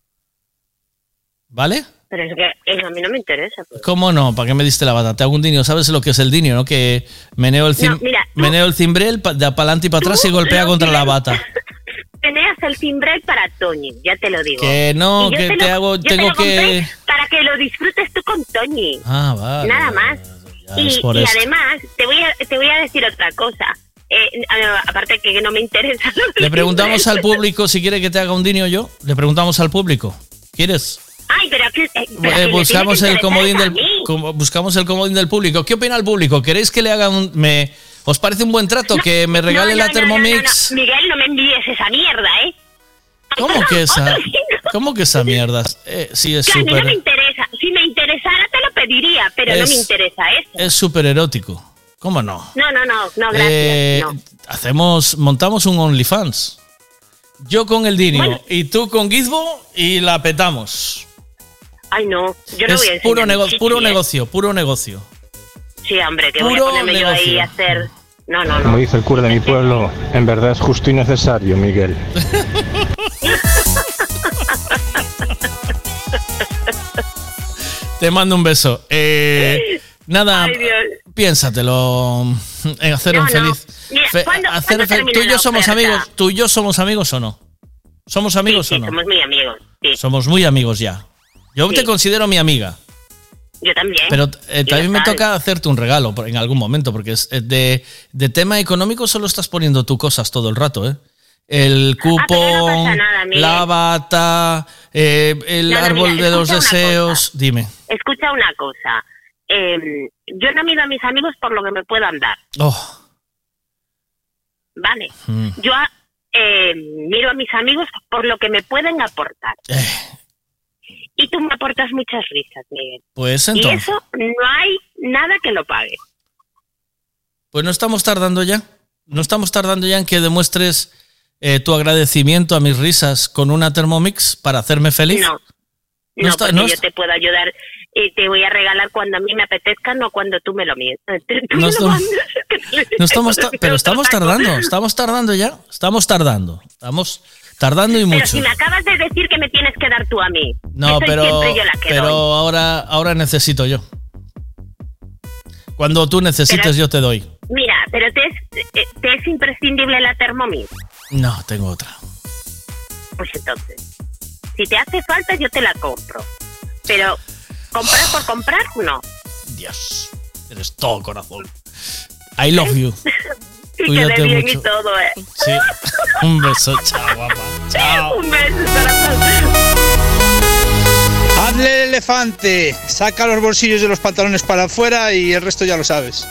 ¿Vale? Pero es que eso a mí no me interesa. Pues. ¿Cómo no? ¿Para qué me diste la bata? Te hago un dinio. ¿Sabes lo que es el dinio, no? Que meneo el, cim- No, mira, tú- meneo el cimbrel pa- de para adelante y para atrás y golpea lo contra que la le- bata. Tenías el timbre para Toñi, ya te lo digo. Que no, Y yo que te lo- hago- yo tengo te lo compré que- para que lo disfrutes tú con Toñi. Ah, vale. Nada más. Ya Y, es por y esto. además, te voy, a, te voy a decir otra cosa. Eh, a- aparte que no me interesa. Le preguntamos al público si quiere que te haga un dinio yo. Le preguntamos al público. ¿Quieres? Ay, pero que. eh, pero Eh, que le buscamos tiene el que comodín interesar del a mí. como- buscamos el comodín del público. ¿Qué opina el público? ¿Queréis que le haga un me os parece un buen trato que me regale No, la no, no, Thermomix? no, no, no. Miguel, no me envíes esa mierda, ¿eh? ¿Cómo que esa? ¿Cómo que esa mierda? Eh, sí es Que a mí no me súper interesa. Si me interesara, te lo pediría, pero no Es- me interesa eso. es súper erótico. ¿Cómo no? No, no, no, no, gracias. Eh, no. Hacemos, montamos un OnlyFans. Yo con el Dinio Bueno. y tú con Gizmo y la petamos. Ay, no, yo no es voy a puro, enseñar nego- mi chichi, puro ¿eh? negocio, puro negocio. Sí, hombre, que voy a Puro ponerme yo ahí negocio. a hacer... No, no, Como no. dice el cura de mi pueblo, en verdad es justo y necesario, Miguel. Te mando un beso. Eh, nada, Ay, Dios. piénsatelo en hacer No, un no. feliz. Mira, fe- ¿cuándo- hacer cuándo fe- termina ¿Tú y yo la somos oferta? amigos? ¿Tú y yo somos amigos o no? ¿Somos amigos Sí, o sí, no? somos muy amigos, sí. Somos muy amigos ya. Yo Sí. te considero mi amiga. Yo también. Pero eh, Y también lo me sabes. toca hacerte un regalo por- en algún momento, porque es eh, de, de tema económico solo estás poniendo tú cosas todo el rato, ¿eh? El Ah, pero no cupón, pasa nada, Miguel. la bata, eh, el No, no, árbol mira, de los escucha una deseos. Dime. Escucha una cosa. Eh, yo no miro a mis amigos por lo que me puedan dar, Oh, ¿vale? mm. Yo eh, miro a mis amigos por lo que me pueden aportar. Eh. Y tú me aportas muchas risas, Miguel. Pues Y entonces, eso no hay nada que lo pague. pues no estamos tardando ya. No estamos tardando ya en que demuestres eh, tu agradecimiento a mis risas con una Thermomix para hacerme feliz. No. No No, está- porque no yo está- te puedo ayudar y te voy a regalar cuando a mí me apetezca, no cuando tú me lo mides. Tú No me lo estamos- mandas, que te- No estamos ta- pero estamos tardando, estamos tardando ya. Estamos tardando. Estamos tardando y Pero mucho. si me acabas de decir que me tienes que dar tú a mí. No, que soy pero, siempre yo la que pero doy. ahora, ahora necesito yo. Cuando tú necesites, Pero- yo te doy. Mira, pero te es, eh, te es imprescindible la Thermomix. No, tengo otra. Pues entonces, si te hace falta, yo te la compro. Pero comprar por comprar, no. Dios, eres todo corazón. I love you. Y Cuídate quede bien mucho. y todo, ¿eh? Sí. Un beso, chao, guapa. Chao. Un beso, corazón. Hazle el elefante, saca los bolsillos de los pantalones para afuera y el resto ya lo sabes.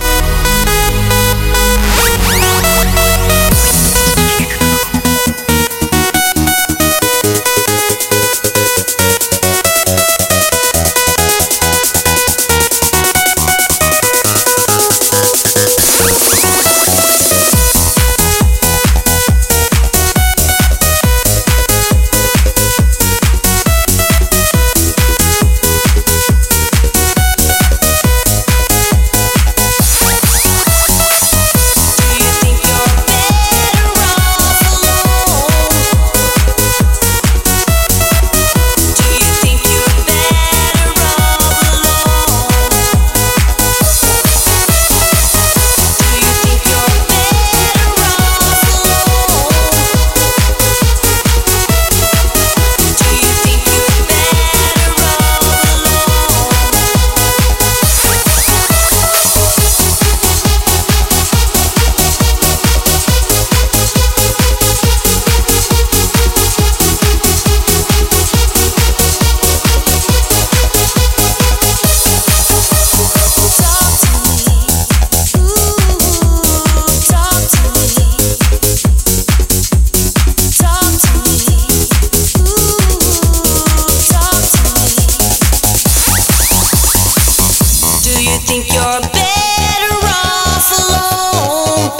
Do you think you're better off alone?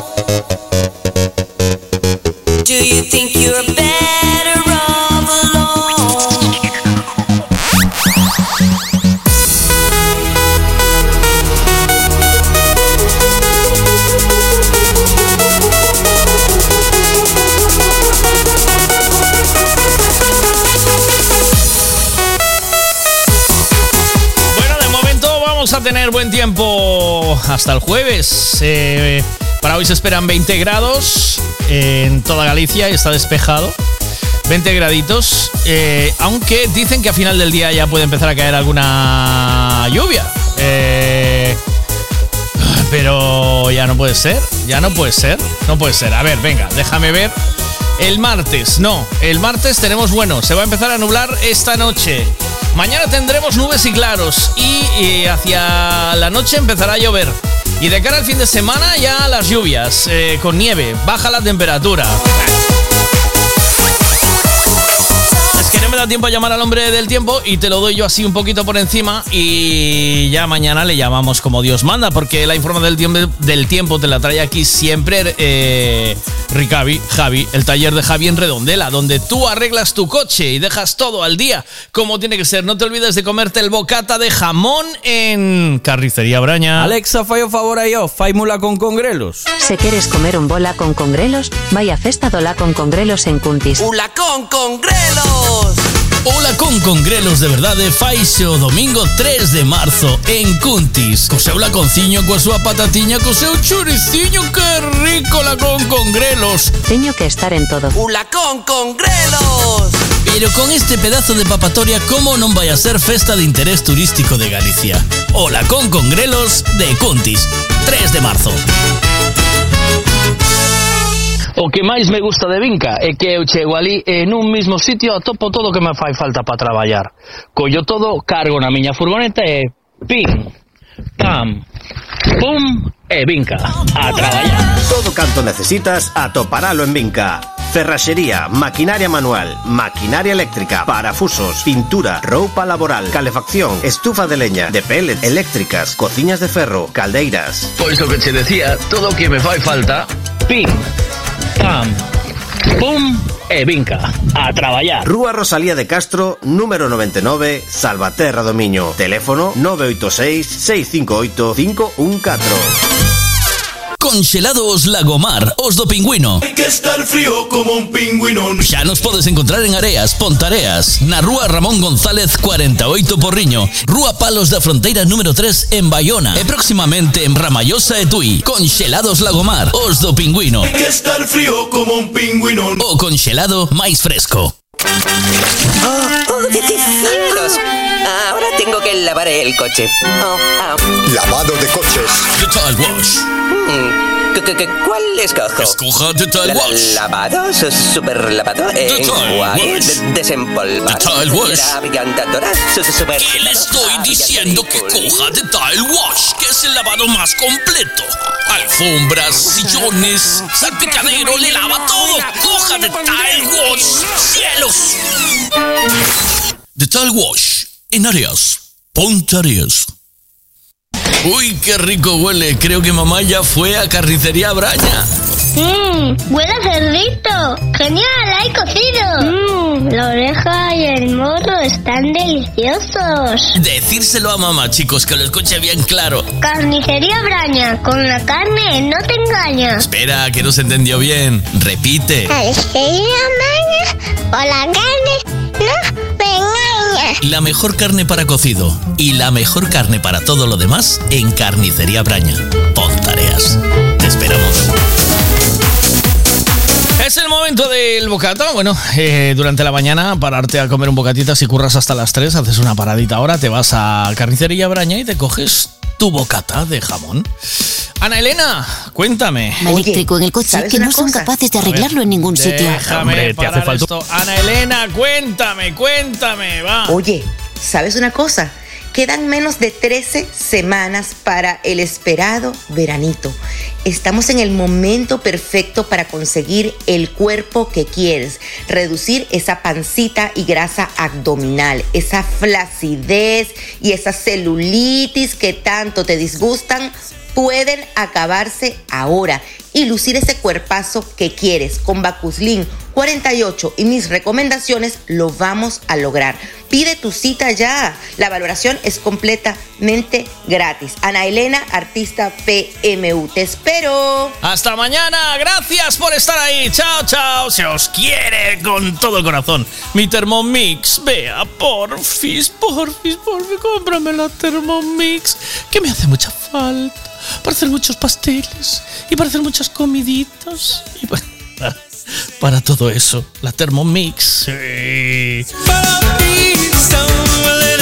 Do you think you're better off alone? Bueno, de momento vamos a tener buen tiempo hasta el jueves. Eh, para hoy se esperan veinte grados en toda Galicia y está despejado. veinte graditos, eh, aunque dicen que a final del día ya puede empezar a caer alguna lluvia. Eh, pero ya no puede ser, ya no puede ser, no puede ser. A ver, venga, déjame ver. El martes, no, el martes tenemos bueno, se va a empezar a nublar esta noche. Mañana tendremos nubes y claros y, y hacia la noche empezará a llover. Y de cara al fin de semana ya las lluvias, eh, con nieve, baja la temperatura. Es que no me da da tiempo a llamar al hombre del tiempo y te lo doy yo así un poquito por encima y ya mañana le llamamos como Dios manda, porque la información del tiempo, del tiempo te la trae aquí siempre eh, Ricavi, Javi, el taller de Javi en Redondela, donde tú arreglas tu coche y dejas todo al día como tiene que ser. No te olvides de comerte el bocata de jamón en Carnicería Braña. Alexa, fai o favor aí, ó, faimula con congrelos. Se queres comer un bola con congrelos, vai a Festa do La con congrelos en Cuntis. ¡Ula con congrelos! Ola con congrelos de verdade faise o domingo tres de marzo en Cuntis. Co seu laconciño, coa súa patatiña, co seu churiciño, que rico la con congrelos. Teño que estar en todo. ¡Ula con congrelos! Pero con este pedazo de papatoria, ¿cómo non vai a ser festa de interés turístico de Galicia? Ola con congrelos de Cuntis, tres de marzo. O que máis me gusta de Vinca é que eu chego ali e nun mismo sitio atopo todo o que me fai falta para traballar. Collo todo, cargo na miña furgoneta e pim, pam, pum e Vinca, a traballar. Todo canto necesitas atoparalo en Vinca. Ferraxería, maquinaria manual, maquinaria eléctrica, parafusos, pintura, roupa laboral, calefacción, estufa de leña, de pellet, eléctricas, cociñas de ferro, caldeiras. Pois o que che decía, todo o que me fai falta, pim, pam, pum e Vinca, a traballar. Rúa Rosalía de Castro, número noventa e nove, Salvaterra do Miño. Teléfono nove oito seis, seis cinco oito, cinco un catro. Conxelados Lagomar, os do Pingüino. Hay que estar frío como un pingüino. Xa nos podes encontrar en Areas, Pontareas, na rúa Ramón González cuarenta e oito Porriño, rúa Palos da Fronteira número tres en Bayona e próximamente en Ramallosa e Tui. Conxelados Lagomar, os do Pingüino. Hay que estar frío como un pingüino. O conxelado máis fresco. Oh, oh, cielos. Ahora tengo que lavar el coche. Oh, oh. Lavado de coches. The Tile Wash. Mm, ¿qué- qué- qué- ¿Cuál escojo? Escoja The Tile La- Wash. ¿Lavado? Su- ¿Super lavado? The ¿En Tile cuál? Wash. De- ¿Desempolvar? The Tile Wash. ¿La brillantadora? Su- su- super- ¿Qué le estoy diciendo que coja The Tile Wash, que es el lavado más completo? Alfombras, sillones, salpicadero, le lava todo. Coja The Tile Wash. ¡Cielos! The Tile Wash, en Areas, Pontareas. Uy, qué rico huele. Creo que mamá ya fue a Carnicería Braña. Mmm, huele a cerdito. Genial, hay cocido. Mmm, la oreja y el morro están deliciosos. Decírselo a mamá, chicos, que lo escuche bien claro. Carnicería Braña, con la carne no te engañas. Espera, que no se entendió bien. Repite. Carnicería Braña, con la carne no me engañas. La mejor carne para cocido y la mejor carne para todo lo demás en Carnicería Braña. Pontareas. Te esperamos. Es el momento del bocata. Bueno, eh, durante la mañana pararte a comer un bocatita. Si curras hasta las tres, haces una paradita ahora, te vas a Carnicería Braña y te coges tu bocata de jamón. Ana Elena, cuéntame. Eléctrico en el coche ¿sabes que una no son cosa? capaces de A ver, arreglarlo en ningún sitio. Déjame Hombre, te hace parar falta- esto. Ana Elena, cuéntame, cuéntame, va. Oye, ¿sabes una cosa? Quedan menos de trece semanas para el esperado veranito. Estamos en el momento perfecto para conseguir el cuerpo que quieres, reducir esa pancita y grasa abdominal, esa flacidez y esa celulitis que tanto te disgustan. Pueden acabarse ahora y lucir ese cuerpazo que quieres. Con Bacuslin cuarenta y ocho y mis recomendaciones lo vamos a lograr. Pide tu cita ya. La valoración es completamente gratis. Ana Elena, artista P M U. Te espero. Hasta mañana, gracias por estar ahí. Chao, chao. Se os quiere con todo el corazón. Mi Thermomix, vea, porfis, porfis, porfis, cómprame la Thermomix, que me hace mucha falta para hacer muchos pasteles y para hacer muchas comiditas y para, para todo eso, la Thermomix. Sí. Para ti, somewhere